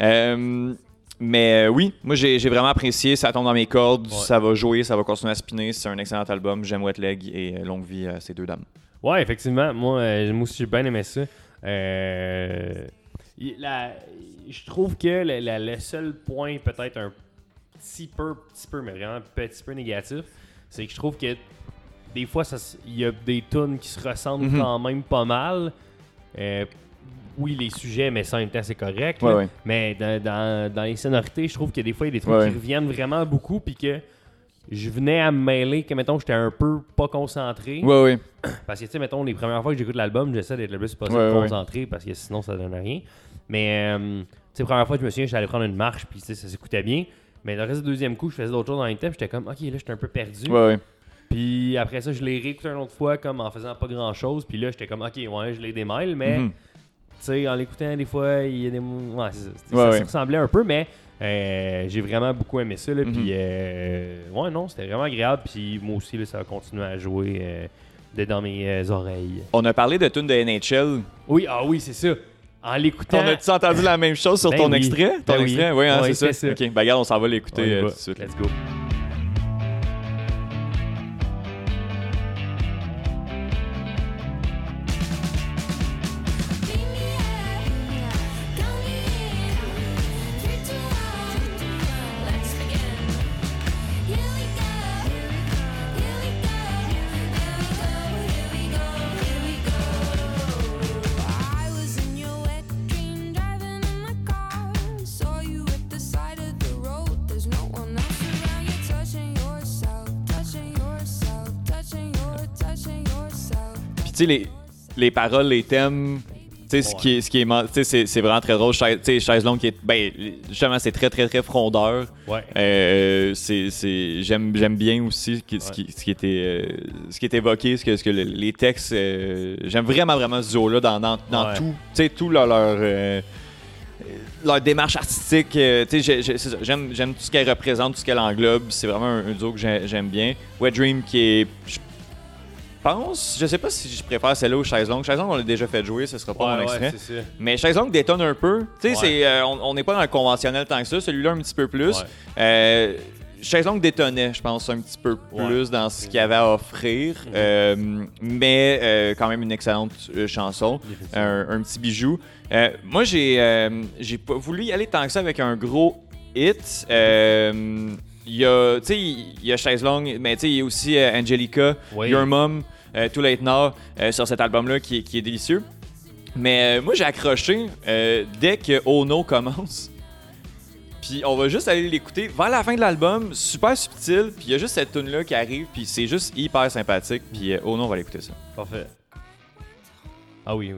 Mais oui, moi, j'ai vraiment apprécié. Ça tombe dans mes cordes. Ça va jouer, ça va continuer à spinner. C'est un excellent album. J'aime Wet Leg et longue vie à ces deux dames. Ouais, effectivement. Moi aussi, j'ai bien aimé ça. Je trouve que le seul point, peut-être un petit peu, mais vraiment petit peu négatif, c'est que je trouve que des fois, il y a des tunes qui se ressemblent quand même pas mal. Oui, les sujets, mais ça en même temps, c'est correct. Ouais. Mais dans les sonorités, je trouve que des fois, il y a des trucs qui reviennent vraiment beaucoup, puis que je venais à me mêler, que mettons, j'étais un peu pas concentré. Ouais. Parce que, tu sais, mettons, les premières fois que j'écoute l'album, j'essaie d'être le plus possible concentré, parce que sinon, ça donne rien. Mais, tu sais, la première fois, je me souviens, j'étais allé prendre une marche, puis, tu sais, ça s'écoutait bien. Mais le reste du deuxième coup, je faisais d'autres choses dans les thèmes, j'étais comme, ok, là, j'étais un peu perdu. Ouais. Puis après ça, je l'ai réécouté une autre fois, comme en faisant pas grand chose. Puis là, j'étais comme, ok, ouais, je l'ai démêle, mais tu sais, en l'écoutant, des fois, il y a des. Ouais, ça se ressemblait un peu, mais j'ai vraiment beaucoup aimé ça. Là, puis, ouais, non, c'était vraiment agréable. Puis moi aussi, là, ça va continuer à jouer dans mes oreilles. On a parlé de tunes de NHL. Oui, c'est ça. En l'écoutant. On a-tu entendu la même chose sur ton extrait? Ton extrait? Oui, hein, ouais, c'est ça. Ok, ben regarde, on s'en va l'écouter tout de suite. Let's go. Tu sais, les paroles, les thèmes, tu sais, ce qui est c'est vraiment très drôle. Tu sais, Chaise Longue qui est, ben, justement, c'est très, très, très frondeur. Ouais. J'aime bien aussi ce qui est évoqué, les textes. J'aime vraiment ce duo-là dans tout, tu sais, tout leur démarche artistique. Tu sais, j'aime tout ce qu'elle représente, tout ce qu'elle englobe. C'est vraiment un duo que j'aime bien. Wet Dream qui est... Je sais pas si je préfère celle-là ou Chaise Longue. Chaise Longue, on l'a déjà fait jouer, ce sera pas mon extrait. Mais Chaise Longue détonne un peu. Tu sais, on n'est pas dans le conventionnel tant que ça. Celui-là, un petit peu plus. Chaise Longue détonnait, je pense, un petit peu plus dans ce qu'il y avait à offrir. Mais quand même une excellente chanson. Un petit bijou. Moi, j'ai pas voulu y aller tant que ça avec un gros hit. Il y a Chaise Longue, mais il y a aussi Angelica, Your Mom, Too Late Now sur cet album-là qui est délicieux. Mais moi, j'ai accroché dès que Oh No commence. Puis on va juste aller l'écouter vers la fin de l'album, super subtil. Puis il y a juste cette tune-là qui arrive, puis c'est juste hyper sympathique. Puis Oh No, on va aller écouter ça. Parfait. Ah oui.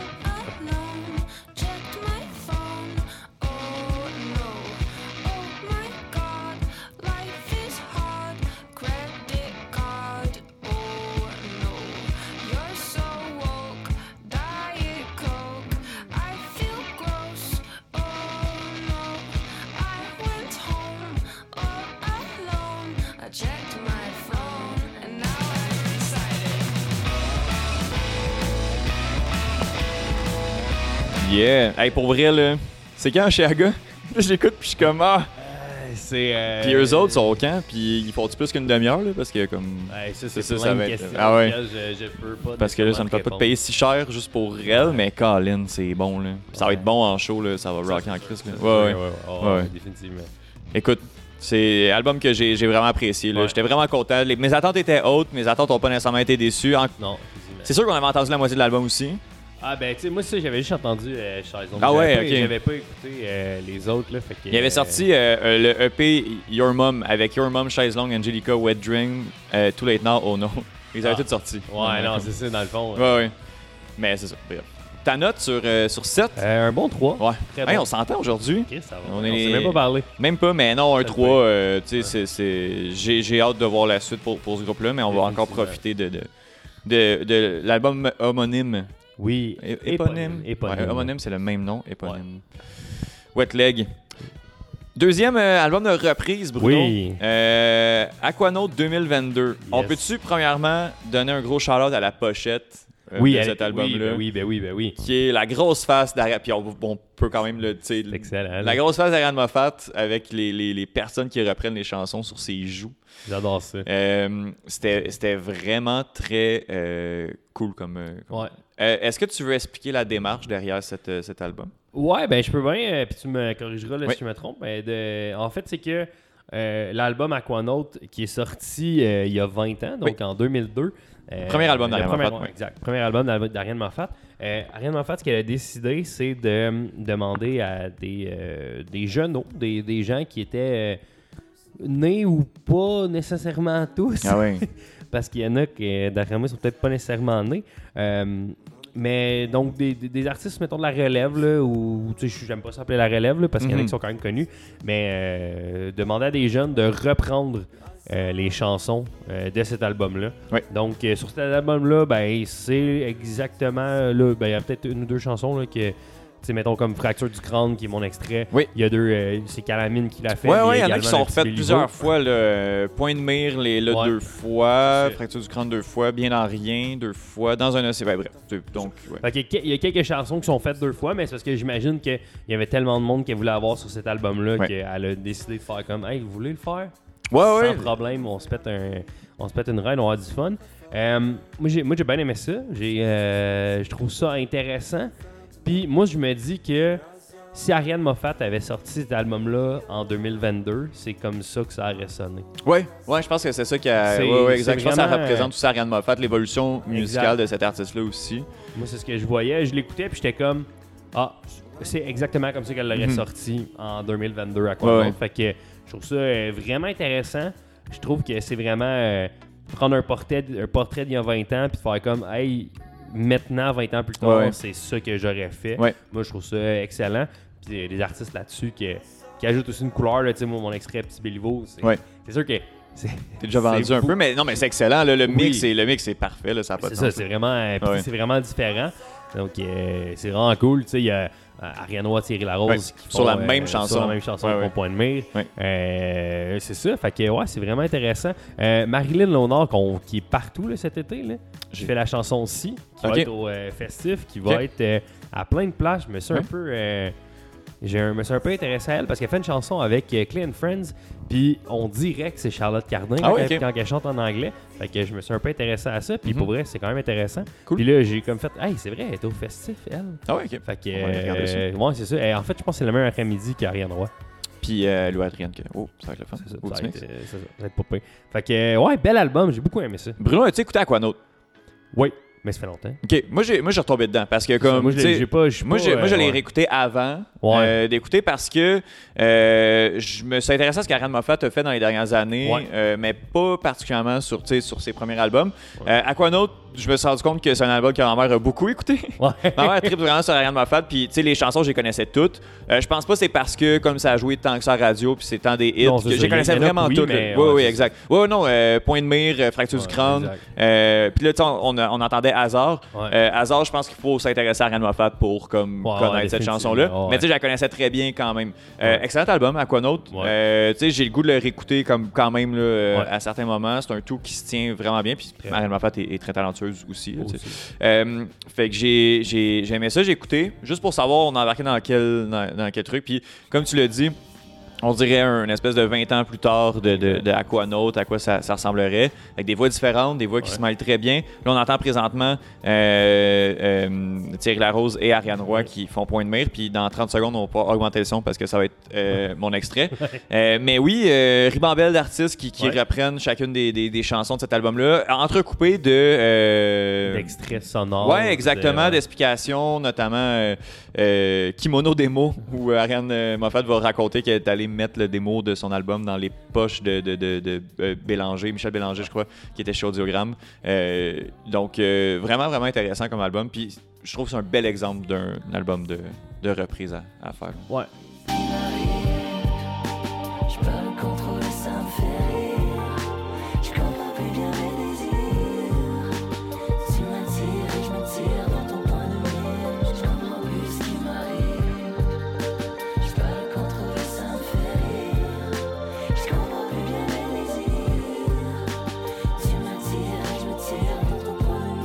Yeah! Hey, pour vrai, là, c'est quand Osheaga? Là, je l'écoute, puis je suis comme, Puis eux autres sont au camp, puis ils font-tu plus qu'une demi-heure, là? Parce que, comme. Ça va être. Ah ouais. Je peux pas. Parce que là, ça me fait pas de payer si cher juste pour elle, mais Colin, c'est bon, là. Puis ça va être bon en show, là. Ça va rocker en crise, là. Ouais. Définitivement. Écoute, c'est un album que j'ai vraiment apprécié, là. J'étais vraiment content. Mes attentes étaient hautes, mes attentes n'ont pas nécessairement été déçues. Non. C'est sûr qu'on avait entendu la moitié de l'album aussi. Ah ben tu sais, moi ça j'avais juste entendu Shazon. Ah ouais, ok. J'avais pas écouté les autres là. Fait que, Il avait sorti le EP Your Mom avec Your Mom, Chaise Longue, Angelica, Wet Dream, Too Late Now, Oh No. Ils avaient tous sortis. Ouais, non, c'est ça dans le fond. Ouais. Mais c'est ça. Bref. Ta note sur 7? Un bon 3. Ouais. Très Hey, bon. on s'entend aujourd'hui. Ok, ça va. On On est- s'est même pas parlé. Même pas, mais non, un Ça 3. Tu sais, j'ai hâte de voir la suite pour ce groupe-là, mais on va encore profiter de l'album homonyme. Oui. Éponyme. Éponyme. Ouais, homonyme, c'est le même nom. Éponyme. Wet Leg. Deuxième album de reprise, Bruno. Oui. Aquanaut 2022. On peut-tu, premièrement, donner un gros shout-out à la pochette Oui, de cet album-là? Ben oui. Qui est la grosse face d'Ariane. Puis on peut quand même le. C'est excellent. La grosse face d'Ariane Moffat avec les personnes qui reprennent les chansons sur ses joues. J'adore ça. C'était vraiment très cool comme. Ouais. Est-ce que tu veux expliquer la démarche derrière cet album? Ouais, ben je peux bien, puis tu me corrigeras là, Oui. si je me trompe. En fait, c'est que l'album Aquanaut qui est sorti il y a 20 ans, donc en 2002. Premier album d'Ariane Moffat. Ouais, exact. Premier album d'Ariane Moffat. Ariane Moffat, ce qu'elle a décidé, c'est de demander à des jeunes, des gens qui étaient nés ou pas nécessairement tous. Ah oui. Parce qu'il y en a qui, d'après moi, sont peut-être pas nécessairement nés. Mais donc, des artistes, mettons, de la relève, là, ou, tu sais, j'aime pas s'appeler la relève, là, parce qu'il y en a qui sont quand même connus, mais demander à des jeunes de reprendre les chansons de cet album-là. Oui. Donc, sur cet album-là, ben, c'est exactement, là, ben, il y a peut-être une ou deux chansons, là, que, tu sais, mettons, comme Fracture du crâne, qui est mon extrait. Oui. Il y a deux, c'est Calamine qui l'a fait. Ouais, il y en a également qui sont le petit refaites Béliveau. plusieurs fois. Là, Point de mire, Ouais. 2 fois. C'est- Fracture du crâne 2 fois. Bien dans rien 2 fois. Dans un océan. Bref. Donc, ouais. Fait qu'il y a quelques chansons qui sont faites 2 fois, mais c'est parce que j'imagine qu'il y avait tellement de monde qui voulait avoir sur cet album-là Ouais. qu'elle a décidé de faire comme « Hey, vous voulez le faire? » Ouais. Sans problème, on se pète une ride, on va avoir du fun. Moi, j'ai bien aimé ça. Je trouve ça intéressant. Puis moi, je me dis que si Ariane Moffat avait sorti cet album-là en 2022, c'est comme ça que ça aurait sonné. Ouais, je pense que c'est ça qui a. C'est- Ouais, exact. c'est Je pense que ça vraiment, représente aussi Ariane Moffat, l'évolution musicale Exact. de cet artiste-là aussi. Moi, c'est ce que je voyais. Je l'écoutais, puis j'étais comme « Ah, c'est exactement comme ça qu'elle l'aurait sorti en 2022 à quoi Ouais. Fait que je trouve ça vraiment intéressant. Je trouve que c'est vraiment prendre un portrait d'il y a 20 ans puis de faire comme « Hey, maintenant, 20 ans plus tard, Ouais. c'est ça que j'aurais fait. Ouais. Moi, je trouve ça excellent. Puis il y a des artistes là-dessus qui ajoutent aussi une couleur. Là, moi, mon extrait Petit Béliveau, Ouais. c'est sûr que... C'est T'es déjà vendu c'est un fou. peu, mais non, mais c'est excellent. Là, le mix Oui. est parfait. Là, ça a pas de C'est ça, sens. c'est vraiment, puis Ouais. c'est vraiment différent. Donc, c'est vraiment cool. Tu sais, il y a Ariane Roy, Thierry Larose Ouais, qui font, sur la même chanson. Sur la même chanson, Ouais, qui font ouais. Point de mire. Ouais. C'est ça. Fait que, ouais, c'est vraiment intéressant. Marilyn Léonard, qui est partout là, cet été, là. J'ai fait la chanson aussi, qui Ok. va être au festif, qui va Ok. être à plein de places. Je me suis Ouais. un peu... je me suis un peu intéressé à elle parce qu'elle fait une chanson avec Clay and Friends, puis on dirait que c'est Charlotte Cardin Ah ouais, ok. quand elle chante en anglais. Fait que je me suis un peu intéressé à ça, puis Mhm. pour vrai, c'est quand même intéressant. Cool. Puis là, j'ai comme fait, hey, c'est vrai, elle est au festif, elle. Ah ouais, ok. Fait que, On va aller regarder ça. ouais, c'est ça. En fait, je pense que c'est le même après-midi qu'Ariane Roy. Puis Louis Adrienne. Oh, ça va être le fun. C'est ça, Oh, ça petit va mix. être, ça va être pas pire. Fait que, ouais, bel album, j'ai beaucoup aimé ça. Bruno, as-tu écouté Aquanaut? Oui, mais ça fait longtemps. Ok, moi j'ai retombé dedans parce que comme. moi, je tu sais, l'ai- j'ai pas. je suis Moi, pas, je l'ai ouais. réécouté avant Ouais. d'écouter parce que je me suis intéressé à ce qu'Ariane Moffat a fait dans les dernières années, Ouais. mais pas particulièrement sur ses premiers albums. Aquanaut, je me suis rendu compte que c'est un album que ma mère a beaucoup écouté. Ouais. Ma mère tripe vraiment sur Ariane Moffat, puis tu sais, les chansons, je les connaissais toutes. Je pense pas que c'est parce que, comme ça a joué tant que ça à la radio, puis c'est tant des hits, Non, c'est que ça. je les connaissais Il y en a vraiment que oui, toutes. mais Oui, ouais, oui, c'est exact. Oui, non, Point de mire, Fracture Ouais, du crâne. exact. Puis là, tu sais, on entendait Hasard. Ouais. Hasard, je pense qu'il faut s'intéresser à Ariane Moffat pour comme, Ouais, connaître ouais, cette définitivement. chanson-là. Ouais. Mais tu sais, je la connaissais très bien quand même. Ouais. Excellent album, Aquanaut. Ouais. Tu sais, j'ai le goût de le réécouter comme, quand même là, Ouais. à certains moments. C'est un tout qui se tient vraiment bien. Puis Très Ariane Moffat est très talentueuse aussi. là, tu sais. Aussi. Fait que j'ai aimé ça, j'ai écouté, juste pour savoir on embarquait dans quel truc. Puis comme tu l'as dit, on dirait une espèce de 20 ans plus tard de Aquanaut, à quoi ça ressemblerait, avec des voix différentes, des voix qui se mêlent très bien. Là, on entend présentement Thierry Larose et Ariane Roy qui font point de mire, puis dans 30 secondes, on va pas augmenter le son parce que ça va être mon extrait. Mais oui, ribambelle d'artistes qui reprennent chacune des chansons de cet album-là, entrecoupées d'extraits sonores. Ouais, exactement, d'explications, notamment Kimono Démo, où Ariane Moffat va raconter qu'elle est allée mettre le démo de son album dans les poches de Bélanger, Michel Bélanger, je crois, qui était chez Audiogramme. Donc, vraiment, vraiment intéressant comme album. Puis, je trouve que c'est un bel exemple d'un album de reprise à faire. Ouais. Je peux le contrôler, ça me fait rire. Je comprends plus bien mes désirs. Tu m'attires et je me tire dans ton point de mire. Je comprends plus ce qui m'arrive. Je peux le contrôler, ça me fait rire. Je comprends plus bien mes désirs. Tu m'attires et je me tire dans ton point de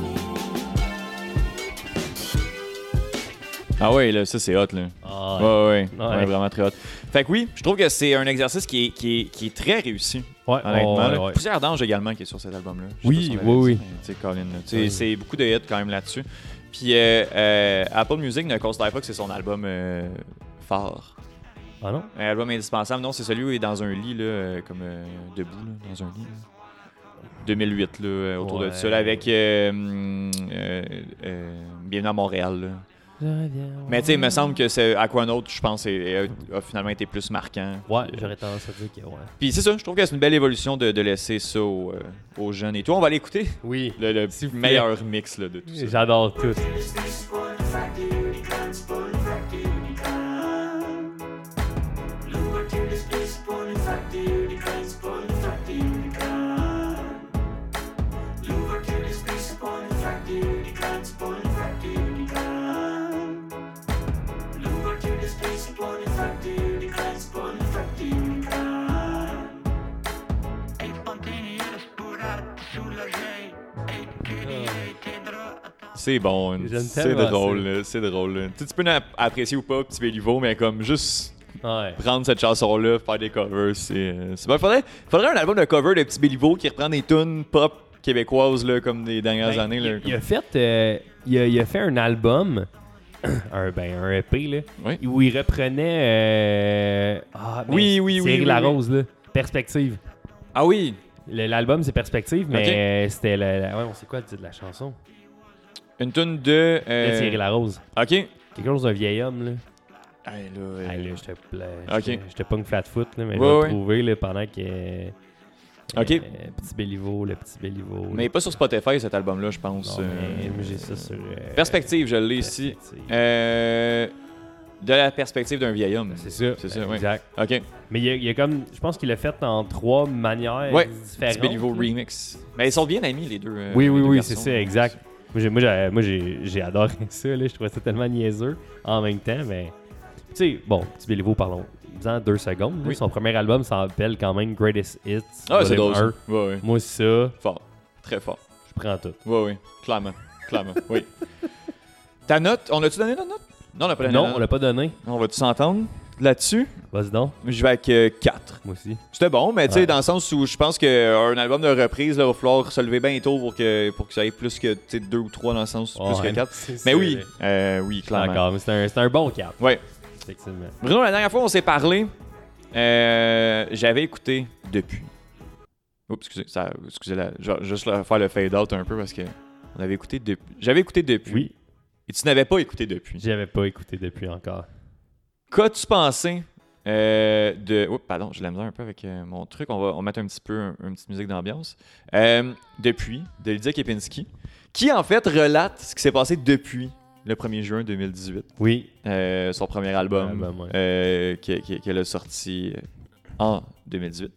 mire. Ah ouais, là, ça c'est hot, là. Ah, ouais, vraiment très hot. Fait que oui, je trouve que c'est un exercice qui est très réussi. Ouais, honnêtement. ouais. Poussière d'ange également qui est sur cet album-là. Oui. Colin, c'est beaucoup de hits quand même là-dessus. Puis Apple Music ne considère pas que c'est son album phare. Ah non? Un album indispensable. Non, c'est celui où il est dans un lit, là, comme debout, là, dans un lit. Là. 2008, là, autour de ça, là, avec Bienvenue à Montréal. Là. Mais tu sais, il me semble que c'est Aquanaut, je pense, a finalement été plus marquant. Ouais, j'aurais tendance à dire que ouais. Puis c'est ça, je trouve que c'est une belle évolution de laisser ça aux jeunes et tout. On va l'écouter. Oui. Le meilleur mix là, de tout ça. J'adore tout. C'est bon, c'est drôle, là, c'est drôle. Là. Tu peux apprécier ou pas Petit Béliveau, mais comme juste prendre cette chanson-là, faire des covers, c'est bon. Faudrait un album de cover de Petit Béliveau qui reprend des tunes pop québécoises là, comme des dernières années. Là, il a fait un album, un EP, là, où il reprenait Thierry Larose, là, Perspective. Ah oui! L'album, c'est Perspective, mais c'était on sait quoi le titre de la chanson? Une tune de Thierry Larose. OK. Quelque chose d'un vieil homme, là. Là, je te pogne flat-foot, là, mais je vais le trouver là, pendant que... OK. Petit Béliveau, le Petit Béliveau. Mais pas sur Spotify, cet album-là, je pense. Non, mais j'ai ça sur... Perspective, je l'ai ici. De la perspective d'un vieil homme. C'est ça. C'est ça, exact. OK. Mais il y a comme... Je pense qu'il l'a fait en 3 manières différentes. Petit Béliveau remix. Mais ils sont bien amis, les deux. Oui, c'est ça, exact. Moi, j'ai adoré ça, là. Je trouvais ça tellement niaiseux en même temps, mais... Tu sais, bon, Petit Béliveau, parlons-en 2 secondes. Oui. Son premier album s'appelle quand même Greatest Hits. Ah, c'est drôle. Ouais. Moi, ça... Fort. Très fort. Je prends tout. Oui. Clairement. Oui. Ta note, on a-tu donné notre note? Non, on l'a pas donné. Non, on l'a pas donné. On va-tu s'entendre là-dessus? Vas-y donc. Je vais avec 4. Moi aussi. C'était bon, mais tu sais, dans le sens où je pense qu'un album de reprise, il va falloir se lever bien tôt pour que ça aille plus que 2 ou 3 dans le sens, plus que 4. Mais oui, oui, clairement. D'accord, mais c'est un bon 4. Oui. Effectivement. Bruno, la dernière fois on s'est parlé, j'avais écouté Depuis. Oups, excusez, je vais juste faire le fade-out un peu parce que on avait écouté Depuis. J'avais écouté Depuis. Oui. Et tu n'avais pas écouté Depuis. J'avais pas écouté Depuis encore. Qu'as-tu pensé de... Oups, pardon, j'ai la misère un peu avec mon truc. On va mettre un petit peu une petite musique d'ambiance. Depuis, de Lydia Kepinski, qui en fait relate ce qui s'est passé depuis le 1er juin 2018. Oui. Son premier album qu'elle a sorti en 2018t.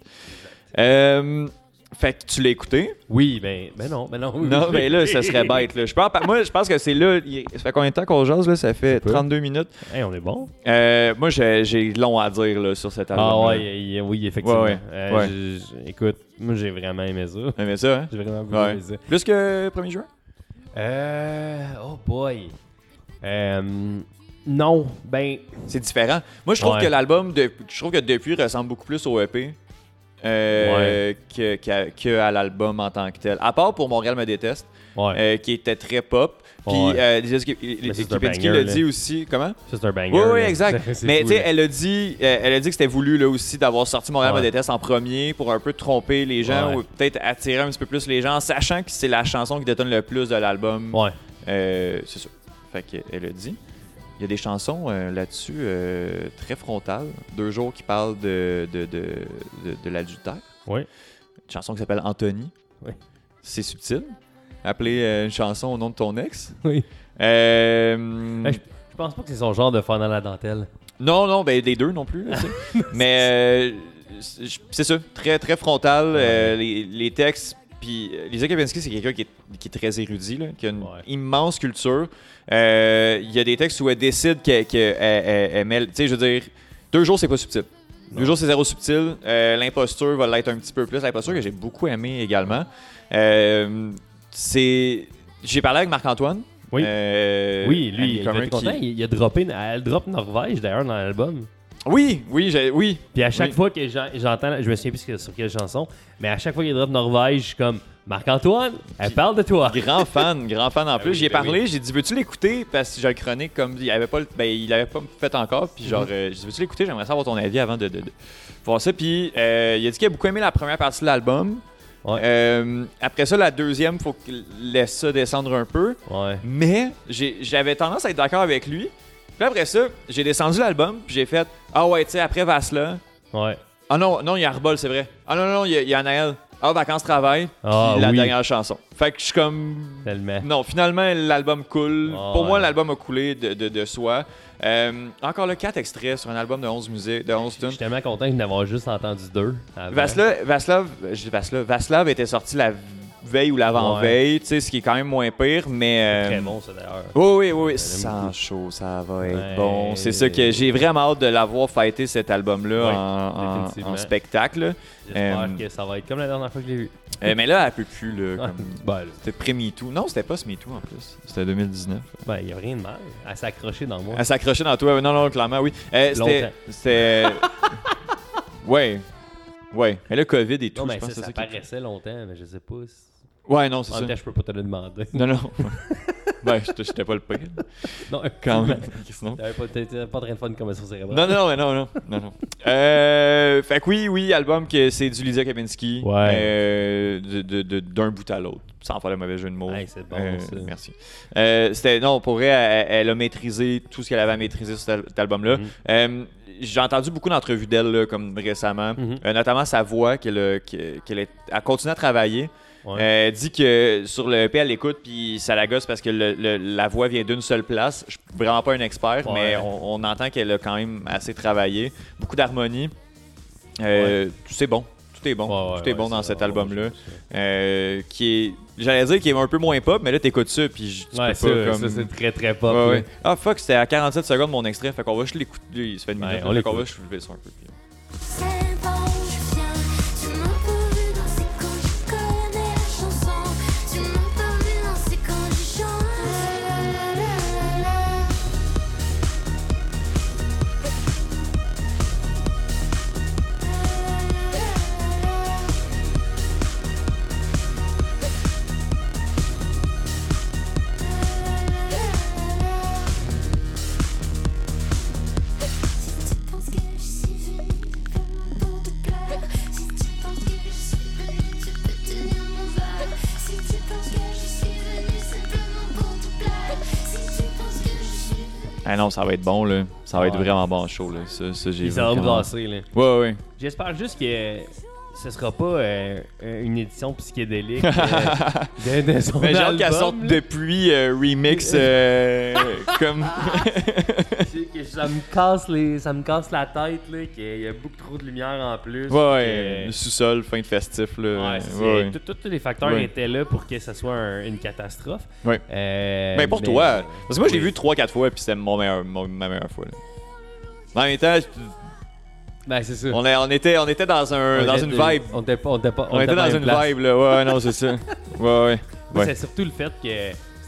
Fait que tu l'as écouté? Oui, ben non. Oui, non, mais là, ça serait bête. Là. Moi, je pense que c'est là... Ça fait combien de temps qu'on jase? Là? Ça fait 32 minutes. Hey, on est bon. Moi, j'ai long à dire là, sur cet album. Ah ouais, oui, effectivement. Ouais. Écoute, moi, j'ai vraiment aimé ça. Aimé ça, hein? J'ai vraiment beaucoup aimé ça. Plus que 1er juin? Oh boy. Non, ben... C'est différent. Moi, je trouve Ouais. que l'album, je trouve que Depuis ressemble beaucoup plus au EP que à l'album en tant que tel. À part pour Montréal me déteste, qui était très pop. Puis Ouais. Kipinski banger, l'a là. dit aussi. Comment? Ça, c'est un banger. Oui, là. exact. C'est Mais fou, tu sais, là. elle a dit que c'était voulu là aussi d'avoir sorti Montréal me Ouais. déteste en premier pour un peu tromper les gens Ouais. ou peut-être attirer un petit peu plus les gens, en sachant que c'est la chanson qui détonne le plus de l'album. Ouais. C'est sûr. Fait qu'elle a dit. Il y a des chansons là-dessus très frontales. 2 jours qui parlent de l'adultère. Oui. Une chanson qui s'appelle Anthony. Oui. C'est subtil. Appeler une chanson au nom de ton ex. Oui. Euh, Je pense pas que c'est son genre de faire dans la dentelle. Non, ben des deux non plus. Là, tu sais. Mais c'est ça, très, très frontal. Les textes. Puis Lisa Kapinski, c'est quelqu'un qui est très érudit, là, qui a une immense culture. Il y a des textes où elle décide qu'elle mêle. Tu sais, je veux dire, 2 jours, c'est pas subtil. 2 jours, c'est zéro subtil. L'imposture va l'être un petit peu plus. L'imposture que j'ai beaucoup aimé également. J'ai parlé avec Marc-Antoine. Oui. ami Oui, lui, il commun était content. Il a droppé... Elle drop Norvège, d'ailleurs, dans l'album. Oui. Puis à chaque fois que j'entends... Je me souviens plus sur quelle chanson, mais à chaque fois qu'il drop Norvège, je suis comme... Marc-Antoine, elle parle de toi. Grand fan en plus. oui, J'y ai ben parlé, j'ai dit veux-tu l'écouter parce que j'ai le chronique comme il avait pas fait encore puis genre j'ai dit veux-tu l'écouter, j'aimerais savoir ton avis avant de voir ça puis il a dit qu'il a beaucoup aimé la première partie de l'album. Ouais. Après ça la deuxième faut qu'il laisse ça descendre un peu. Ouais. Mais j'avais tendance à être d'accord avec lui. Puis après ça, j'ai descendu l'album puis j'ai fait ah ouais, tu sais après Vasla. Ouais. Ah non, il y a Arbol, c'est vrai. Ah non, il y a Anaël. Ah, Vacances Travail, puis la dernière chanson. Fait que je suis comme... Tellement. Non, finalement, l'album coule. Pour moi, ouais. l'album a coulé de soi. Encore là, 4 extraits sur un album de 11 musiques, de 11 Je tunes. suis tellement content que n'avoir juste entendu 2. Vaslav était sorti la veille ou l'avant-veille, tu sais, ce qui est quand même moins pire, mais... Très bon, ça, d'ailleurs. Oui. Sans chaud, ça va être bon. C'est ça que j'ai vraiment hâte de l'avoir fêté, cet album-là, en spectacle. J'espère que ça va être comme la dernière fois que je l'ai vu. Mais là, elle peut plus, là. Ben, C'était pré-MeToo. Non, c'était pas ce MeToo, en plus. C'était 2019. ben, il n'y a rien de mal. Elle s'est accrochée dans moi. Elle s'accrochait dans toi. Non, clairement, oui. C'était... Ouais. Et le COVID et tout, Non, je mais pense que c'est ça ça qui... paraissait longtemps, mais je sais pas. Ouais, non, c'est En ça. même temps, je peux pas te le demander. Non. Ben, j'étais pas le pire. Non, Quand même. Sinon... T'étais pas en train de faire une commotion cérébrale. Non. Fait que oui, album que c'est du Lisa Kapinski. Ouais. D'un bout à l'autre. Sans faire le mauvais jeu de mots. Hey, c'est bon, ça. Merci. Non, pour vrai, elle a maîtrisé tout ce qu'elle avait à maîtriser sur cet album-là. J'ai entendu beaucoup d'entrevues d'elle, là, comme récemment. Notamment sa voix, qu'elle a continué à travailler. Ouais. Elle dit que sur le EP, elle l'écoute, puis ça la gosse parce que la voix vient d'une seule place. Je suis vraiment pas un expert, Ouais. mais on entend qu'elle a quand même assez travaillé. Beaucoup d'harmonie. C'est bon. Tout est bon. Tout est bon dans cet album-là. Qui est, j'allais dire qu'il est un peu moins pop, mais là, t'écoutes ça, puis tu peux pas comme... Ça, c'est très, très pop. Ouais. Ah, fuck, c'était à 47 secondes mon extrait, fait qu'on va juste l'écouter. Il se fait une minute, on fait qu'on va l'écoute. juste lever ça un peu. Puis... C'est bon, je viens. Tu m'as pas vu danser quand je connais la chanson. Tu m'as pas vu danser quand je chante. Si tu penses que je suis venue pour te plaire, si tu penses que je suis venue, tu peux tenir mon verre. Si tu penses que je suis venue simplement pour te plaire, si tu penses que je suis venue. Ah non, ça va être bon, là. Ça va être Ouais. vraiment bon show, là. Ça j'ai Puis ça va me vraiment... brasser, là. Ouais. J'espère juste que ce sera pas une édition psychédélique de son Mais j'ai hâte album. qu'elle sorte là. depuis remix comme... Que ça me casse la tête, là, qu'il y a beaucoup trop de lumière en plus. Ouais, que- le sous-sol, fin de festif, là. Ouais, c'est- Ouais. tous les facteurs Ouais. étaient là pour que ça soit une catastrophe. Ouais. Ben pour mais- toi. Parce que moi, je l'ai oui. vu 3-4 fois, puis c'était ma meilleure fois, là. En même temps, Ben, c'est ça. on était dans une vibe. On était pas On était dans une vibe, là. Ouais, non, c'est ça. Ouais. Moi, c'est surtout le fait que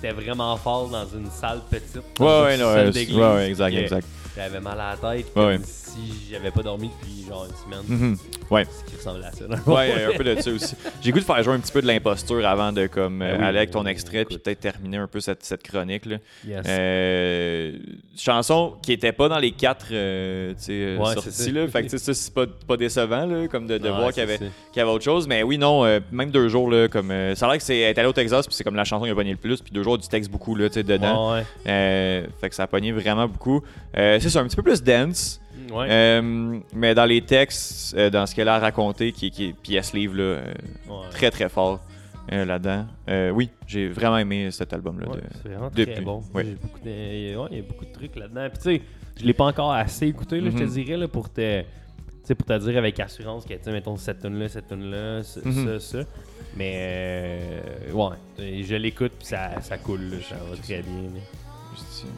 c'était vraiment fort dans une salle petite. Ouais, salle d'église, exact, que exact. J'avais mal à la tête, Ouais. comme si j'avais pas dormi depuis genre une semaine. Mhm. Ouais. Ce qui ressemble à ça. dans le fond. Ouais, un peu de ça aussi. J'ai goût de faire jouer un petit peu de l'imposture avant de comme Ben oui, aller avec ton oui, extrait puis écoute. peut-être terminer un peu cette chronique là. Yes. Chanson qui était pas dans les 4 Ouais, c'est sorties ça. là. Fait que tu sais, ça c'est pas décevant là, comme de Ouais, voir qu'il c'est y avait autre chose. Mais oui, non, même 2 jours là, comme ça a l'air que c'est elle est allée au Texas puis c'est comme la chanson qui a pogné le plus puis 2 jours du texte beaucoup là, tu sais dedans. Ouais. Fait que ça a pogné vraiment beaucoup. C'est un petit peu plus dance. Ouais. Mais dans les textes, dans ce qu'elle a raconté, puis elle se livre là, Ouais. très très fort là-dedans. Oui, j'ai vraiment aimé cet album-là. Ouais, c'est vraiment depuis. très bon. Ouais. J'ai beaucoup de- il y a beaucoup de trucs là-dedans. Puis tu sais, je l'ai pas encore assez écouté, là, je te dirais, là, pour te dire avec assurance que, tu sais, mettons, cette tune-là, ça. Mais, ouais, je l'écoute, puis ça coule, là, ça va très bien. Là. Juste ici.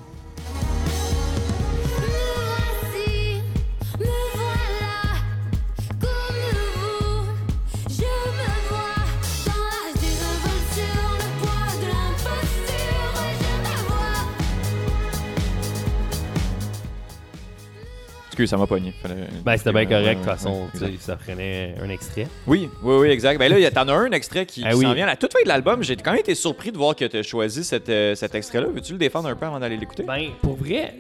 Me voilà, comme vous, je me vois dans l'âge des révoltures, le poids de l'imposture, je me vois. Excuse, ça m'a pogné. Ben, c'était bien correct, de toute Ouais, façon, ouais, tu sais, exact. ça prenait un extrait. Oui, exact. Ben là, t'en as un extrait qui Ah oui. s'en vient à la toute fin de l'album. J'ai quand même été surpris de voir que tu as choisi cet extrait-là. Veux-tu le défendre un peu avant d'aller l'écouter? Ben, pour vrai,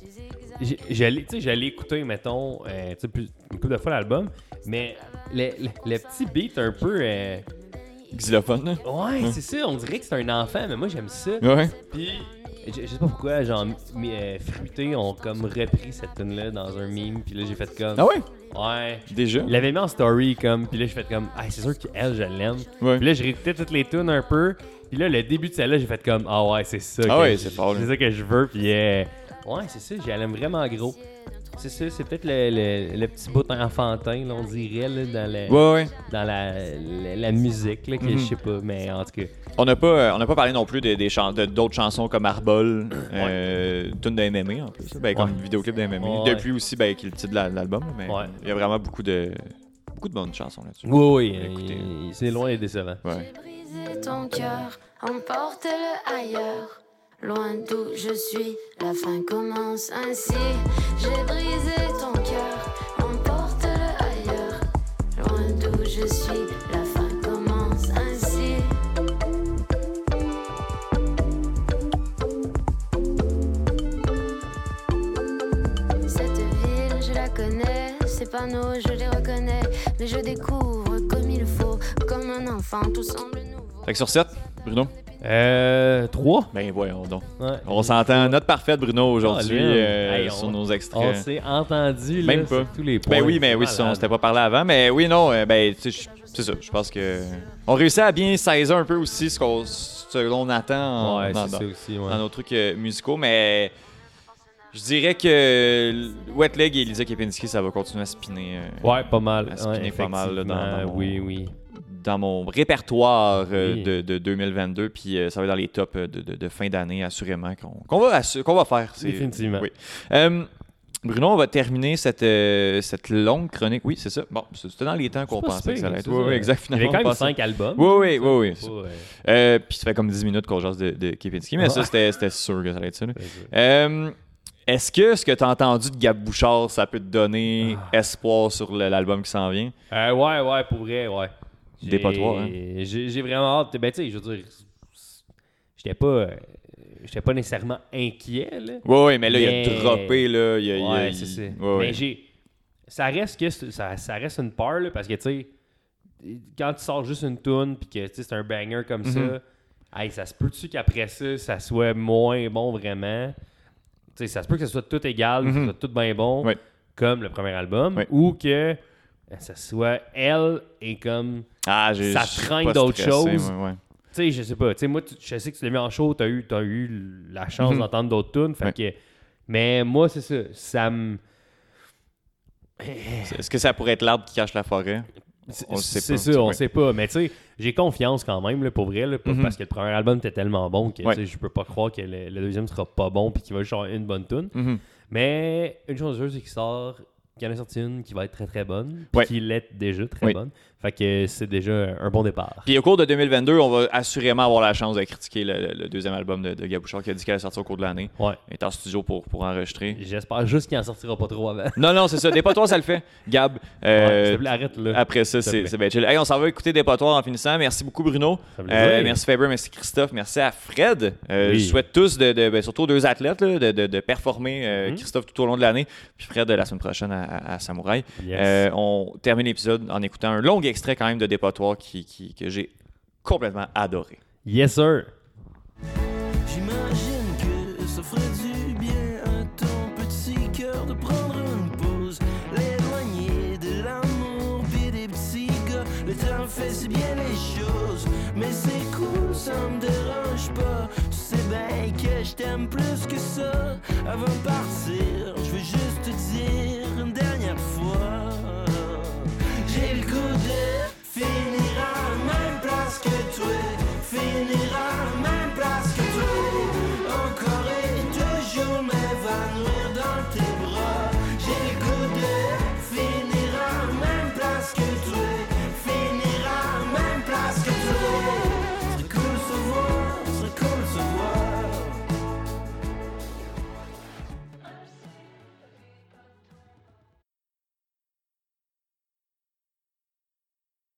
je l'ai écouté, mettons, tu sais, une couple de fois l'album, mais le petit beat un peu. Xylophone, là. Ouais, c'est ça, on dirait que c'est un enfant, mais moi j'aime ça. Ouais. Puis, je sais pas pourquoi, genre, Fruité ont comme repris cette tune-là dans un meme, puis là j'ai fait comme. Ah ouais? Ouais. Déjà? Il l'avait mis en story, comme, puis là j'ai fait comme, ah, c'est sûr qu'elle, je l'aime. Ouais. Puis là, je réécoutais toutes les tunes un peu, puis là, le début de celle-là, j'ai fait comme, ah ouais, c'est ça. Ah que ouais, c'est fort, là. C'est ça que je veux, puis ouais, c'est ça, je l'aime vraiment gros. C'est ça, c'est peut-être le petit bout enfantin, là, on dirait, là, Ouais. dans la musique, là, que je sais pas, mais en tout cas. On n'a pas parlé non plus d'autres chansons comme Arbol, tune de MMA en plus, ben, comme vidéoclip de MMA. Ouais. Depuis aussi, ben, qui est le titre de l'album, mais Ouais. il y a vraiment beaucoup de bonnes chansons là-dessus. Oui, Écoutez. c'est loin d'être décevant. Ouais. Brisé ton cœur, emporte-le ailleurs. Loin d'où je suis, la fin commence ainsi. J'ai brisé ton cœur, emporte-le ailleurs. Loin d'où je suis, la fin commence ainsi. Cette ville, je la connais, ces panneaux, je les reconnais. Mais je découvre comme il faut, comme un enfant, tout semble nouveau. Fait que sur 7, Bruno? 3. Ben voyons donc. Ouais. On s'entend, note parfaite Bruno aujourd'hui Hey, sur on- nos On extraits. s'est entendu, là, Même pas. sur tous les points. Ben oui, mais C'est oui, malade. on s'était pas parlé avant, mais oui, non, ben tu sais, c'est ça, je pense que on réussit à bien saisir un peu aussi ce que l'on attend Ouais, dans c'est ça aussi, ouais. dans nos trucs musicaux, mais je dirais que Wet Leg et Lisa Kepinski, ça va continuer à spinner. Ouais, pas mal. à spinner Ouais, pas mal, là, dans effectivement, mon- oui. Dans mon répertoire Oui. de 2022, puis ça va être dans les tops de fin d'année, assurément, qu'on va faire. Définitivement. Oui. Bruno, on va terminer cette longue chronique. Oui, c'est ça. Bon, c'était dans les temps qu'on C'est pas pensait que ça allait être. c'est Oui, ça. oui, exact. Il y avait Finalement, quand on même pensait- 5 albums. Oui. C'est pas, Puis ça fait comme 10 minutes qu'on jase de Kepinski, mais ça, c'était sûr que ça allait être ça. Là. c'est ça. Est-ce que ce que tu as entendu de Gab Bouchard, ça peut te donner espoir sur l'album qui s'en vient? Ouais, pour vrai, ouais. Dépotoir, hein? J'ai vraiment hâte. Ben, tu sais, je veux dire, j'étais pas nécessairement inquiet, là. Oui, mais là, il a Mais- droppé, là. Ouais, c'est ça. Ouais. Mais ça reste une part, là, parce que, tu sais, quand tu sors juste une tune puis que, tu sais, c'est un banger comme ça, hey, ça se peut-tu qu'après ça soit moins bon vraiment? Tu sais, ça se peut que ça soit tout égal, que ça soit tout bien bon, Ouais. comme le premier album, Ouais. ou que ça soit elle et comme... Ah, Ça j'ai traîne pas d'autres stressé, choses. ouais. Tu sais, je sais pas. Tu sais, moi, je sais que tu l'as mis en show, t'as eu la chance d'entendre d'autres tunes. Fait que... Mais moi, c'est ça. Ça me... Est-ce que ça pourrait être l'arbre qui cache la forêt? On le sait C'est pas. ça, on Ouais. sait pas. Mais tu sais, j'ai confiance quand même, là, pour vrai, là, parce que le premier album était tellement bon que Ouais. tu sais, je peux pas croire que le deuxième sera pas bon puis qu'il va juste avoir une bonne tune. Mhm. Mais une chose sûre, c'est qu'il sort qu'il y en a sorti une qui va être très très bonne, Ouais. qui l'est déjà très Oui. bonne. Fait que c'est déjà un bon départ. Puis au cours de 2022, on va assurément avoir la chance de critiquer le deuxième album de Gabouchard qui a dit qu'elle allait sortir au cours de l'année. Ouais. Il est en studio pour enregistrer. J'espère juste qu'il en sortira pas trop avant. Non, c'est ça. Dépotoir, ça le fait. Gab. Ouais, s'il te plaît, arrête là. Après ça, S'il te plaît. c'est bien chill. Hey, on s'en va écouter Dépotoir en finissant. Merci beaucoup, Bruno. Ça fait plaisir. Merci, Faber. Merci, Christophe. Merci à Fred. Oui. Je souhaite tous, surtout aux 2 athlètes, là, de performer. Christophe tout au long de l'année. Puis Fred, la semaine prochaine à Samouraï. Yes. On termine l'épisode en écoutant un long extrait quand même de Dépotoir que j'ai complètement adoré. Yes, sir. J'imagine que ça ferait du bien à ton petit cœur de prendre une pause, l'éloigner de l'amour pis des petits gars. Le temps fait si bien les choses, mais c'est cool, ça me dérange pas. Tu sais bien que je t'aime plus que ça. Avant de partir, je veux juste te dire une dernière fois. J'ai le goût de finir à la même place que toi, finir à la même place que toi, encore et toujours m'évanouir dans tes